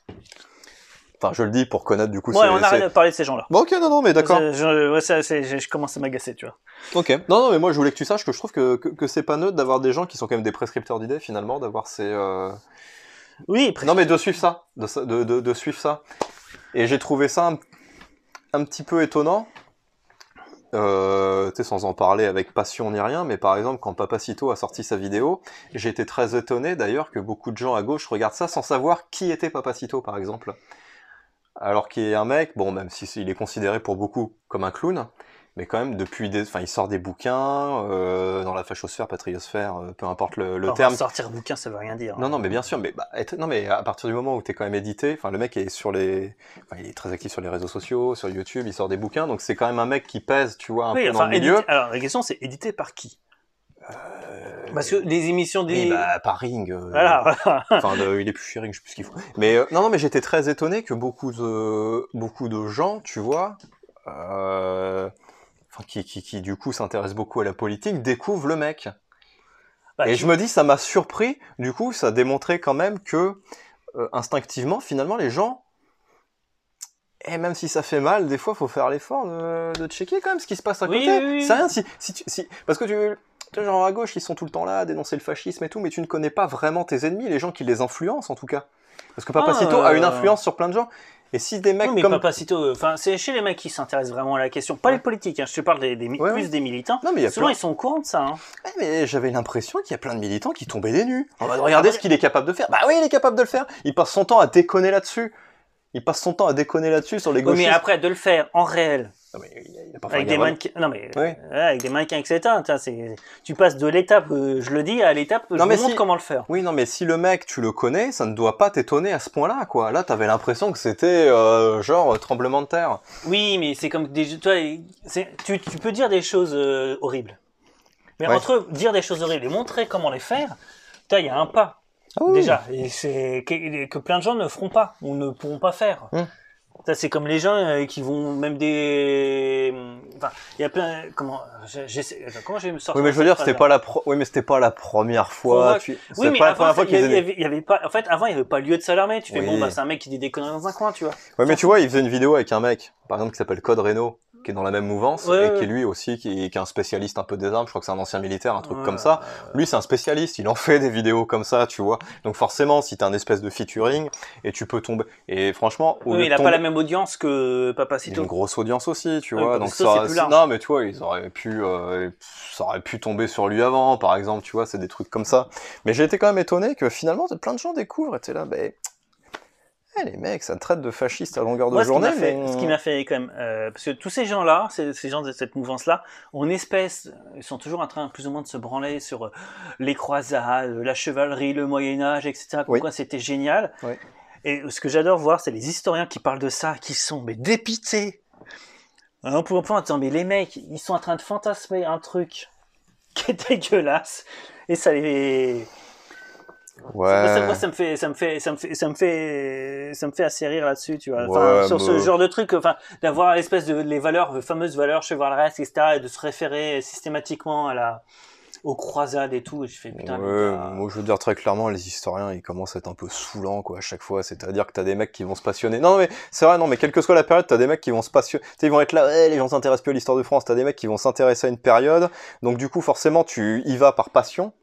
Enfin, je le dis pour connaître, du coup... Ouais, c'est, on c'est... arrête de parler de ces gens-là. Bon, ok, non, non, mais d'accord. Je, je, ouais, ça, c'est, je, je commence à m'agacer, tu vois. Ok. Non, non, mais moi, je voulais que tu saches que je trouve que, que, que c'est pas neutre d'avoir des gens qui sont quand même des prescripteurs d'idées, finalement, d'avoir ces... Euh... Oui, presque. Non, mais de suivre ça. De, de, de, de suivre ça. Et j'ai trouvé ça un, un petit peu étonnant. Euh, tu sais, sans en parler avec passion ni rien, mais par exemple, quand Papacito a sorti sa vidéo, j'ai été très étonné, d'ailleurs, que beaucoup de gens à gauche regardent ça sans savoir qui était Papacito, par exemple. Alors qu'il est un mec, bon, même si il est considéré pour beaucoup comme un clown, mais quand même, depuis des... Enfin, il sort des bouquins, euh, dans la fachosphère, patriosphère, euh, peu importe le, le Alors, terme. Sortir bouquin, ça veut rien dire. Non, non, mais bien sûr, mais, bah, être... non, mais à partir du moment où t'es quand même édité, enfin, le mec est sur les... Enfin, il est très actif sur les réseaux sociaux, sur YouTube, il sort des bouquins, donc c'est quand même un mec qui pèse, tu vois, un oui, peu enfin, dans le milieu. Édité... Alors, la question, c'est édité par qui? Euh... Parce que les émissions des... Oui, bah, par Ring. Euh... Voilà, voilà. Enfin, de... il est plus chez Ring, je sais plus ce qu'il faut. Mais, euh... non, non, mais j'étais très étonné que beaucoup de, beaucoup de gens, tu vois, euh... Enfin, qui, qui, qui, du coup, s'intéressent beaucoup à la politique, découvrent le mec. Bah, et qui... je me dis, ça m'a surpris, du coup, ça démontrait quand même que, euh, instinctivement, finalement, les gens, et même si ça fait mal, des fois, faut faire l'effort de, de checker quand même ce qui se passe à oui, côté. Oui, oui. C'est rien, si, si, tu, si, parce que tu, tu genre à gauche, ils sont tout le temps là, à dénoncer le fascisme et tout, mais tu ne connais pas vraiment tes ennemis, les gens qui les influencent, en tout cas. Parce que Papacito ah, euh... a une influence sur plein de gens. Et si des mecs non, mais comme... Papacito, enfin, c'est chez les mecs qui s'intéressent vraiment à la question, pas ouais. les politiques, hein, je te parle des, des, ouais, plus ouais. des militants. Non, mais souvent, plein... ils sont au courant de ça. Hein. Ouais, mais j'avais l'impression qu'il y a plein de militants qui tombaient des nues. On va regarder ah, ce qu'il est capable de faire. Bah oui, il est capable de le faire. Il passe son temps à déconner là-dessus. Il passe son temps à déconner là-dessus sur les gauchistes. Oui, mais après, de le faire en réel. Non, mais il a pas avec des mannequins, non mais oui. ouais, avec des mannequins, et cetera. C'est, tu passes de l'étape, euh, je le dis, à l'étape, je non, vous montre si, comment le faire. Oui, non, mais si le mec, tu le connais, ça ne doit pas t'étonner à ce point-là, quoi. Là, t'avais l'impression que c'était euh, genre tremblement de terre. Oui, mais c'est comme des, toi, c'est, tu, tu peux dire des choses euh, horribles, mais ouais. entre dire des choses horribles et montrer comment les faire, il y a un pas ah, oui. déjà, et c'est que, que plein de gens ne feront pas ou ne pourront pas faire. Hum. Ça, c'est comme les gens euh, qui vont même des, enfin, il y a plein, comment, j'essaie, comment je vais me sortir. Oui, mais je veux dire, c'était pas la pro... oui, mais c'était pas la première fois. Tu... Oui, mais pas avant, la première fois il y, avait, il y avait pas, en fait, avant, il y avait pas lieu de s'alarmer. Tu fais, oui. bon, bah, c'est un mec qui dit des conneries dans un coin, tu vois. Ouais, mais tu vois, il faisait une vidéo avec un mec, par exemple, qui s'appelle Code Reno, qui est dans la même mouvance, ouais, et ouais. qui est lui aussi, qui est, qui est un spécialiste un peu des armes, je crois que c'est un ancien militaire, un truc ouais. comme ça. Lui, c'est un spécialiste, il en fait des vidéos comme ça, tu vois. Donc forcément, si t'as un espèce de featuring, et tu peux tomber, et franchement... Au oui, il a tomber... pas la même audience que Papacito. Une grosse audience aussi, tu ouais, vois. Donc ça, c'est... Non, mais tu vois, ils auraient pu, euh, ça aurait pu tomber sur lui avant, par exemple, tu vois, c'est des trucs comme ça. Mais j'ai été quand même étonné que finalement, plein de gens découvrent, et t'es là, ben... Eh, les mecs, ça traite de fascistes à longueur de Moi, journée. Ce qui m'a mais... fait, ce qui m'a fait quand même, euh, parce que tous ces gens-là, ces, ces gens de cette mouvance-là, en espèce, ils sont toujours en train plus ou moins de se branler sur euh, les croisades, la chevalerie, le Moyen-Âge, et cetera. Pourquoi oui. c'était génial. Oui. Et ce que j'adore voir, c'est les historiens qui parlent de ça, qui sont mais dépités. On pourrait prendre en disant, mais les mecs, ils sont en train de fantasmer un truc qui est dégueulasse, et ça les... Ouais. Ça, moi, ça me fait, ça me fait, ça me fait, ça me fait, ça me fait assez rire là-dessus, tu vois. Enfin, ouais, sur ce genre de truc, enfin, d'avoir l'espèce de les valeurs, les fameuses valeurs chevaleresques, et cetera, et de se référer systématiquement à la, aux croisades et tout. Et je fais putain. Ouais, bah... moi je veux dire très clairement, les historiens, ils commencent à être un peu saoulants, quoi, à chaque fois. C'est-à-dire que t'as des mecs qui vont se passionner. Non, mais c'est vrai, non, mais quelle que soit la période, t'as des mecs qui vont se passionner. Tu sais, ils vont être là, ouais, les gens s'intéressent plus à l'histoire de France. T'as des mecs qui vont s'intéresser à une période. Donc du coup, forcément, tu y vas par passion.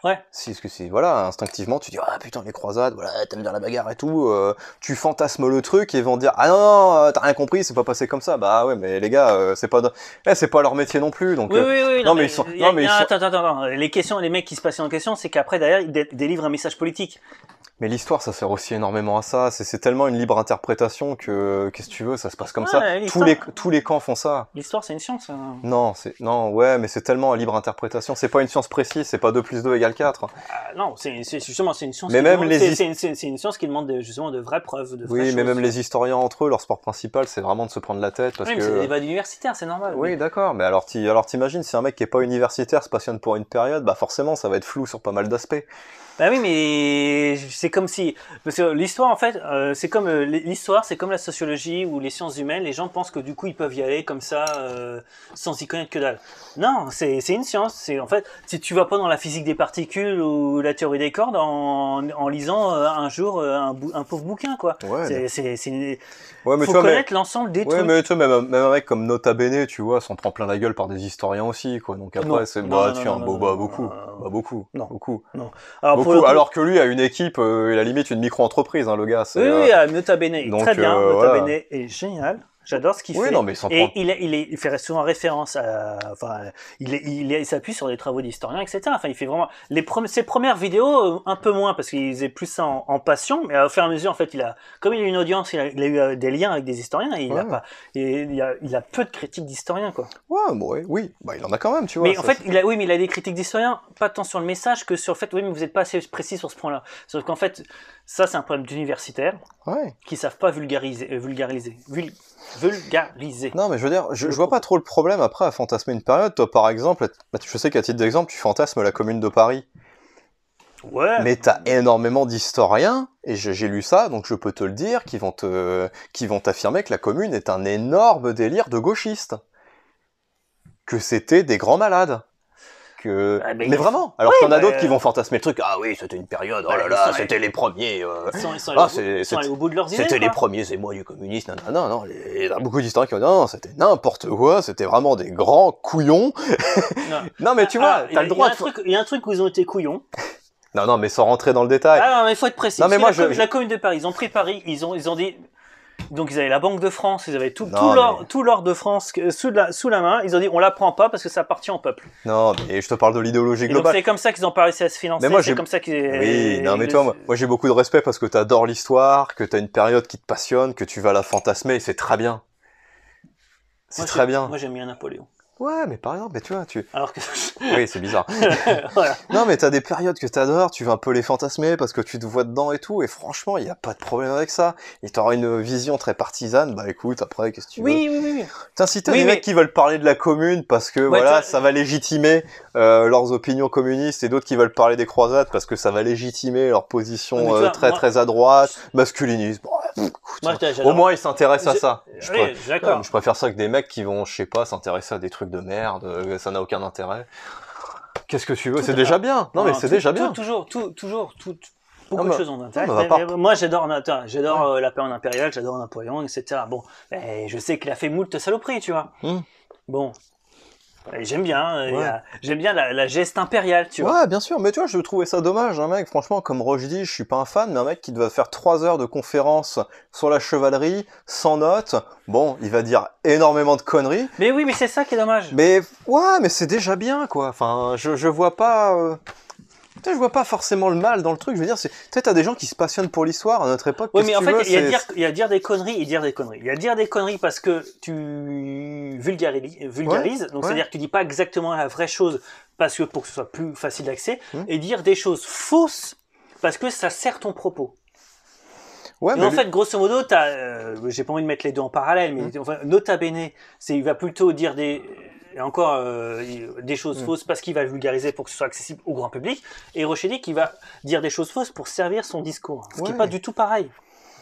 Ouais. Si, parce que c'est, voilà, instinctivement, tu dis, ah putain, les croisades, voilà, t'aimes bien la bagarre et tout, euh, tu fantasmes le truc et ils vont te dire, ah non, non, t'as rien compris, c'est pas passé comme ça. Bah ouais, mais les gars, euh, c'est pas, de... eh, c'est pas leur métier non plus, donc. Oui, euh... oui, oui. Non, Non, mais mais ils sont, y a, non, mais y ils a, sont. attends, attends, attends. Les questions, les mecs qui se passionnent en question, c'est qu'après, derrière, ils dé- délivrent un message politique. Mais l'histoire, ça sert aussi énormément à ça. C'est, c'est tellement une libre interprétation que, qu'est-ce que tu veux, ça se passe comme Ouais, ça. Tous l'histoire- les, tous les camps font ça. L'histoire, c'est une science. hein. Non, c'est, non, ouais, mais c'est tellement à libre interprétation. C'est pas une science précise, c'est pas deux plus deux égale quatre. Ah, non, c'est c'est- justement, c'est une science. Mais qui même demande- les c'est- his- c'est une, c'est- c'est une science qui demande de- justement de vraies preuves, de vraies Oui, mais choses. même les historiens entre eux, leur sport principal, c'est vraiment de se prendre la tête parce Oui, mais que. c'est des débats universitaires, c'est normal. Oui, d'accord, mais alors, t'i- alors t'imagines, si un mec qui est pas universitaire se passionne pour une période, bah forcément, ça va être flou sur pas mal d'aspects. Bah oui, mais c'est comme si... Parce que l'histoire, en fait, euh, c'est comme... euh, l'histoire, c'est comme la sociologie ou les sciences humaines. Les gens pensent que du coup, ils peuvent y aller comme ça, euh, sans y connaître que dalle. Non, c'est c'est une science. C'est en fait, si tu vas pas dans la physique des particules ou la théorie des cordes en, en lisant euh, un jour euh, un, bou- un pauvre bouquin, quoi. Ouais, C'est... c'est, c'est une- Ouais, mais faut tu vois, mais... connaître l'ensemble des Ouais, trucs. mais tu vois, même, un- même un mec comme Nota Bene, tu vois, s'en prend plein la gueule par des historiens aussi, quoi. Donc après, Non. c'est, Non, bah, non, tiens, non, non, bah, non, bah, non, beaucoup, non, non, bah, beaucoup, non. beaucoup. Alors, pour Beaucoup. le coup- Alors que lui a une équipe, euh, il a limite une micro-entreprise, hein, le gars. C'est, Oui, euh, oui, euh, Nota Bene est donc, très bien. euh, Nota voilà. Bene est génial. J'adore ce qu'il Oui, fait. non, mais il s'en Et prend. il, est- il, est- il fait souvent référence à, enfin, il, est- il, est- il s'appuie sur des travaux d'historiens, et cetera. Enfin, il fait vraiment les pre- ses premières vidéos, euh, un peu moins parce qu'il faisait plus ça en, en passion, mais au fur et à mesure, en fait, il a, comme il a une audience, il a, il a eu euh, des liens avec des historiens, et il a Ouais. pas, et il a, il a peu de critiques d'historiens, quoi. Ouais, bon, ouais, oui, bah, il en a quand même, tu vois. Mais ça, en fait, c'est- il a, oui, mais il a des critiques d'historiens, pas tant sur le message que sur le fait, oui, mais vous n'êtes pas assez précis sur ce point-là. Sauf qu'en fait, ça, c'est un problème d'universitaires Ouais. qui savent pas vulgariser, euh, vulgariser, vul- vulgariser. Non, mais je veux dire, je, je vois pas trop le problème après à fantasmer une période. Toi, par exemple, bah, je sais qu'à titre d'exemple, tu fantasmes la Commune de Paris. Ouais. Mais t'as énormément d'historiens, et je- j'ai lu ça, donc je peux te le dire, qui vont te, qui vont t'affirmer que la Commune est un énorme délire de gauchistes. Que c'était des grands malades. Que... Ah, mais mais ils- vraiment. Alors Oui, qu'il y en a bah, d'autres qui euh, vont fantasmer le truc. Ah oui, c'était une période. Oh bah, là ils là, sont- c'était les premiers. euh, Ils sont, ils sont Ah, allés, au, c'est- ils sont allés c'est- au bout de leurs idées. C'était les quoi. premiers émois du communisme. Non, non, non. les- Il y a beaucoup d'historiens qui vont dire non, c'était n'importe quoi. C'était vraiment des grands couillons. Non. Non, mais tu vois, Ah, il y t'as a- le droit il y a de. un truc- Il y a un truc où ils ont été couillons. Non, non, mais sans rentrer dans le détail. Ah non, mais il faut être précis. Non, mais Parce que moi, la, je- com- la commune de Paris, ils ont pris Paris, ils ont, ils ont dit. Donc ils avaient la Banque de France, ils avaient tout, Non, tout l'or, mais- tout l'or de France que- sous la, sous la main. Ils ont dit on la prend pas parce que ça appartient au peuple. Non, mais je te parle de l'idéologie Et donc globale. c'est comme ça qu'ils ont pas réussi à se financer. Mais moi, c'est j'ai- comme ça qu'ils. Oui, non, mais toi, moi, moi, j'ai beaucoup de respect parce que t'adores l'histoire, que t'as une période qui te passionne, que tu vas la fantasmer, et c'est très bien. C'est Moi, très j'ai- bien. Moi j'aime bien Napoléon. Ouais, mais par exemple, mais tu vois, tu. Alors que. Oui, c'est bizarre. voilà. Non, mais t'as des périodes que t'adores, tu vas un peu les fantasmer parce que tu te vois dedans et tout, et franchement, il y a pas de problème avec ça. Et t'auras une vision très partisane, bah écoute, après, qu'est-ce que tu veux. Oui, oui, oui. oui. Putain, si t'as Oui, des mais- mecs qui veulent parler de la commune parce que voilà, tu vois- ça va légitimer euh, leurs opinions communistes, et d'autres qui veulent parler des croisades parce que ça va légitimer leur position Ouais, mais tu euh, vois, très moi- très à droite, masculiniste. Bon, ouais, pff, écoute, Moi, hein. j'adore- Au moins ils s'intéressent à J'ai- ça. Je, Oui, pré- d'accord. Ouais, je préfère ça que des mecs qui vont, je sais pas, s'intéresser à des trucs de merde, euh, ça n'a aucun intérêt. Qu'est-ce que tu veux? Tout C'est à- déjà bien. Non, mais Non, c'est tout- déjà tout- bien. Toujours, tout, toujours, tout, beaucoup Non, de mais- choses ont intérêt. non, mais Mais- à part- mais moi, j'adore, attends, j'adore euh, la période impériale, j'adore Napoléon, et cetera. Bon, et je sais qu'il a fait moult saloperies, tu vois. Hmm. Bon, et j'aime bien, euh, il y Ouais. a- j'aime bien la, la geste impériale, tu vois. Ouais, bien sûr, mais tu vois, je trouvais ça dommage, un mec, franchement, comme Rochdy, je suis pas un fan, mais un mec qui doit faire trois heures de conférence sur la chevalerie, sans notes, bon, il va dire énormément de conneries, Mais oui, mais c'est ça qui est dommage. mais ouais, mais c'est déjà bien, quoi, enfin, je, je vois pas... euh, Tu sais, je vois pas forcément le mal dans le truc, je veux dire, c'est... Tu sais, t'as des gens qui se passionnent pour l'histoire, à notre époque, Oui, qu'est-ce mais que en tu fait, veux, il y, a c'est- dire, il y a dire des conneries et dire des conneries. Il y a dire des conneries parce que tu vulgarises, vulgarises donc ouais. c'est-à-dire que tu dis pas exactement la vraie chose parce que pour que ce soit plus facile d'accès, Hmm. et dire des choses fausses parce que ça sert ton propos. Ouais, Et mais en lui- fait, grosso modo, t'as, euh, j'ai pas envie de mettre les deux en parallèle, mais Hmm. enfin, nota bene, c'est il va plutôt dire des et encore euh, des choses Hmm. fausses parce qu'il va vulgariser pour que ce soit accessible au grand public, et Rochdy qui va dire des choses fausses pour servir son discours, ce qui Ouais. est pas du tout pareil.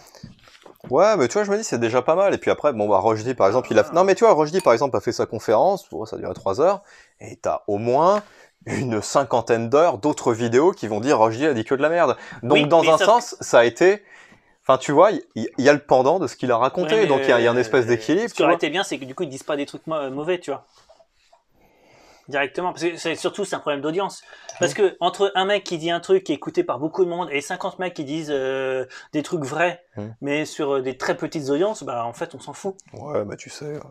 Ouais, mais tu vois, je me dis, c'est déjà pas mal. Et puis après, bon, bah, Rochdy, par exemple, il a... Non, mais tu vois, Rochdy, par exemple, a fait sa conférence, bon, ça durait trois heures, et t'as au moins une cinquantaine d'heures d'autres vidéos qui vont dire Rochdy a dit que de la merde. Donc, Oui, dans mais un ça- sens, ça a été... Enfin, tu vois, il y, y a le pendant de ce qu'il a raconté, Ouais, mais, donc il y, a- il y a une espèce euh, d'équilibre, Ce qui tu aurait vois. été bien, c'est que du coup, ils disent pas des trucs mo- mauvais, tu vois. directement. Parce que c'est surtout c'est un problème d'audience. Parce que entre un mec qui dit un truc qui est écouté par beaucoup de monde et cinquante mecs qui disent euh, des trucs vrais, mmh. mais sur euh, des très petites audiences, bah en fait on s'en fout. Ouais, bah tu sais. Euh...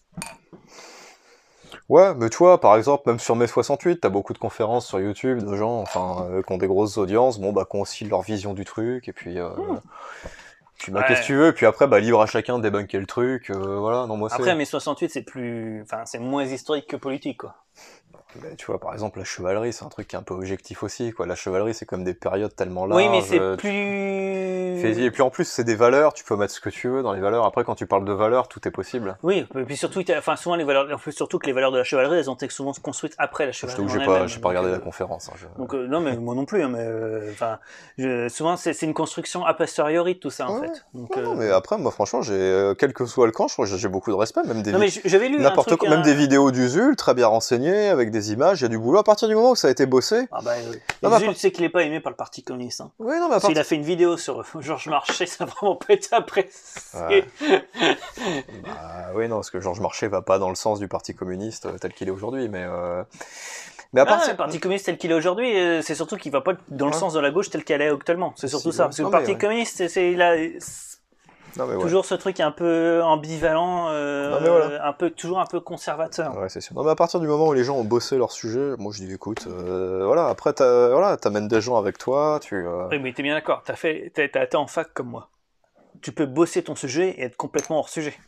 Ouais, mais tu vois, par exemple, même sur mai soixante-huit, t'as beaucoup de conférences sur YouTube de gens, enfin, euh, qui ont des grosses audiences, bon bah qui ont aussi leur vision du truc, et puis. Euh... Mmh. Puis bah ouais. Qu'est-ce que tu veux, puis après bah libre à chacun de débunker le truc, euh, voilà. Non moi c'est. Après mai soixante-huit c'est plus, enfin c'est moins historique que politique quoi. Mais tu vois par exemple la chevalerie c'est un truc qui est un peu objectif aussi quoi. La chevalerie c'est comme des périodes tellement larges. Oui mais c'est euh, plus. Tu... Et puis en plus c'est des valeurs, tu peux mettre ce que tu veux dans les valeurs. Après quand tu parles de valeurs tout est possible. Oui et puis surtout, enfin souvent les valeurs, surtout que les valeurs de la chevalerie elles ont été souvent construites après la chevalerie. Je t'avoue j'ai pas, j'ai pas regardé euh... la conférence. Hein, je... Donc euh, non mais moi non plus, hein, mais enfin euh, souvent c'est, c'est une construction a posteriori tout ça en ouais. fait. Donc, ouais, euh... non, mais après moi franchement j'ai euh, quel que soit le camp, je crois que j'ai beaucoup de respect, même des. Non mais j'avais lu n'importe un truc, quoi, même un... des vidéos d'Usul très bien renseignées avec des images, il y a du boulot. À partir du moment où ça a été bossé. Ah bah oui. Non, Usul, tu sais qu'il est pas aimé par le Parti communiste. Hein. Oui, non, mais à part... S'il a fait une vidéo sur Georges Marchais, ça n'a vraiment pas été apprécié. Ouais. Bah oui, non, parce que Georges Marchais va pas dans le sens du Parti communiste euh, tel qu'il est aujourd'hui, mais. Euh... Mais à part ah, le Parti communiste tel qu'il est aujourd'hui, euh, c'est surtout qu'il va pas dans le ouais. sens de la gauche tel qu'elle est actuellement. C'est surtout si, ça. Parce que non, le Parti ouais. communiste, c'est, c'est il a. Non, mais ouais. Toujours ce truc un peu ambivalent, euh, non, mais voilà. un peu, toujours un peu conservateur. Ouais, c'est sûr. Non, mais à partir du moment où les gens ont bossé leur sujet, moi je dis écoute, euh, voilà, après t'as, voilà, t'amènes des gens avec toi, tu. Euh... Oui, mais t'es bien d'accord, t'as fait, t'as, t'as été en fac comme moi. Tu peux bosser ton sujet et être complètement hors sujet.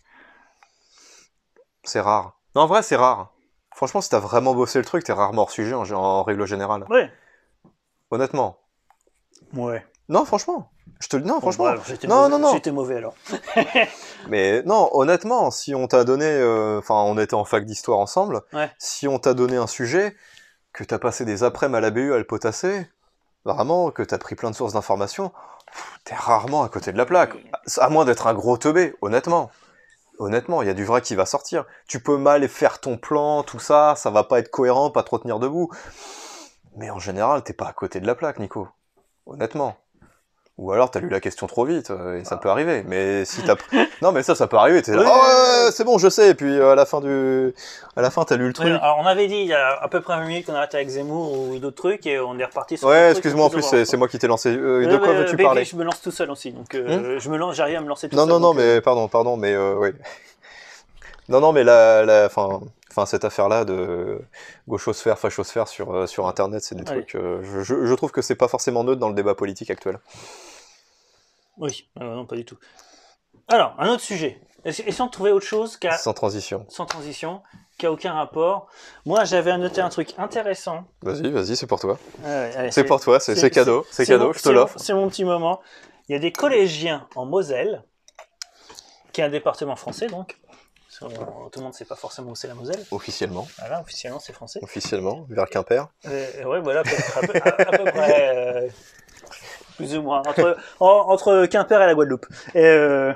C'est rare. Non, en vrai, c'est rare. Franchement, si t'as vraiment bossé le truc, t'es rarement hors sujet en, en règle générale. Ouais. Honnêtement. Ouais. Non, franchement. Je te le dis, non, franchement. Bon, bah, j'étais non, mauvais, non, non. J'étais mauvais alors. Mais non, honnêtement, si on t'a donné, enfin, euh, on était en fac d'histoire ensemble. Ouais. Si on t'a donné un sujet, que t'as passé des après-midi à la B U à le potasser, vraiment, que t'as pris plein de sources d'informations, t'es rarement à côté de la plaque. À moins d'être un gros teubé, honnêtement. Honnêtement, il y a du vrai qui va sortir. Tu peux mal faire ton plan, tout ça, ça va pas être cohérent, pas trop tenir debout. Mais en général, t'es pas à côté de la plaque, Nico. Honnêtement. Ou alors t'as lu la question trop vite, et ça peut arriver. Mais si t'as... Non mais ça, ça peut arriver, t'es là, oh ouais, c'est bon, je sais, et puis euh, à la fin du... À la fin, t'as lu le truc. Oui, alors on avait dit, il y a à peu près un minute qu'on a arrêté avec Zemmour ou d'autres trucs, et on est reparti sur... Ouais, excuse-moi, en plus, c'est, c'est moi qui t'ai lancé. Euh, de quoi veux-tu parler ? Je me lance tout seul aussi, donc euh, hmm je me lance, j'arrive à me lancer tout non, seul. Non, non, non, mais euh... pardon, pardon, mais euh, oui. Non, non, mais la... la fin... Enfin, cette affaire-là de gauchosphère, fachosphère sur, euh, sur Internet, c'est des Allez. trucs... Euh, je, je, je trouve que c'est pas forcément neutre dans le débat politique actuel. Oui, euh, non, pas du tout. Alors, un autre sujet. Essayons de trouver autre chose qu'à... Sans transition. Sans transition, qui a aucun rapport. Moi, j'avais noté un truc intéressant. Vas-y, vas-y, c'est pour toi. Euh, allez, c'est, c'est pour toi, c'est, c'est, c'est cadeau, c'est, c'est cadeau, mon, je te c'est l'offre. Mon, c'est mon petit moment. Il y a des collégiens en Moselle, qui est un département français, donc. Tout le monde ne sait pas forcément où c'est la Moselle. Officiellement. Voilà, officiellement, c'est français. Officiellement, vers Quimper. Euh, ouais, voilà, à peu, à peu, à, à peu près... Euh, plus ou moins, entre, en, entre Quimper et la Guadeloupe. Et, euh,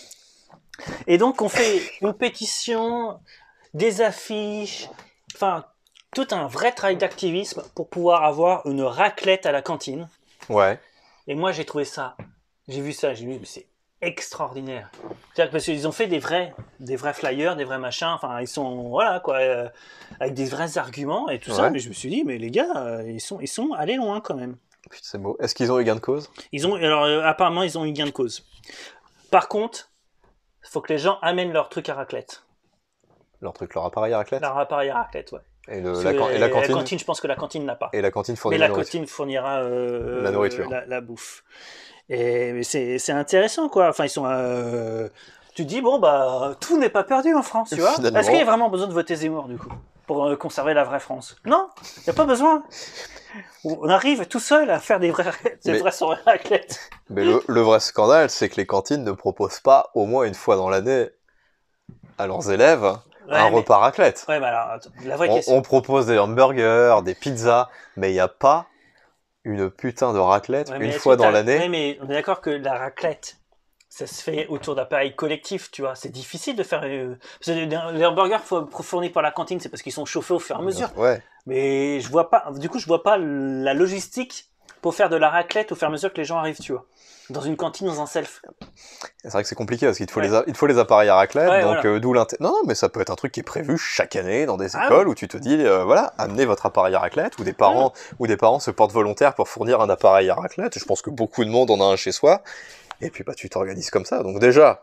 et donc, on fait une pétition, des affiches, enfin, tout un vrai travail d'activisme pour pouvoir avoir une raclette à la cantine. Ouais. Et moi, j'ai trouvé ça, j'ai vu ça, j'ai vu, mais c'est extraordinaire. C'est-à-dire parce qu'ils ont fait des vrais, des vrais flyers, des vrais machins, enfin, ils sont, voilà, quoi, euh, avec des vrais arguments et tout ouais. ça, mais je me suis dit, mais les gars, euh, ils sont, ils sont allés loin quand même. Putain, c'est beau. Est-ce qu'ils ont eu gain de cause ? Ils ont, alors euh, apparemment ils ont eu gain de cause. Par contre, il faut que les gens amènent leur truc à raclette. Leur truc, leur appareil à raclette ? Leur appareil à raclette, ouais. Et, le, la, et la cantine ? La cantine, je pense que la cantine n'a pas. Et la cantine fournira. Mais la cantine fournira euh, la nourriture, la, la bouffe. Et mais c'est, c'est intéressant, quoi. Enfin, ils sont. Euh, tu te dis bon bah tout n'est pas perdu en France, tu vois. Finalement... Est-ce qu'il y a vraiment besoin de voter Zemmour du coup pour euh, conserver la vraie France ? Non, il n'y a pas besoin. On arrive tout seul à faire des vrais, des mais, vrais soirées raclette. Mais le, le vrai scandale, c'est que les cantines ne proposent pas au moins une fois dans l'année à leurs élèves ouais, un mais, repas raclette. Ouais, mais alors, la vraie on, question... on propose des hamburgers, des pizzas, mais il n'y a pas une putain de raclette ouais, une fois dans l'année. Oui, mais on est d'accord que la raclette, ça se fait autour d'appareils collectifs, tu vois. C'est difficile de faire... Euh... Parce que les hamburgers fournis par la cantine, c'est parce qu'ils sont chauffés au fur et à mesure. Ouais. Mais je vois pas... Du coup, je vois pas la logistique pour faire de la raclette au fur et à mesure que les gens arrivent, tu vois. Dans une cantine, dans un self. C'est vrai que c'est compliqué parce qu'il te faut, Ouais. les, a- il te faut les appareils à raclette, Ouais, donc voilà. euh, d'où l'intérêt. Non, non, mais ça peut être un truc qui est prévu chaque année dans des Ah écoles où tu te dis, euh, voilà, amenez votre appareil à raclette, ou des parents, ou des parents se portent volontaires pour fournir un appareil à raclette. Je pense que beaucoup de monde en a un chez soi. Et puis bah tu t'organises comme ça. Donc déjà,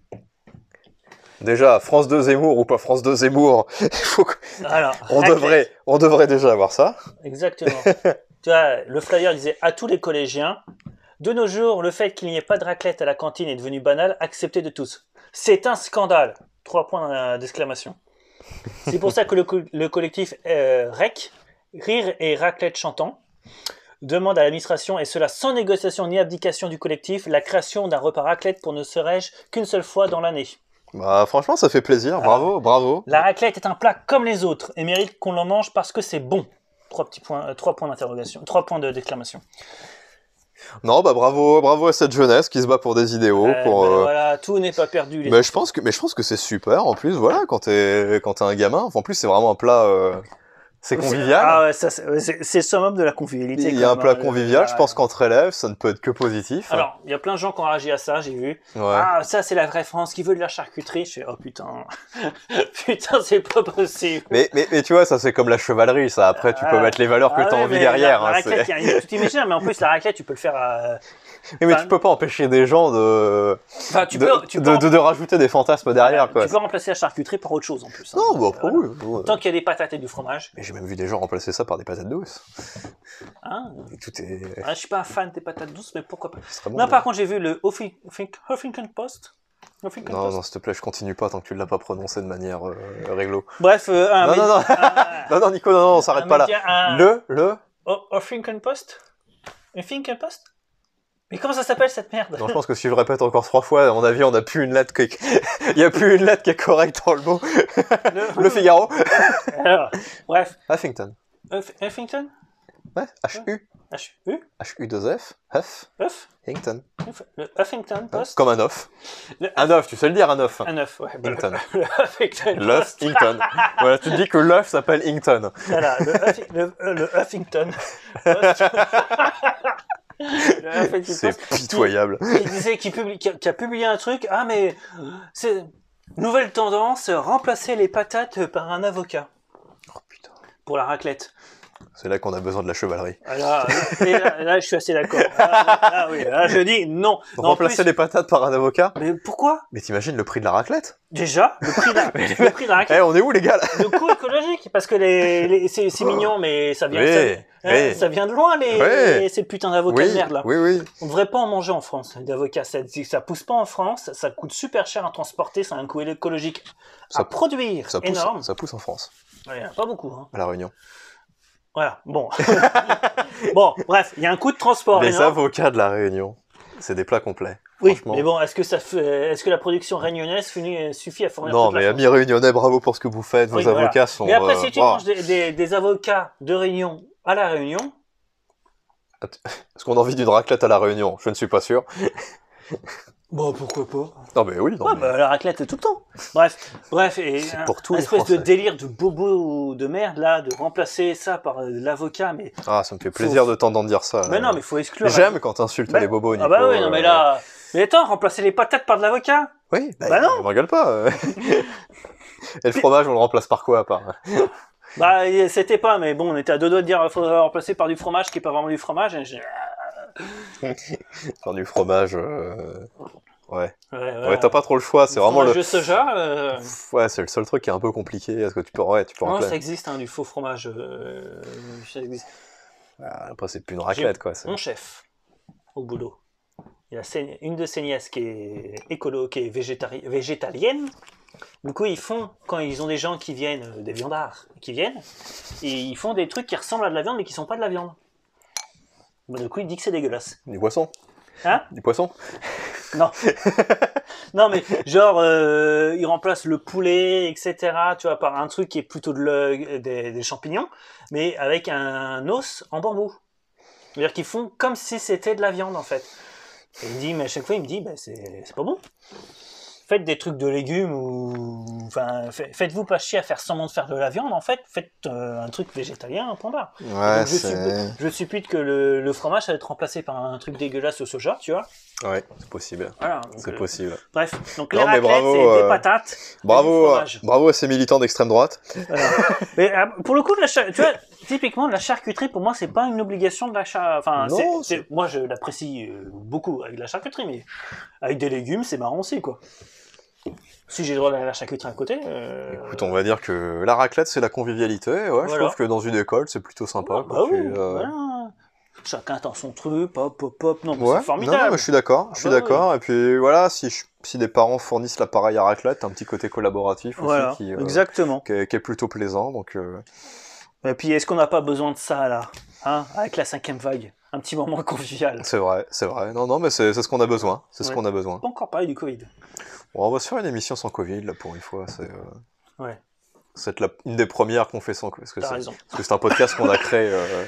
déjà France deux Zemmour ou pas France deux Zemmour, il faut que- Alors, on raclette. devrait, on devrait déjà avoir ça. Exactement. Tu vois, le flyer disait à tous les collégiens, de nos jours, le fait qu'il n'y ait pas de raclette à la cantine est devenu banal, accepté de tous. C'est un scandale. Trois points euh, d'exclamation. C'est pour ça que le, co- le collectif euh, R E C, Rire et Raclette Chantant, demande à l'administration, et cela sans négociation ni abdication du collectif, la création d'un repas raclette pour ne serait-ce qu'une seule fois dans l'année. Bah franchement ça fait plaisir, bravo, bravo. La raclette est un plat comme les autres et mérite qu'on l'en mange parce que c'est bon. Trois petits points, euh, trois points d'interrogation, trois points de d'exclamation. Non bah bravo, bravo à cette jeunesse qui se bat pour des idéaux, Euh, pour. ben euh, Voilà, tout n'est pas perdu. Les Mais je pense que, mais je pense que c'est super. En plus, voilà, quand t'es, quand t'es un gamin, enfin, en plus c'est vraiment un plat, euh, c'est convivial. Ah ouais, ça, c'est c'est- c'est le summum de la convivialité. Il y a quand un même, plat hein, le- convivial. Je ouais. pense qu'entre élèves, ça ne peut être que positif. Alors, il y a plein de gens qui ont réagi à ça, j'ai vu. Ouais. Ah, ça c'est la vraie France qui veut de la charcuterie. Je fais, oh putain, putain, c'est pas possible. Mais, mais, mais tu vois, ça c'est comme la chevalerie. Ça, après, tu peux Ah. mettre les valeurs que Ah t'as ouais, envie mais derrière. La, la hein, c'est- raclette, il y a- tu t'imagines, mais en plus la raclette, tu peux le faire à. Oui, mais Enfin, tu peux pas empêcher des gens de, Enfin, tu de, peux, tu de, peux, de, de rajouter des fantasmes derrière, quoi. tu peux remplacer la charcuterie par autre chose en plus. hein. Non, bah après, Voilà. oui. ouais. Tant qu'il y a des patates et du fromage. Mais j'ai même vu des gens remplacer ça par des patates douces. Hein. Et tout est Ah, je suis pas un fan des patates douces, mais pourquoi pas. extrêmement. Non, bon. par contre, j'ai vu le Huffing- Huffing- Huffington Post. Huffington Non, Post. non, s'il te plaît, je continue pas tant que tu l'as pas prononcé de manière euh, réglo. Bref, euh, un Non, non, non. un- Non, non, Nico, non, non, on un s'arrête pas là. média- un- Le, le. Oh, Huffington Post Huffington Post Mais comment ça s'appelle cette merde Non, je pense que si je le répète encore trois fois, à mon avis, on n'a plus une lettre qui... Il y a plus une lettre qui est correcte dans le mot. Le, Le Figaro. Alors, bref, Huffington. Huff- Huffington Ouais, H-U. H-U H-U deux F. Huff. Huff Hington. Huff- Le Huffington Post Comme un off. Le Un off, tu sais le dire, un off. Un œuf, ouais. bah, Hington. Le, le Huffington L'œuf, Post. Hington. Voilà, tu te dis que l'œuf s'appelle Hington. Voilà, le, Huffi- le, euh, le Huffington Post. Le Huffington C'est Post. pitoyable. Qui disait, qui, publie, qui, a, qui a publié un truc, ah mais c'est nouvelle tendance, remplacer les patates par un avocat Oh putain. pour la raclette. C'est là qu'on a besoin de la chevalerie. Alors, et là, là, je suis assez d'accord. Là, là, oui, là, je dis non. Non, en Remplacer plus- les patates par un avocat. Mais pourquoi Mais t'imagines le prix de la raclette? Déjà, le prix de la, le prix de la Eh, raclette, on est où les gars là? le coût écologique, parce que les, les, c'est, c'est mignon, mais ça vient, Oui, ça, hein, oui. ça vient de loin, les, Oui. les- ces putains d'avocats Oui, de merde là. oui, oui. On devrait pas en manger en France, d'avocats. Ça, ça pousse pas en France, ça coûte super cher à transporter, ça a un coût écologique Ça- à produire Ça pousse, énorme. ça pousse en France, Ouais, il y en a pas beaucoup. Hein. à La Réunion. Voilà, bon. Bon, bref, il y a un coût de transport Les énorme. avocats de La Réunion, c'est des plats complets. Oui, franchement. mais bon, est-ce que ça fait, est-ce que la production réunionnaise finit- suffit à fournir Non, toute la mais France amis réunionnais, bravo pour ce que vous faites. Vos Oui, voilà. avocats sont. Mais après, euh, si tu waouh. manges des, des- des avocats de Réunion à la Réunion, Est-ce qu'on a envie d'une raclette à La Réunion? Je ne suis pas sûr. bon, pourquoi pas Non, mais oui, non. Ouais, mais- bah, la raclette tout le temps. Bref, bref, et C'est un, pour tous un les espèce de Français. délire de bobo de merde là, de remplacer ça par euh, l'avocat, mais, Ah, ça me fait plaisir Faut- de t'entendre dire ça. mais là. non, mais faut exclure. J'aime quand t'insultes Bah- les bobos, Nico. Ah bah oui, non, mais euh, là, mais attends, remplacer les patates par de l'avocat. Oui, bah, Bah non. me regarde pas. euh. Et le fromage, on le remplace par quoi, à part Bah, c'était pas, mais bon, on était à deux doigts de dire qu'il faudrait le remplacer par du fromage qui est pas vraiment du fromage. Et j'ai- Faire du fromage. euh, Ouais. Ouais, Ouais, t'as pas trop le choix. C'est Du vraiment fromage le. de soja. euh, Pff, Ouais, c'est le seul truc qui est un peu compliqué. Est-ce que tu peux, ouais, tu peux Non, remplacer. ça existe, hein, du faux fromage. euh, ça existe. Ah, Après, c'est plus une raclette, quoi. c'est- Mon chef, au boulot, il a ses- une de ses nièces qui est écolo, qui est végétari- végétalienne. Du coup, ils font, quand ils ont des gens qui viennent, euh, des viandards qui viennent, et ils font des trucs qui ressemblent à de la viande mais qui sont pas de la viande. Bah, du coup, il dit que c'est dégueulasse. Du poisson. Hein? Du poisson. Non. Non, mais genre, euh, ils remplacent le poulet, et cetera, tu vois, par un truc qui est plutôt de le- des, des champignons, mais avec un os en bambou. C'est-à-dire qu'ils font comme si c'était de la viande, en fait. Et il me dit, mais à chaque fois, il me dit, bah, c'est c'est pas bon. faites des trucs de légumes ou enfin faites-vous pas chier à faire semblant de faire de la viande en fait, faites euh, un truc végétalien, point barre. Ouais, donc, je, c'est... suppose, je suppute que le, le fromage ça va être remplacé par un truc dégueulasse au soja, tu vois. Ouais, c'est possible. Voilà, donc, c'est euh, possible. Bref, donc Non, les mais raclettes bravo, c'est euh, des patates. Bravo, et du bravo à ces militants d'extrême droite. Voilà. Mais euh, pour le coup, de la char... tu vois, typiquement la charcuterie pour moi c'est pas une obligation de l'achat. Enfin, Non, c'est, c'est... c'est... moi je l'apprécie euh, beaucoup avec la charcuterie, mais avec des légumes c'est marrant aussi quoi. Si j'ai le droit d'aller à la charcuterie à côté. Euh... Écoute, on va dire que la raclette c'est la convivialité. Ouais, voilà. Je trouve que dans une école c'est plutôt sympa. Ouais, bah oui, euh... voilà. Chacun attend son truc, pop, pop, pop. Non, mais ouais, c'est formidable. Non, non, mais je suis d'accord. Je suis ah bah d'accord. Oui. Et puis voilà, si, je, si des parents fournissent l'appareil à raclette, un petit côté collaboratif aussi voilà, qui, euh, exactement. Qui, est, qui est plutôt plaisant. Donc. Euh... Et puis, est-ce qu'on n'a pas besoin de ça là, hein, avec la cinquième vague, un petit moment convivial. C'est vrai, c'est vrai. Non, non, mais c'est, c'est ce qu'on a besoin. C'est ouais. ce qu'on a besoin. Pas encore parlé du Covid. Bon, on va se faire une émission sans Covid là pour une fois. C'est. Euh... Ouais. C'est la, une des premières qu'on fait sans parce que T'as c'est, raison. Parce que c'est un podcast qu'on a créé. Euh,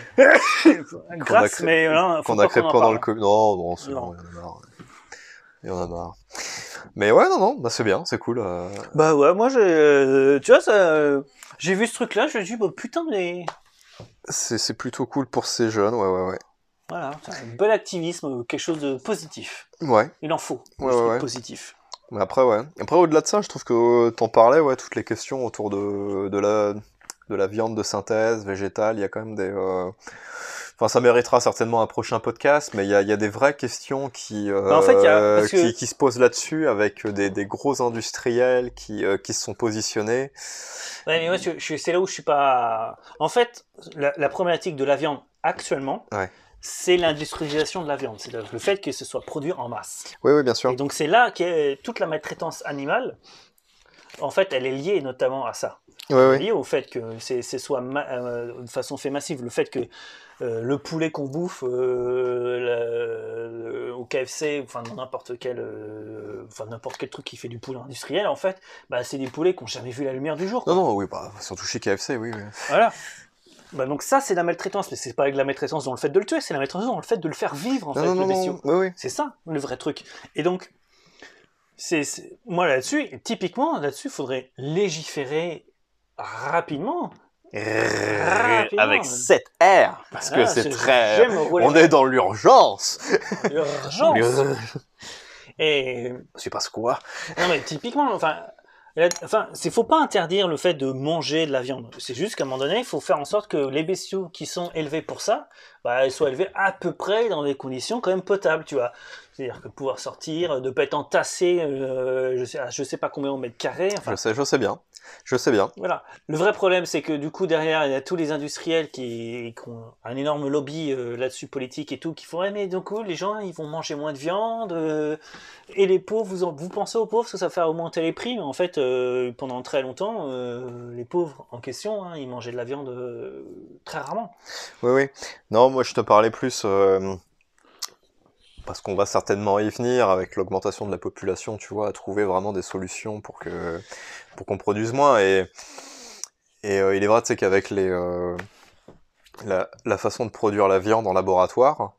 Grâce, qu'on a créé, mais là, qu'on a créé pendant parle. le Covid. Non, non, c'est non. Bon, il y en a marre. Il y en a marre. Mais ouais, non, non, bah c'est bien, c'est cool. Euh... Bah ouais, moi j'ai, euh, tu vois, ça, euh, j'ai vu ce truc-là, je me suis dit, bah putain, mais. C'est, c'est plutôt cool pour ces jeunes, ouais, ouais, ouais. Voilà, c'est un bel activisme, quelque chose de positif. Ouais. Il en faut, ouais, ouais, ouais, ouais. positif. Mais après, ouais. Après, au-delà de ça, je trouve que t'en parlais, ouais, toutes les questions autour de, de, la, de la viande de synthèse, végétale, il y a quand même des... Euh... Enfin, ça méritera certainement un prochain podcast, mais il y a, il y a des vraies questions qui, euh, en fait, il y a, parce que... qui, qui se posent là-dessus avec des, des gros industriels qui, euh, qui se sont positionnés. Ouais, mais moi, je, je, c'est là où je suis pas... En fait, la, la problématique de la viande actuellement... Ouais. C'est l'industrialisation de la viande, c'est le fait que ce soit produit en masse. Oui, oui, bien sûr. Et donc c'est là que toute la maltraitance animale, en fait, elle est liée notamment à ça. Oui, elle oui. est liée au fait que c'est, c'est soit ma- euh, de façon fait massive, le fait que euh, le poulet qu'on bouffe euh, la, le, au K F C, enfin dans n'importe quel, euh, enfin n'importe quel truc qui fait du poulet industriel, en fait, bah c'est des poulets qui n'ont jamais vu la lumière du jour. Quoi. Non, non, oui, bah surtout chez K F C, oui. oui. Voilà. Bah donc ça c'est la maltraitance, mais c'est pas avec la maltraitance dans le fait de le tuer, c'est la maltraitance dans le fait de le faire vivre en non, fait, non, le non, bestiau. Oui, oui. C'est ça le vrai truc. Et donc, c'est, c'est... moi là-dessus, typiquement là-dessus, il faudrait légiférer rapidement. rapidement. Avec sept R, parce voilà, que c'est, c'est très... On est dans l'urgence. L'urgence. Et... C'est pas ce quoi. Non mais typiquement, enfin... Enfin, il faut pas interdire le fait de manger de la viande. C'est juste qu'à un moment donné, il faut faire en sorte que les bestiaux qui sont élevés pour ça, bah, ils soient élevés à peu près dans des conditions quand même potables, tu vois. C'est-à-dire que pouvoir sortir, de pas être entassé, euh, je sais, je sais pas combien de mètres carrés. Enfin, je sais, je sais bien. Je sais bien. Voilà. Le vrai problème, c'est que du coup, derrière, il y a tous les industriels qui, qui ont un énorme lobby euh, là-dessus politique et tout, qui font, ouais, mais du coup, les gens, ils vont manger moins de viande, euh, et les pauvres, vous, en, vous pensez aux pauvres, parce que ça fait augmenter les prix, mais en fait, euh, pendant très longtemps, euh, les pauvres en question, hein, ils mangeaient de la viande euh, très rarement. Oui, oui. Non, moi, je te parlais plus... Euh... Parce qu'on va certainement y venir avec l'augmentation de la population, tu vois, à trouver vraiment des solutions pour que pour qu'on produise moins. Et, et euh, il est vrai, tu sais, qu'avec les euh, la, la façon de produire la viande en laboratoire,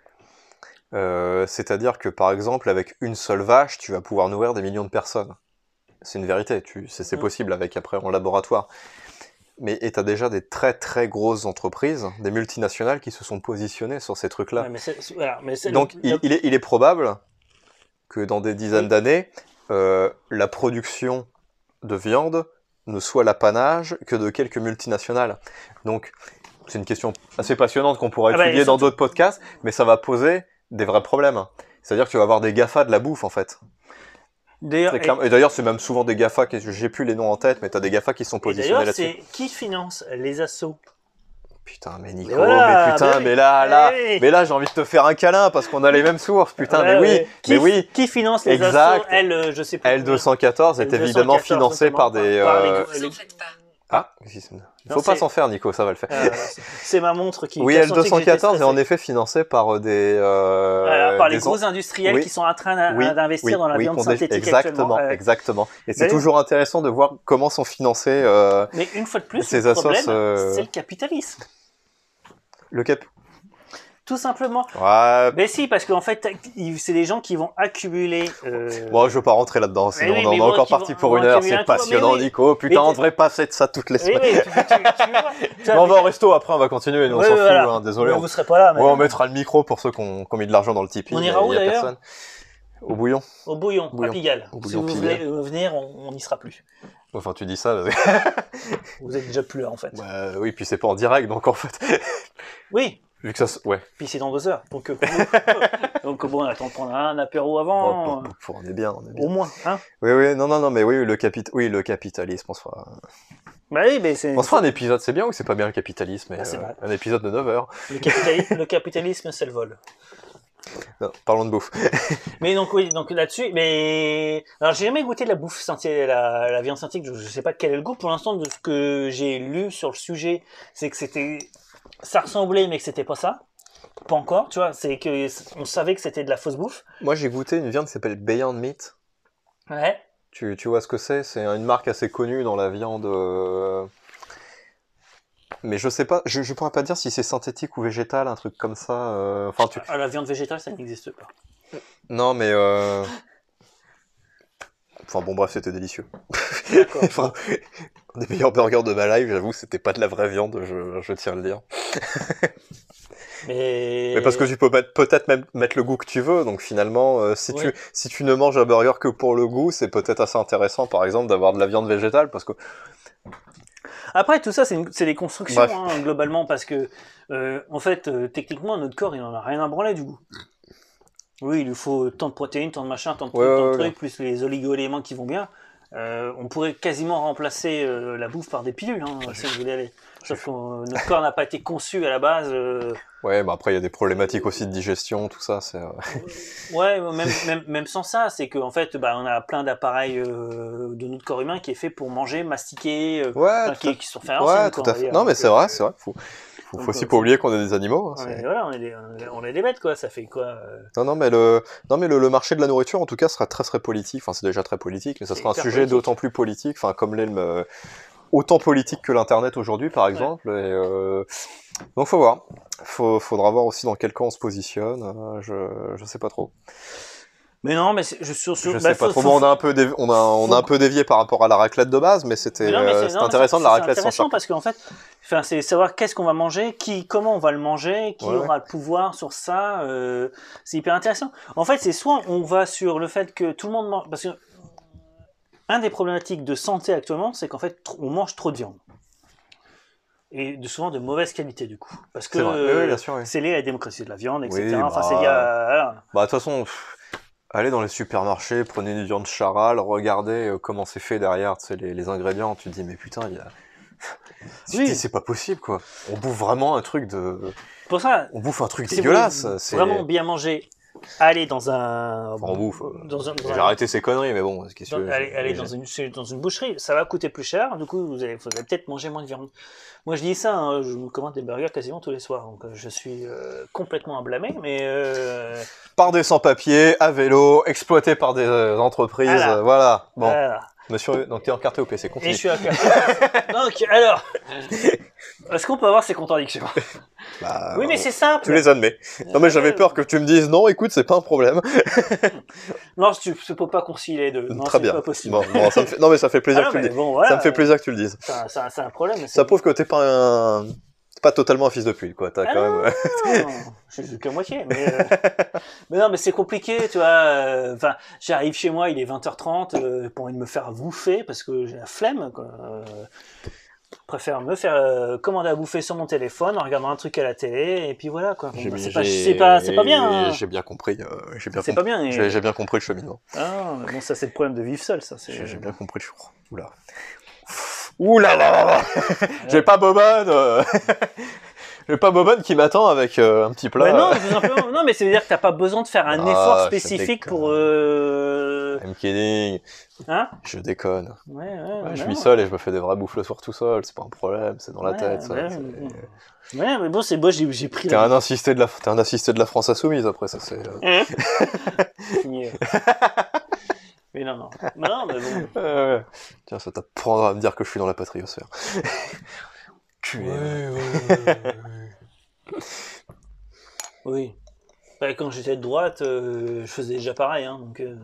euh, c'est-à-dire que par exemple, avec une seule vache, tu vas pouvoir nourrir des millions de personnes. C'est une vérité, tu, c'est, c'est possible avec après en laboratoire. Mais et t'as déjà des très très grosses entreprises, des multinationales qui se sont positionnées sur ces trucs-là. Ouais, mais c'est, voilà, mais c'est Donc le, il, le... il, est, il est probable que dans des dizaines oui. d'années, euh, la production de viande ne soit l'apanage que de quelques multinationales. Donc c'est une question assez passionnante qu'on pourra ah étudier bah, dans surtout... d'autres podcasts, mais ça va poser des vrais problèmes. C'est-à-dire que tu vas avoir des GAFA de la bouffe en fait. D'ailleurs, et... et d'ailleurs, c'est même souvent des GAFA, qui... j'ai plus les noms en tête, mais t'as des GAFA qui sont positionnés là-dessus. C'est qui finance les assos? Putain, mais Nico, voilà, mais putain, mais, mais là, là, mais, mais là, j'ai envie de te faire un câlin parce qu'on a les mêmes sources, putain, ouais, mais oui, ouais. Qui, mais oui. Qui finance les exact. assos? Elle, je sais pas. L deux cent quatorze est évidemment financée par des. Par euh... les, les... Ah, il faut non, pas s'en faire, Nico, ça va le faire. Euh, c'est ma montre qui. Oui, L deux cent quatorze est en effet financée par des. Euh, voilà, par les des gros en... industriels oui. qui sont en train oui, d'investir oui, dans la oui, viande synthétique. Exactement, actuellement. exactement. Et c'est toujours intéressant de voir comment sont financés. Euh, Mais une fois de plus, ces le assos, problème, euh... c'est le capitalisme. Le cap. tout simplement. Ouais. Mais si, parce qu'en fait, il- c'est des gens qui vont accumuler. Euh... Bon, je veux pas rentrer là-dedans, sinon oui, on en mais est bon, encore qui parti vont- pour vont une heure, accumuler c'est un tour, passionnant, mais oui. Nico. Putain, Mais on t'es- devrait passer de ça toutes les Oui, semaines. oui, tu, tu, tu, tu vois, tu vois, Mais on va au resto après, on va continuer, nous, on Ouais, s'en ouais, fout, voilà. hein, désolé. Ouais, on... vous serez pas là. Mais... Ouais, on mettra le micro pour ceux qui ont, qui ont mis de l'argent dans le Tipeee. On mais ira où, y a d'ailleurs personne. Au bouillon. Au bouillon, Bouillon. à Pigalle. Au Si bouillon vous Pigalle. voulez euh, venir, on n'y sera plus. Enfin, tu dis ça. Vous êtes déjà plus là, en fait. Bah, oui, puis c'est pas en direct, donc en fait. Oui, Vu que ça. se- Ouais. puis c'est dans deux heures. Donc, euh, pour nous- donc bon, on attend de prendre un apéro avant. Bon, pour- pour- on est bien, on est bien. Au moins, hein. Oui, oui, non, non, non, mais oui, le, capit... oui, le capitalisme, on se fera. Bah oui, mais c'est. On se fera un épisode, c'est bien ou c'est pas bien le capitalisme mais, Ah, c'est euh, mal. un épisode de neuf heures. Le, capitali- le capitalisme, c'est le vol. Non, parlons de bouffe. Mais donc oui, donc là-dessus, mais alors j'ai jamais goûté de la bouffe synthétique, la, la viande synthétique. Je, je sais pas quel est le goût. Pour l'instant, de ce que j'ai lu sur le sujet, c'est que c'était, ça ressemblait, mais que c'était pas ça. Pas encore, tu vois. C'est que on savait que c'était de la fausse bouffe. Moi, j'ai goûté une viande qui s'appelle Beyond Meat. Ouais. Tu, tu vois ce que c'est? C'est une marque assez connue dans la viande. euh, Mais je sais pas, je, je pourrais pas dire si c'est synthétique ou végétal, un truc comme ça. euh, Enfin, tu... Ah, la viande végétale, ça n'existe pas. Non, mais. Euh... Enfin, bon, bref, c'était délicieux. D'accord. Enfin, un des meilleurs burgers de ma life, j'avoue, c'était pas de la vraie viande, je, je tiens à le dire. Mais. Mais parce que tu peux mettre- peut-être même mettre le goût que tu veux, donc finalement, euh, si, Oui. tu, si tu ne manges un burger que pour le goût, c'est peut-être assez intéressant, par exemple, d'avoir de la viande végétale, parce que. Après, tout ça, c'est une- c'est des constructions, Bref. hein, globalement, parce que, euh, en fait, euh, techniquement, notre corps, il en a rien à branler du goût. Oui, il lui faut tant de protéines, tant de machin, tant de trucs, Ouais, tant de ouais, trucs, plus les oligo-éléments qui vont bien. Euh, on pourrait quasiment remplacer euh, la bouffe par des pilules, hein, si vous voulez aller. Sauf que euh, notre corps n'a pas été conçu à la base. euh, Ouais, mais après, il y a des problématiques aussi de digestion, tout ça, c'est. euh, Ouais, même, même, même sans ça, c'est qu'en fait, bah, on a plein d'appareils euh, de notre corps humain qui est fait pour manger, mastiquer, euh, Ouais, enfin, tout qui, à- qui sont faits à ouais, l'ancienne, tout quoi, à on va fait. dire. Non, mais Donc, c'est euh, vrai, c'est vrai. Faut, faut, donc, faut aussi euh, pas oublier qu'on est des animaux. hein, On c'est- est, voilà, on est, des, on est- on est des bêtes, quoi. Ça fait quoi euh, Non, non, mais le, non, mais le, le marché de la nourriture, en tout cas, sera très, très politique. Enfin, c'est déjà très politique, mais ça C'est sera un hyper sujet politique. d'autant plus politique, enfin, comme l'est le, autant politique que l'internet aujourd'hui, par exemple. Et, euh, donc, faut voir. Faut, faudra voir aussi dans quel camp on se positionne. euh, je, je sais pas trop. Mais non, mais c'est- je suis sûr. Je bah, sais pas faut- trop. faut- Bon, on a un peu, dévi- on a, on faut- a un peu dévié par rapport à la raclette de base, mais c'était, Mais non, mais euh, c'est- c'était non, mais intéressant c'est- de la c'est raclette sans intéressant charcuterie. parce qu'en fait, enfin, c'est savoir qu'est-ce qu'on va manger, qui, comment on va le manger, qui Ouais, ouais. aura le pouvoir sur ça. euh, c'est hyper intéressant. En fait, c'est soit on va sur le fait que tout le monde mange, parce que un des problématiques de santé actuellement, c'est qu'en fait, tr- on mange trop de viande. Et de, souvent de mauvaise qualité, du coup. Parce que C'est vrai. Oui, oui, bien sûr, oui. c'est lié à la démocratie de la viande, et cetera. Oui, enfin, bah, c'est lié à- voilà. Bah, de toute façon, pff, allez dans les supermarchés, prenez une viande charal, regardez euh, comment c'est fait derrière, tu sais, les, les ingrédients, tu te dis, mais putain, il y a. Tu te Oui. dis, c'est pas possible, quoi. On bouffe vraiment un truc de. Pour ça, On bouffe un truc si vous dégueulasse. voulez C'est. vraiment bien manger, allez dans un. Enfin, on bouffe. Dans un, dans J'ai un- arrêté ces conneries, mais bon, qu'est-ce dans- que. allez, allez j'ai- dans, une, chez- dans une boucherie, ça va coûter plus cher, du coup vous allez, vous allez peut-être manger moins de viande. Moi je dis ça, hein, je me commande des burgers quasiment tous les soirs, donc euh, je suis euh, complètement à blâmer, mais euh, Par des sans-papiers, à vélo, exploités par des euh, entreprises, Voilà. euh, voilà. Bon, voilà. monsieur, donc t'es encarté au P C, Et continue. je suis à Donc alors, est-ce qu'on peut avoir ces contradictions? Bah, Oui mais on- c'est simple. Tu les admets. Non, mais j'avais peur que tu me dises, non, écoute, c'est pas un problème. Non, tu ne peux pas concilier les deux. Non, Très c'est bien. pas possible. Bon, bon, ça me fait... Non, mais ça fait plaisir Ah non, que tu le mais dises. bon, voilà, Ça me fait plaisir que tu le dises. C'est un, c'est un- c'est un problème. mais Ça c'est- prouve que t'es pas un... t'es pas totalement un fils de pute, quoi. T'as Ah quand non, même... non, je suis qu'à moitié. Mais, euh, mais non, mais c'est compliqué, tu vois. euh, Enfin, j'arrive chez moi, il est vingt heures trente, euh, pour envie de me faire bouffer parce que j'ai la flemme, quoi. Euh, je préfère me faire euh, commander à bouffer sur mon téléphone en regardant un truc à la télé et puis voilà, quoi. Bon, J'ai- bah, c'est pas, j'ai- c'est pas, c'est pas bien. hein. J'ai bien compris. euh, J'ai bien, C'est compris. pas bien. et- J'ai j'ai bien compris le cheminement. Ah, mais bon, ça c'est le problème de vivre seul, ça. c'est- J'ai j'ai bien compris le choix. Oula. Oula là là là. J'ai pas Bobonne. euh. J'ai pas Bobonne qui m'attend avec euh, un petit plat. Ouais, non, tout simplement. Non, mais ça veut dire que t'as pas besoin de faire un Ah, effort je spécifique déconne. pour. Euh... I'm kidding. Hein Je déconne. Ouais, ouais. Ouais, ouais, je non. vis seul et je me fais des vrais bouffes le soir tout seul. C'est pas un problème. C'est dans la Ouais, tête. Ça, ouais, c'est- ouais. Ouais, mais bon, c'est bon, j'ai j'ai pris T'es la. un assisté de la, t'es un assisté de la France insoumise après ça c'est. euh, Fini, euh. Mais non, non. Non, mais bon. Ouais, ouais. Tiens, ça t'apprendra à me dire que je suis dans la patriosphère. Culé. Oui. Bah, quand j'étais de droite, euh, je faisais déjà pareil. Hein, donc, euh...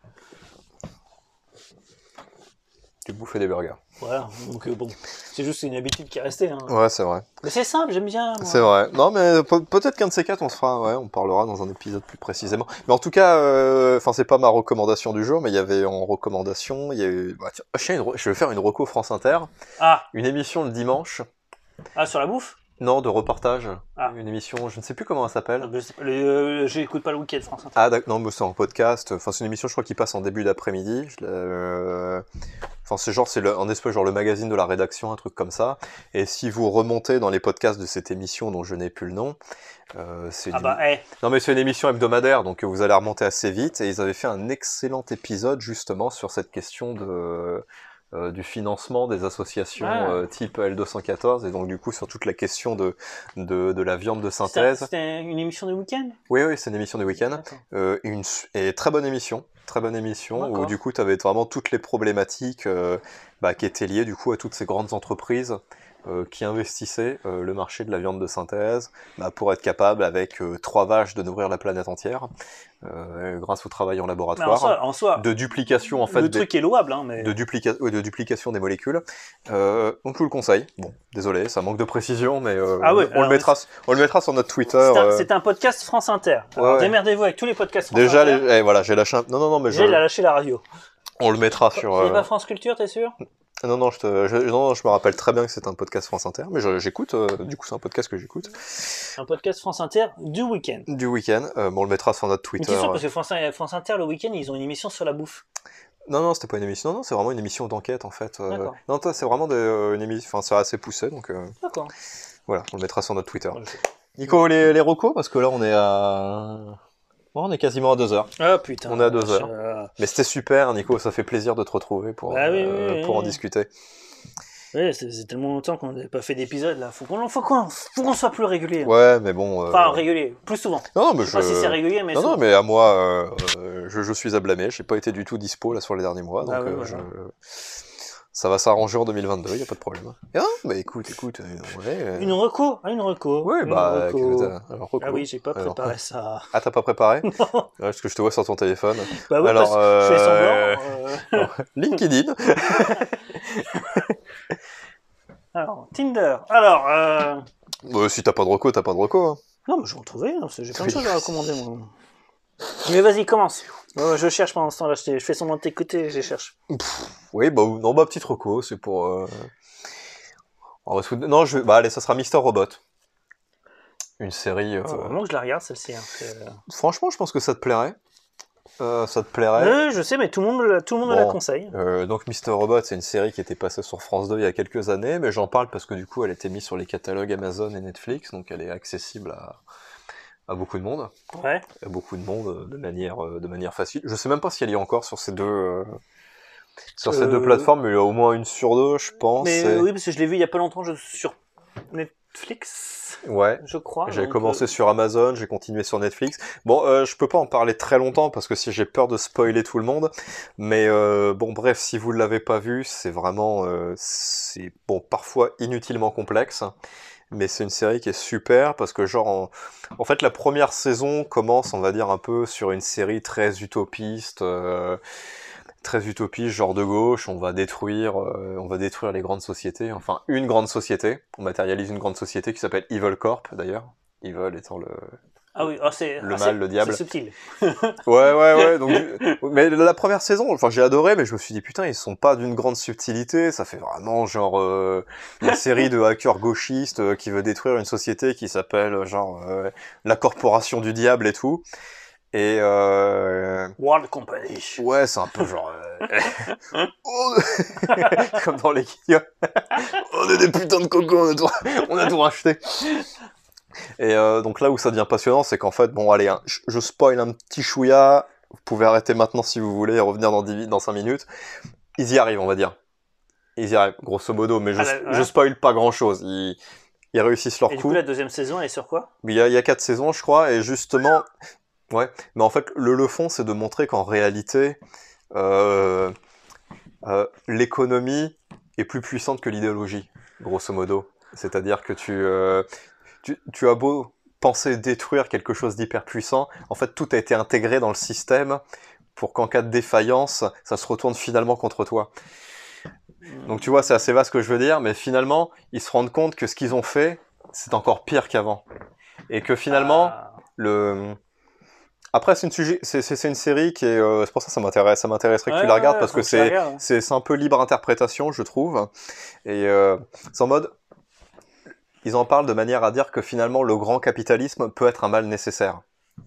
Tu bouffais des burgers. Voilà, donc euh, bon, c'est juste une habitude qui est restée. Hein. Ouais, c'est vrai. Mais c'est simple, j'aime bien. Moi. C'est vrai. Non, mais pe- peut-être qu'un de ces quatre, on se fera, ouais, on parlera dans un épisode plus précisément. Mais en tout cas, enfin, euh, c'est pas ma recommandation du jour, mais il y avait en recommandation, il y a eu, bah, tiens, je, une, je vais faire une reco France Inter. Ah. Une émission le dimanche. Ah, sur la bouffe. Non, de reportage. Ah. Une émission, je ne sais plus comment elle s'appelle. Ah, pas, le, euh, j'écoute pas le week-end France Inter. Ah, d'accord, non, mais c'est en podcast. Enfin, c'est une émission, je crois, qui passe en début d'après-midi. Je euh... Enfin, c'est genre, c'est le, un espèce, genre le magazine de la rédaction, un truc comme ça. Et si vous remontez dans les podcasts de cette émission, dont je n'ai plus le nom, euh, c'est une... Ah bah, hey. Non, mais c'est une émission hebdomadaire, donc vous allez remonter assez vite. Et ils avaient fait un excellent épisode, justement, sur cette question de... Euh, du financement des associations ah. euh, type L deux cent quatorze, et donc du coup sur toute la question de, de, de la viande de synthèse. C'était une émission du week-end ? Oui, oui, c'est une émission du week-end. Euh, une et très bonne émission, très bonne émission, où du coup tu avais vraiment toutes les problématiques euh, bah, qui étaient liées du coup à toutes ces grandes entreprises euh, qui investissaient euh, le marché de la viande de synthèse bah, pour être capable avec euh, trois vaches de nourrir la planète entière. Euh, grâce au travail en laboratoire, en soi, en soi, de duplication en fait, le truc des, est louable, hein, mais de, duplica- ouais, de duplication des molécules. Euh, donc je vous le conseille. Bon, désolé, ça manque de précision, mais euh, ah ouais, on, on le mettra, on le mettra sur notre Twitter. C'est un, euh... c'est un podcast France Inter. Alors, ouais, ouais. Démerdez-vous avec tous les podcasts France Déjà, Inter. Déjà, eh, voilà, j'ai lâché. Un... Non, non, non, mais j'ai je... lâché la radio. On le mettra sur. C'est euh... pas France Culture, t'es sûr? Non, non, je, te, je, non, je me rappelle très bien que c'est un podcast France Inter, mais je, j'écoute, euh, du coup c'est un podcast que j'écoute. Un podcast France Inter du week-end. Du week-end, euh, bon, on le mettra sur notre Twitter. C'est sûr, parce que France, France Inter, le week-end, ils ont une émission sur la bouffe. Non, non, c'était pas une émission, non, non, c'est vraiment une émission d'enquête en fait. Euh, D'accord. Non, toi, c'est vraiment de, euh, une émission, enfin c'est assez poussé, donc euh, d'accord. Voilà, on le mettra sur notre Twitter. Ouais, Nico, les, les recos, parce que là on est à... Bon, on est quasiment à deux heures. Ah putain. On est à deux heures. Euh... Mais c'était super, Nico, ça fait plaisir de te retrouver pour, bah, oui, euh, oui, pour oui. en discuter. Oui, c'est, c'est tellement longtemps qu'on n'a pas fait d'épisode là. Faut qu'on, faut qu'on, faut qu'on soit plus régulier. Ouais, mais bon. Euh... Enfin, régulier, plus souvent. Non, non, mais je sais je... pas si c'est régulier, mais. Non, souvent. non, mais à moi, euh, euh, je, je suis à blâmer. J'ai pas été du tout dispo là sur les derniers mois, donc ah, ouais, euh, voilà. je... ça va s'arranger en deux mille vingt-deux. Y a pas de problème. Ah, bah écoute, écoute. Euh, ouais, euh... Une reco, une reco. Oui, une bah. reco. Alors, reco. Ah oui, j'ai pas préparé alors... ça. Ah, t'as pas préparé? Non. Ouais, parce que je te vois sur ton téléphone. Bah oui, alors, parce euh... je fais semblant. Euh... LinkedIn. Alors, Tinder. Alors, euh... Bah, si t'as pas de reco, t'as pas de reco. Hein. Non, mais je vais en trouver. Hein, j'ai plein de choses à recommander, moi. Mais vas-y, commence. Ouais, je cherche pendant ce temps-là. Je fais semblant de t'écouter, je les cherche. Pff, oui, bah, non, bah, petite reco, c'est pour... Euh... On va se... Non, je... Bah, allez, ça sera Mister Robot. Une série... Euh... Faut vraiment que je la regarde, celle-ci. Hein. Euh... Franchement, je pense que ça te plairait. Euh, ça te plairait. Oui, je sais, mais tout le monde, tout le monde bon, la conseille. Euh, donc Mister Robot, c'est une série qui était passée sur France deux il y a quelques années, mais j'en parle parce que du coup, elle était mise sur les catalogues Amazon et Netflix, donc elle est accessible à, à beaucoup de monde. Ouais. À beaucoup de monde de manière, de manière facile. Je sais même pas si elle y est encore sur ces deux, euh, sur ces euh... deux plateformes, mais il y a au moins une sur deux, je pense. Mais et... oui, parce que je l'ai vu il y a pas longtemps je... sur Netflix. Ouais, je crois. J'ai donc commencé euh... sur Amazon, j'ai continué sur Netflix. Bon, euh, je peux pas en parler très longtemps parce que si j'ai peur de spoiler tout le monde. Mais euh, bon, bref, si vous l'avez pas vu, c'est vraiment, euh, c'est bon, parfois inutilement complexe. Mais c'est une série qui est super parce que genre, en, en fait, la première saison commence, on va dire, un peu sur une série très utopiste. Euh, très utopiste, genre de gauche, on va détruire, euh, on va détruire les grandes sociétés, enfin une grande société, on matérialise une grande société qui s'appelle Evil Corp d'ailleurs, Evil étant le, ah oui, oh, c'est, le ah, mal, c'est, le diable. C'est subtil. ouais, ouais, ouais, donc, mais la première saison, enfin j'ai adoré, mais je me suis dit putain, ils sont pas d'une grande subtilité, ça fait vraiment genre euh, une série de hackers gauchistes euh, qui veut détruire une société qui s'appelle genre euh, la corporation du diable et tout. Et euh... World Company. Ouais, c'est un peu genre... Euh... Comme dans les kiosques. On est des putains de cocos, on a tout, on a tout racheté. Et euh, donc là où ça devient passionnant, c'est qu'en fait, bon allez, hein, je, je spoil un petit chouïa, vous pouvez arrêter maintenant si vous voulez et revenir dans, dix, dans cinq minutes. Ils y arrivent, on va dire. Ils y arrivent, grosso modo, mais je, ah, là, je spoil pas grand-chose. Ils, ils réussissent leur et coup. Et du coup, la deuxième saison, elle est sur quoi ? Il y a, il y a quatre saisons, je crois, et justement... Ouais, mais en fait, le, le fond, c'est de montrer qu'en réalité, euh, euh, l'économie est plus puissante que l'idéologie, grosso modo. C'est-à-dire que tu, euh, tu, tu as beau pensaient détruire quelque chose d'hyper puissant, en fait tout a été intégré dans le système pour qu'en cas de défaillance, ça se retourne finalement contre toi. Donc tu vois, c'est assez vaste ce que je veux dire, mais finalement, ils se rendent compte que ce qu'ils ont fait, c'est encore pire qu'avant. Et que finalement, Ah. le... Après, c'est une, sujet... c'est, c'est, c'est une série qui est... Euh... C'est pour ça que ça, m'intéresse. ça m'intéresserait que Ouais, tu la regardes, ouais, parce faut que, que je la c'est... regarde, ouais. C'est... c'est un peu libre interprétation, je trouve. Et euh... c'est en mode... Ils en parlent de manière à dire que finalement, le grand capitalisme peut être un mal nécessaire.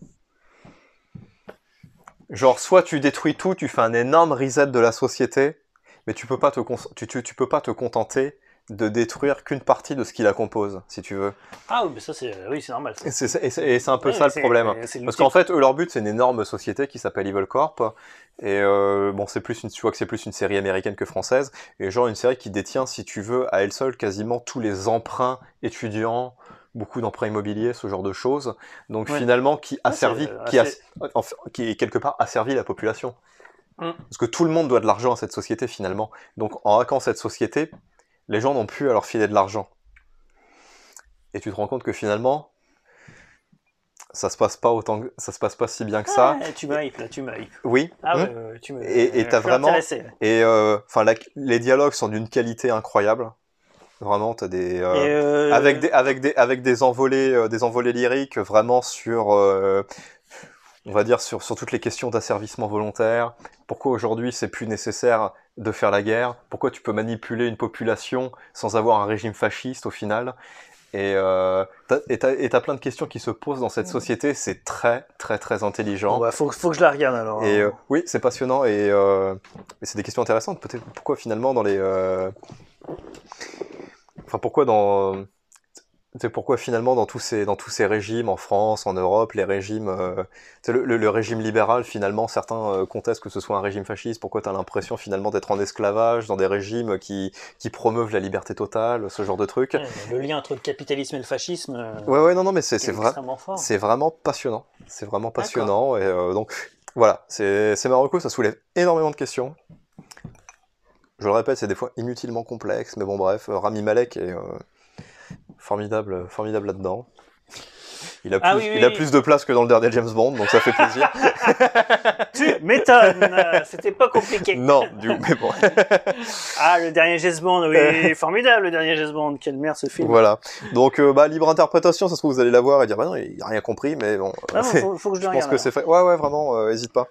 Genre, soit tu détruis tout, tu fais un énorme reset de la société, mais tu peux pas te, con- tu, tu, tu peux pas te contenter de détruire qu'une partie de ce qui la compose, si tu veux. Ah oui, mais ça, c'est, oui, c'est normal. Ça. Et c'est, et c'est, et c'est un peu Ouais, ça le c'est- problème. c'est Parce l'outil. qu'en fait, eux, leur but, c'est une énorme société qui s'appelle Evil Corp. Et euh, bon, c'est plus une, tu vois que c'est plus une série américaine que française. Et genre une série qui détient, si tu veux, à elle seule, quasiment tous les emprunts étudiants, beaucoup d'emprunts immobiliers, ce genre de choses. Donc Ouais. finalement, qui a Ouais, servi, c'est qui, a, assez- enfin, qui quelque part a servi la population. Mm. Parce que tout le monde doit de l'argent à cette société finalement. Donc en hackant cette société, les gens n'ont plus à leur filer de l'argent. Et tu te rends compte que finalement, ça se passe pas autant, que- ça se passe pas si bien que ça. Ouais, tu me hype, là, tu me hype. Oui. Ah Hum. ouais, ouais, tu me. Et- et je t'as suis vraiment- intéressé. Et enfin, euh, les dialogues sont d'une qualité incroyable. Vraiment, t'as des euh, Et euh, avec des avec des avec des envolées euh, des envolées lyriques vraiment sur euh, on va dire sur sur toutes les questions d'asservissement volontaire. Pourquoi aujourd'hui c'est plus nécessaire de faire la guerre? Pourquoi tu peux manipuler une population sans avoir un régime fasciste au final? Et euh, t'as, et t'as, et t'as plein de questions qui se posent dans cette société. C'est très très très intelligent. bon, bah, faut, faut que je la regarde alors. Et euh, oui, c'est passionnant et, euh, et c'est des questions intéressantes. Peut-être pourquoi finalement dans les, euh... enfin pourquoi dans, c'est pourquoi finalement dans tous ces dans tous ces régimes en France, en Europe, les régimes, euh... c'est le, le, le régime libéral finalement certains euh, contestent que ce soit un régime fasciste. Pourquoi t'as l'impression finalement d'être en esclavage dans des régimes qui qui promeuvent la liberté totale, ce genre de trucs. Ouais, le lien entre le capitalisme et le fascisme. euh, Ouais ouais non non mais c'est est c'est vrai. extrêmement fort. C'est vraiment passionnant. C'est vraiment passionnant. Et euh, donc, voilà, c'est, c'est Marocco, ça soulève énormément de questions. Je le répète, c'est des fois inutilement complexe, mais bon, bref, euh, Rami Malek est euh, formidable, formidable là-dedans. Il a, plus, Ah oui, oui, il a oui. plus de place que dans le dernier James Bond, donc ça fait plaisir. Tu m'étonnes. euh, C'était pas compliqué. Non, du mais bon. Ah, le dernier James Bond, oui, formidable le dernier James Bond. Quelle merde ce film. Voilà. Donc, euh, bah, libre interprétation, ça se trouve, vous allez la voir et dire, bah non, il a rien compris, mais bon. Ah, c'est- faut, faut que je je le pense regarde. que c'est fait. Ouais, ouais, vraiment, euh, hésite pas.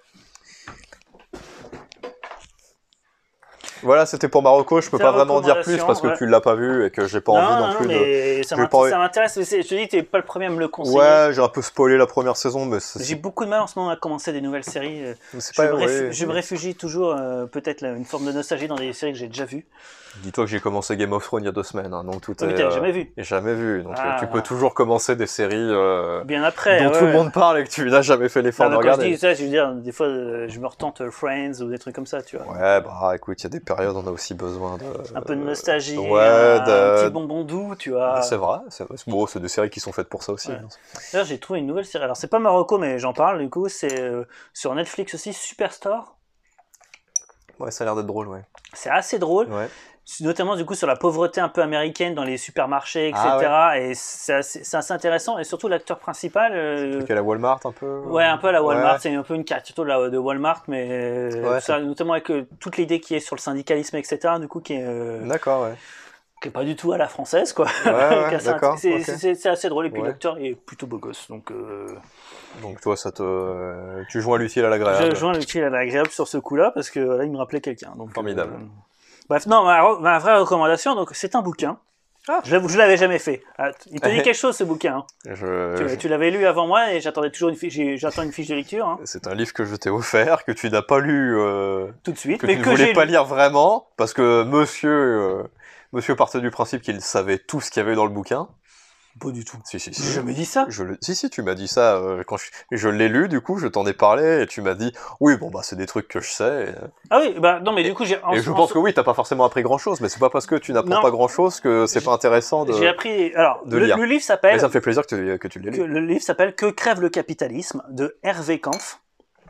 Voilà, c'était pour Marocco. Je peux C'est pas la vraiment dire plus recommandation, parce que ouais. tu l'as pas vu et que j'ai pas Non, envie non, non, non, plus de. mais ça j'ai m'int- pas envie- ça m'intéresse. mais c'est- Je te dis, t'es pas le premier à me le conseiller. Ouais, j'ai un peu spoilé la première saison, mais c'est, J'ai beaucoup de mal en ce moment à commencer des nouvelles séries. euh, c'est Je, pas. me, réfu- ouais, je me réfugie toujours, euh, peut-être là, une forme de nostalgie dans des séries que j'ai déjà vues. Dis-toi que j'ai commencé Game of Thrones il y a deux semaines, hein, donc tout Oui, mais est. t'as euh, jamais vu. et jamais vu. Donc Ah. euh, tu peux toujours commencer des séries euh, Bien après. dont ouais, tout le ouais. monde parle et que tu n'as jamais fait l'effort Non, mais de quand je regarder. dis ça, je veux dire, des fois, euh, je me retente euh, Friends ou des trucs comme ça, tu vois. Ouais, bah écoute, il y a des périodes où on a aussi besoin de. Un peu de nostalgie, ouais, un, de- un petit bonbon doux, tu vois. C'est vrai, c'est vrai. Bon, c'est des séries qui sont faites pour ça aussi. Ouais. hein. D'ailleurs, j'ai trouvé une nouvelle série. Alors, c'est pas Marocco, mais j'en parle, du coup, c'est euh, sur Netflix aussi, Superstore. Ouais, ça a l'air d'être drôle, ouais. C'est assez drôle. Ouais. Notamment du coup sur la pauvreté un peu américaine dans les supermarchés, et cetera. Ah Et c'est assez, c'est assez intéressant. Et surtout l'acteur principal, euh, Truc à la Walmart un peu. ouais, un peu à la Walmart, Ouais. c'est un peu une caricature de, la- de Walmart, mais euh, Ouais, ça, notamment avec euh, toute l'idée qui est sur le syndicalisme, et cetera. Du coup, qui est, euh, D'accord, ouais. qui est pas du tout à la française, quoi. Ouais, ouais, Qui est assez d'accord, int- c'est, ok. c'est- c'est assez drôle. Et puis Ouais. l'acteur est plutôt beau gosse, donc euh, Donc toi, ça te, euh, tu joins l'utile à l'agréable. je joins l'utile à l'agréable sur ce coup-là parce que là, il me rappelait quelqu'un. Donc, Formidable. euh, Bref, non, ma, re- ma vraie recommandation, donc c'est un bouquin. Ah. Je, l'avoue, je l'avais jamais fait. Ah, il te dit quelque chose ce bouquin. Hein. Je- Tu, je- tu l'avais lu avant moi et j'attendais toujours une fiche, j'ai- j'attends une fiche de lecture hein, C'est un livre que je t'ai offert, que tu n'as pas lu, euh, tout de suite, que mais tu ne que voulais j'ai pas lu. lire vraiment, parce que monsieur, euh, monsieur partait du principe qu'il savait tout ce qu'il y avait dans le bouquin. Pas du tout. Si, si, si. J'ai jamais dit ça. Je le... Si, si, tu m'as dit ça euh, quand je... je l'ai lu, du coup, je t'en ai parlé, et tu m'as dit, oui, bon, bah, c'est des trucs que je sais. Et, Ah oui, bah non, mais du coup, j'ai. en- et je en- pense que oui, t'as pas forcément appris grand chose, mais c'est pas parce que tu n'apprends Non. pas grand chose que c'est pas intéressant de. J'ai appris. Alors, de le, lire. le livre Mais s'appelle. ça me fait plaisir que tu, que tu l'aies que- lu. le livre s'appelle Que crève le capitalisme de Hervé Kampf.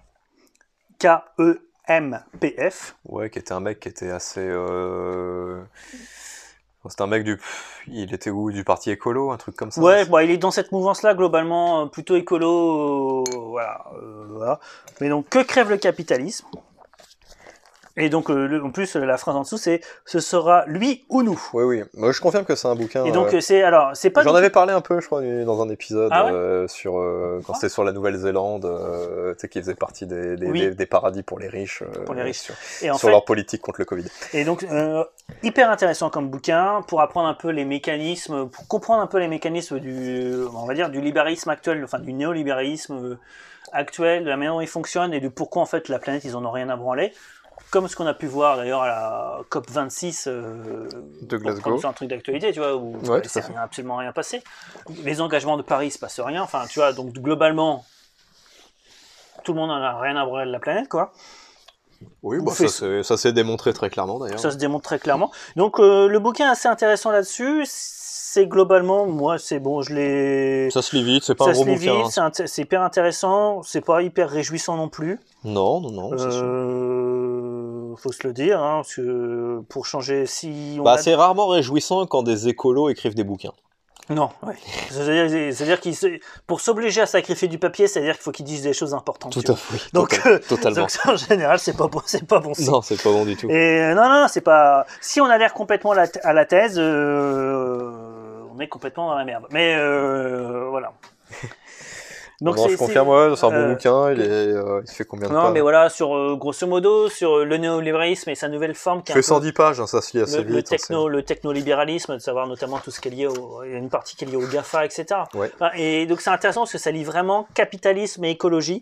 K E M P F. Ouais, qui était un mec qui était assez. Euh... C'est un mec du... Il était où? Du parti écolo, un truc comme ça? Ouais, bon, il est dans cette mouvance-là, globalement, euh, plutôt écolo, euh, voilà, euh, voilà. Mais donc, que crève le capitalisme? Et donc, euh, le, en plus, la phrase en dessous, c'est « ce sera lui ou nous ». Oui, oui. Moi, je confirme que c'est un bouquin... Et donc, euh... c'est... alors, c'est pas... J'en du... avais parlé un peu, je crois, dans un épisode, ah ouais euh, sur, euh, quand ah. c'était sur la Nouvelle-Zélande, euh, tu sais, qui faisait partie des, des, oui. des, des paradis pour les riches. Euh, pour les riches. Sur, et en sur fait, leur politique contre le Covid. Et donc, euh, hyper intéressant comme bouquin, pour apprendre un peu les mécanismes, pour comprendre un peu les mécanismes du, on va dire, du libéralisme actuel, enfin, du néolibéralisme actuel, de la manière dont il fonctionne, et de pourquoi, en fait, la planète, ils en ont rien à branler. Comme ce qu'on a pu voir d'ailleurs à la COP vingt-six euh, de Glasgow, sur un truc d'actualité, tu vois, où ouais, il s'est rien, absolument rien passé. Les engagements de Paris, il se passe rien. Enfin, tu vois, donc globalement, tout le monde en a rien à branler de la planète, quoi. Oui, bah, ça, c'est, ça s'est démontré très clairement d'ailleurs. Ça se démontre très clairement. Donc euh, le bouquin est assez intéressant là-dessus. C'est globalement, moi, c'est bon, je l'ai. Ça se lit vite, c'est pas ça un gros bouquin. Vite, hein. c'est, c'est hyper intéressant. C'est pas hyper réjouissant non plus. Non, non, non. C'est euh... Faut se le dire, hein, parce que pour changer, si. On bah, a... c'est rarement réjouissant quand des écolos écrivent des bouquins. Non, oui. C'est-à-dire, c'est-à-dire qu'il pour s'obliger à sacrifier du papier, c'est-à-dire qu'il faut qu'ils disent des choses importantes. Tout à fait. Oui, donc, total, euh, totalement. Donc, en général, c'est pas bon, c'est pas bon. Non, c'est pas bon du tout. Et non, non, c'est pas. Si on adhère complètement à la, à la thèse, euh, on est complètement dans la merde. Mais euh, voilà. Donc non, c'est, je confirme, ouais, c'est un euh, bon bouquin, il, est, euh, il fait combien de pages? Non, mais voilà, sur euh, grosso modo, sur le néolibéralisme et sa nouvelle forme. Il fait cent dix pages, hein, ça se lit assez le, vite. Le, techno, le technolibéralisme, de savoir notamment tout ce qui est lié au. Il y a une partie qui est liée au GAFA, et cetera. Ouais. Et donc c'est intéressant parce que ça lie vraiment capitalisme et écologie.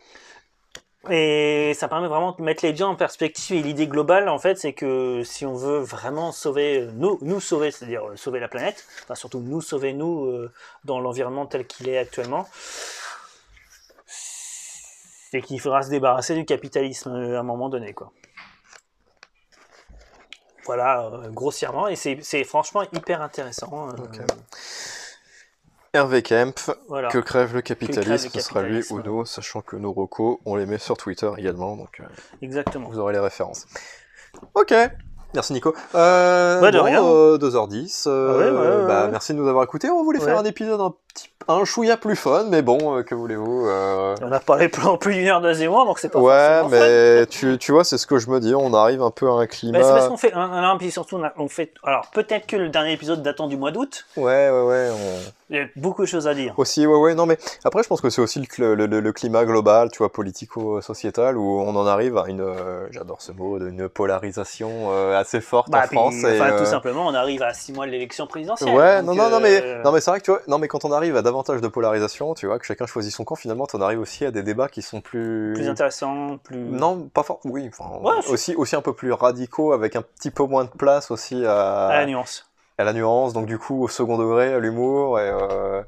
Et ça permet vraiment de mettre les deux en perspective. Et l'idée globale, en fait, c'est que si on veut vraiment sauver, nous, nous sauver, c'est-à-dire sauver la planète, enfin surtout nous sauver, nous, euh, dans l'environnement tel qu'il est actuellement, c'est qu'il faudra se débarrasser du capitalisme à un moment donné, quoi. Voilà, euh, grossièrement, et c'est, c'est franchement hyper intéressant. Euh, okay. Hervé Kemp, voilà. Que crève le capitalisme, ce sera lui ou nous, sachant que nos recos, on les met sur Twitter également, donc euh, exactement. Vous aurez les références. Ok, merci Nico. Euh, bah, de bon, rien. Euh, deux heures dix, euh, ah ouais, ouais, ouais, bah, ouais. Merci de nous avoir écoutés, on voulait ouais. faire un épisode un petit un chouïa plus fun, mais bon, euh, que voulez-vous euh... On a parlé en plus d'une heure de zéro, donc c'est pas ouais, forcément mais fun. tu, tu vois, c'est ce que je me dis, on arrive un peu à un climat... Bah, c'est parce qu'on fait, un, un, puis surtout, on, a, on fait... Alors, peut-être que le dernier épisode datant du mois d'août... Ouais, ouais, ouais. On... Il y a beaucoup de choses à dire. Aussi, ouais, ouais, non, mais après, je pense que c'est aussi le, le, le, le climat global, tu vois, politico-sociétal, où on en arrive à une, euh, j'adore ce mot, une polarisation euh, assez forte bah, en puis, France. Enfin, et, euh... tout simplement, on arrive à six mois de l'élection présidentielle. Ouais, donc, non, non, euh... non, mais, non, mais c'est vrai que tu vois, non, mais quand on arrive à davantage de polarisation, tu vois, que chacun choisit son camp, finalement, on arrive aussi à des débats qui sont plus... Plus intéressants, plus... Non, pas fort, oui, enfin, ouais, aussi, aussi un peu plus radicaux, avec un petit peu moins de place aussi à... À la nuance. À la nuance, donc du coup, au second degré, à l'humour, et... Euh...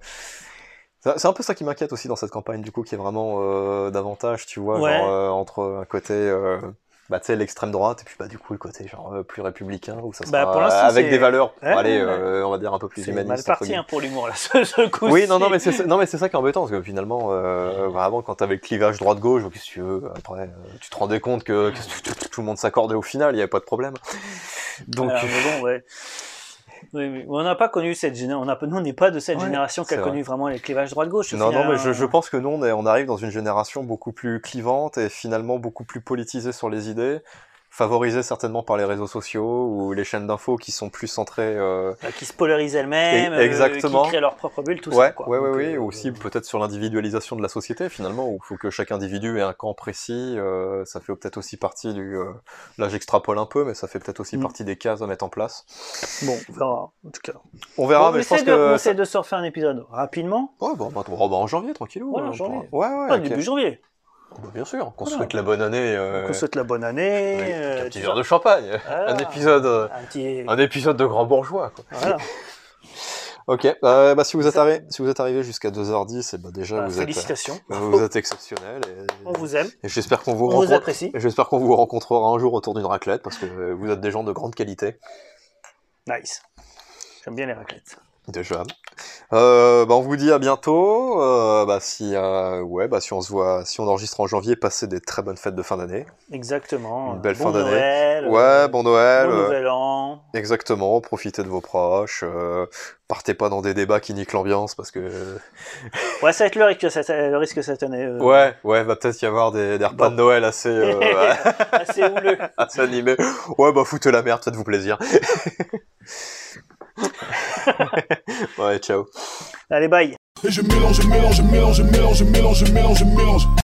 C'est un peu ça qui m'inquiète aussi dans cette campagne, du coup, qui est vraiment euh, davantage, tu vois, ouais. genre, euh, entre un côté, euh, bah, tu sais, l'extrême droite, et puis bah, du coup, le côté genre euh, plus républicain, où ça sera bah, pour l'instant, avec c'est... des valeurs, ouais, allez, ouais. Euh, on va dire un peu plus c'est humanistes. C'est mal parti hein, pour l'humour, là, ce, ce coup-ci. Oui, non, non, mais c'est, non, mais c'est ça qui est embêtant, parce que finalement, euh, vraiment, quand t'avais le clivage droite-gauche, qu'est-ce que tu veux, après, euh, tu te rendais compte que, que tout, tout, tout le monde s'accordait au final, il n'y avait pas de problème. Donc... Alors, mais bon, ouais. Oui, oui. On n'a pas connu cette génération. Nous, on n'est pas de cette ouais, génération qui a connu vraiment les clivages droite-gauche. Non, final, non, mais je, je pense que nous, on, est, on arrive dans une génération beaucoup plus clivante et finalement beaucoup plus politisée sur les idées, favorisée certainement par les réseaux sociaux ou les chaînes d'infos qui sont plus centrées... Euh... Qui se polarisent elles-mêmes, exactement. Euh, qui créent leur propre bulle, tout ouais, ça. Quoi. Ouais, ouais, Donc, oui, euh, aussi peut-être sur l'individualisation de la société finalement, où il faut que chaque individu ait un camp précis, euh, ça fait peut-être aussi partie du... Euh... Là j'extrapole un peu, mais ça fait peut-être aussi mmh. partie des cases à mettre en place. Bon, on verra, en tout cas. On verra, bon, mais on je pense de, que... On essaie de se refaire un épisode rapidement. Ouais, bon, bah, oh, bah en janvier, tranquillou. Ouais, en janvier. Ouais, ouais, ah, okay. Début janvier. Bah, bien sûr, qu'on voilà. souhaite la bonne année. Euh... Qu'on souhaite la bonne année. Oui, euh, un petit verre de champagne. Ah, un épisode, un, petit... un épisode de grand bourgeois. Quoi. Voilà. Ok, euh, bah, si, vous êtes arrivé, si vous êtes arrivé jusqu'à deux heures dix, et bah, déjà bah, vous, félicitations. êtes, euh, vous êtes exceptionnel. Et, on vous aime. Et j'espère qu'on vous, on rencontre, vous apprécie. Et j'espère qu'on vous rencontrera un jour autour d'une raclette, parce que vous êtes des gens de grande qualité. Nice. J'aime bien les raclettes. Déjà. Euh, bah on vous dit à bientôt. Euh, bah si, euh, ouais, bah si on se voit, si on enregistre en janvier, passez des très bonnes fêtes de fin d'année. Exactement. Une belle bon fin d'année. Noël, Ouais, euh, bon Noël. Bon euh, nouvel an. Exactement. Profitez de vos proches. Euh, partez pas dans des débats qui niquent l'ambiance parce que. Ouais, ça va être le risque, cette- le risque cette année. euh. Ouais, ouais, va peut-être y avoir des, des repas Bon. de Noël assez, euh, Assez houleux. assez animés. Ouais, bah foutez la merde, faites-vous plaisir. Ouais, ciao. Allez, bye. Et je mélange, je mélange, je mélange, je mélange, je mélange, je mélange, je mélange.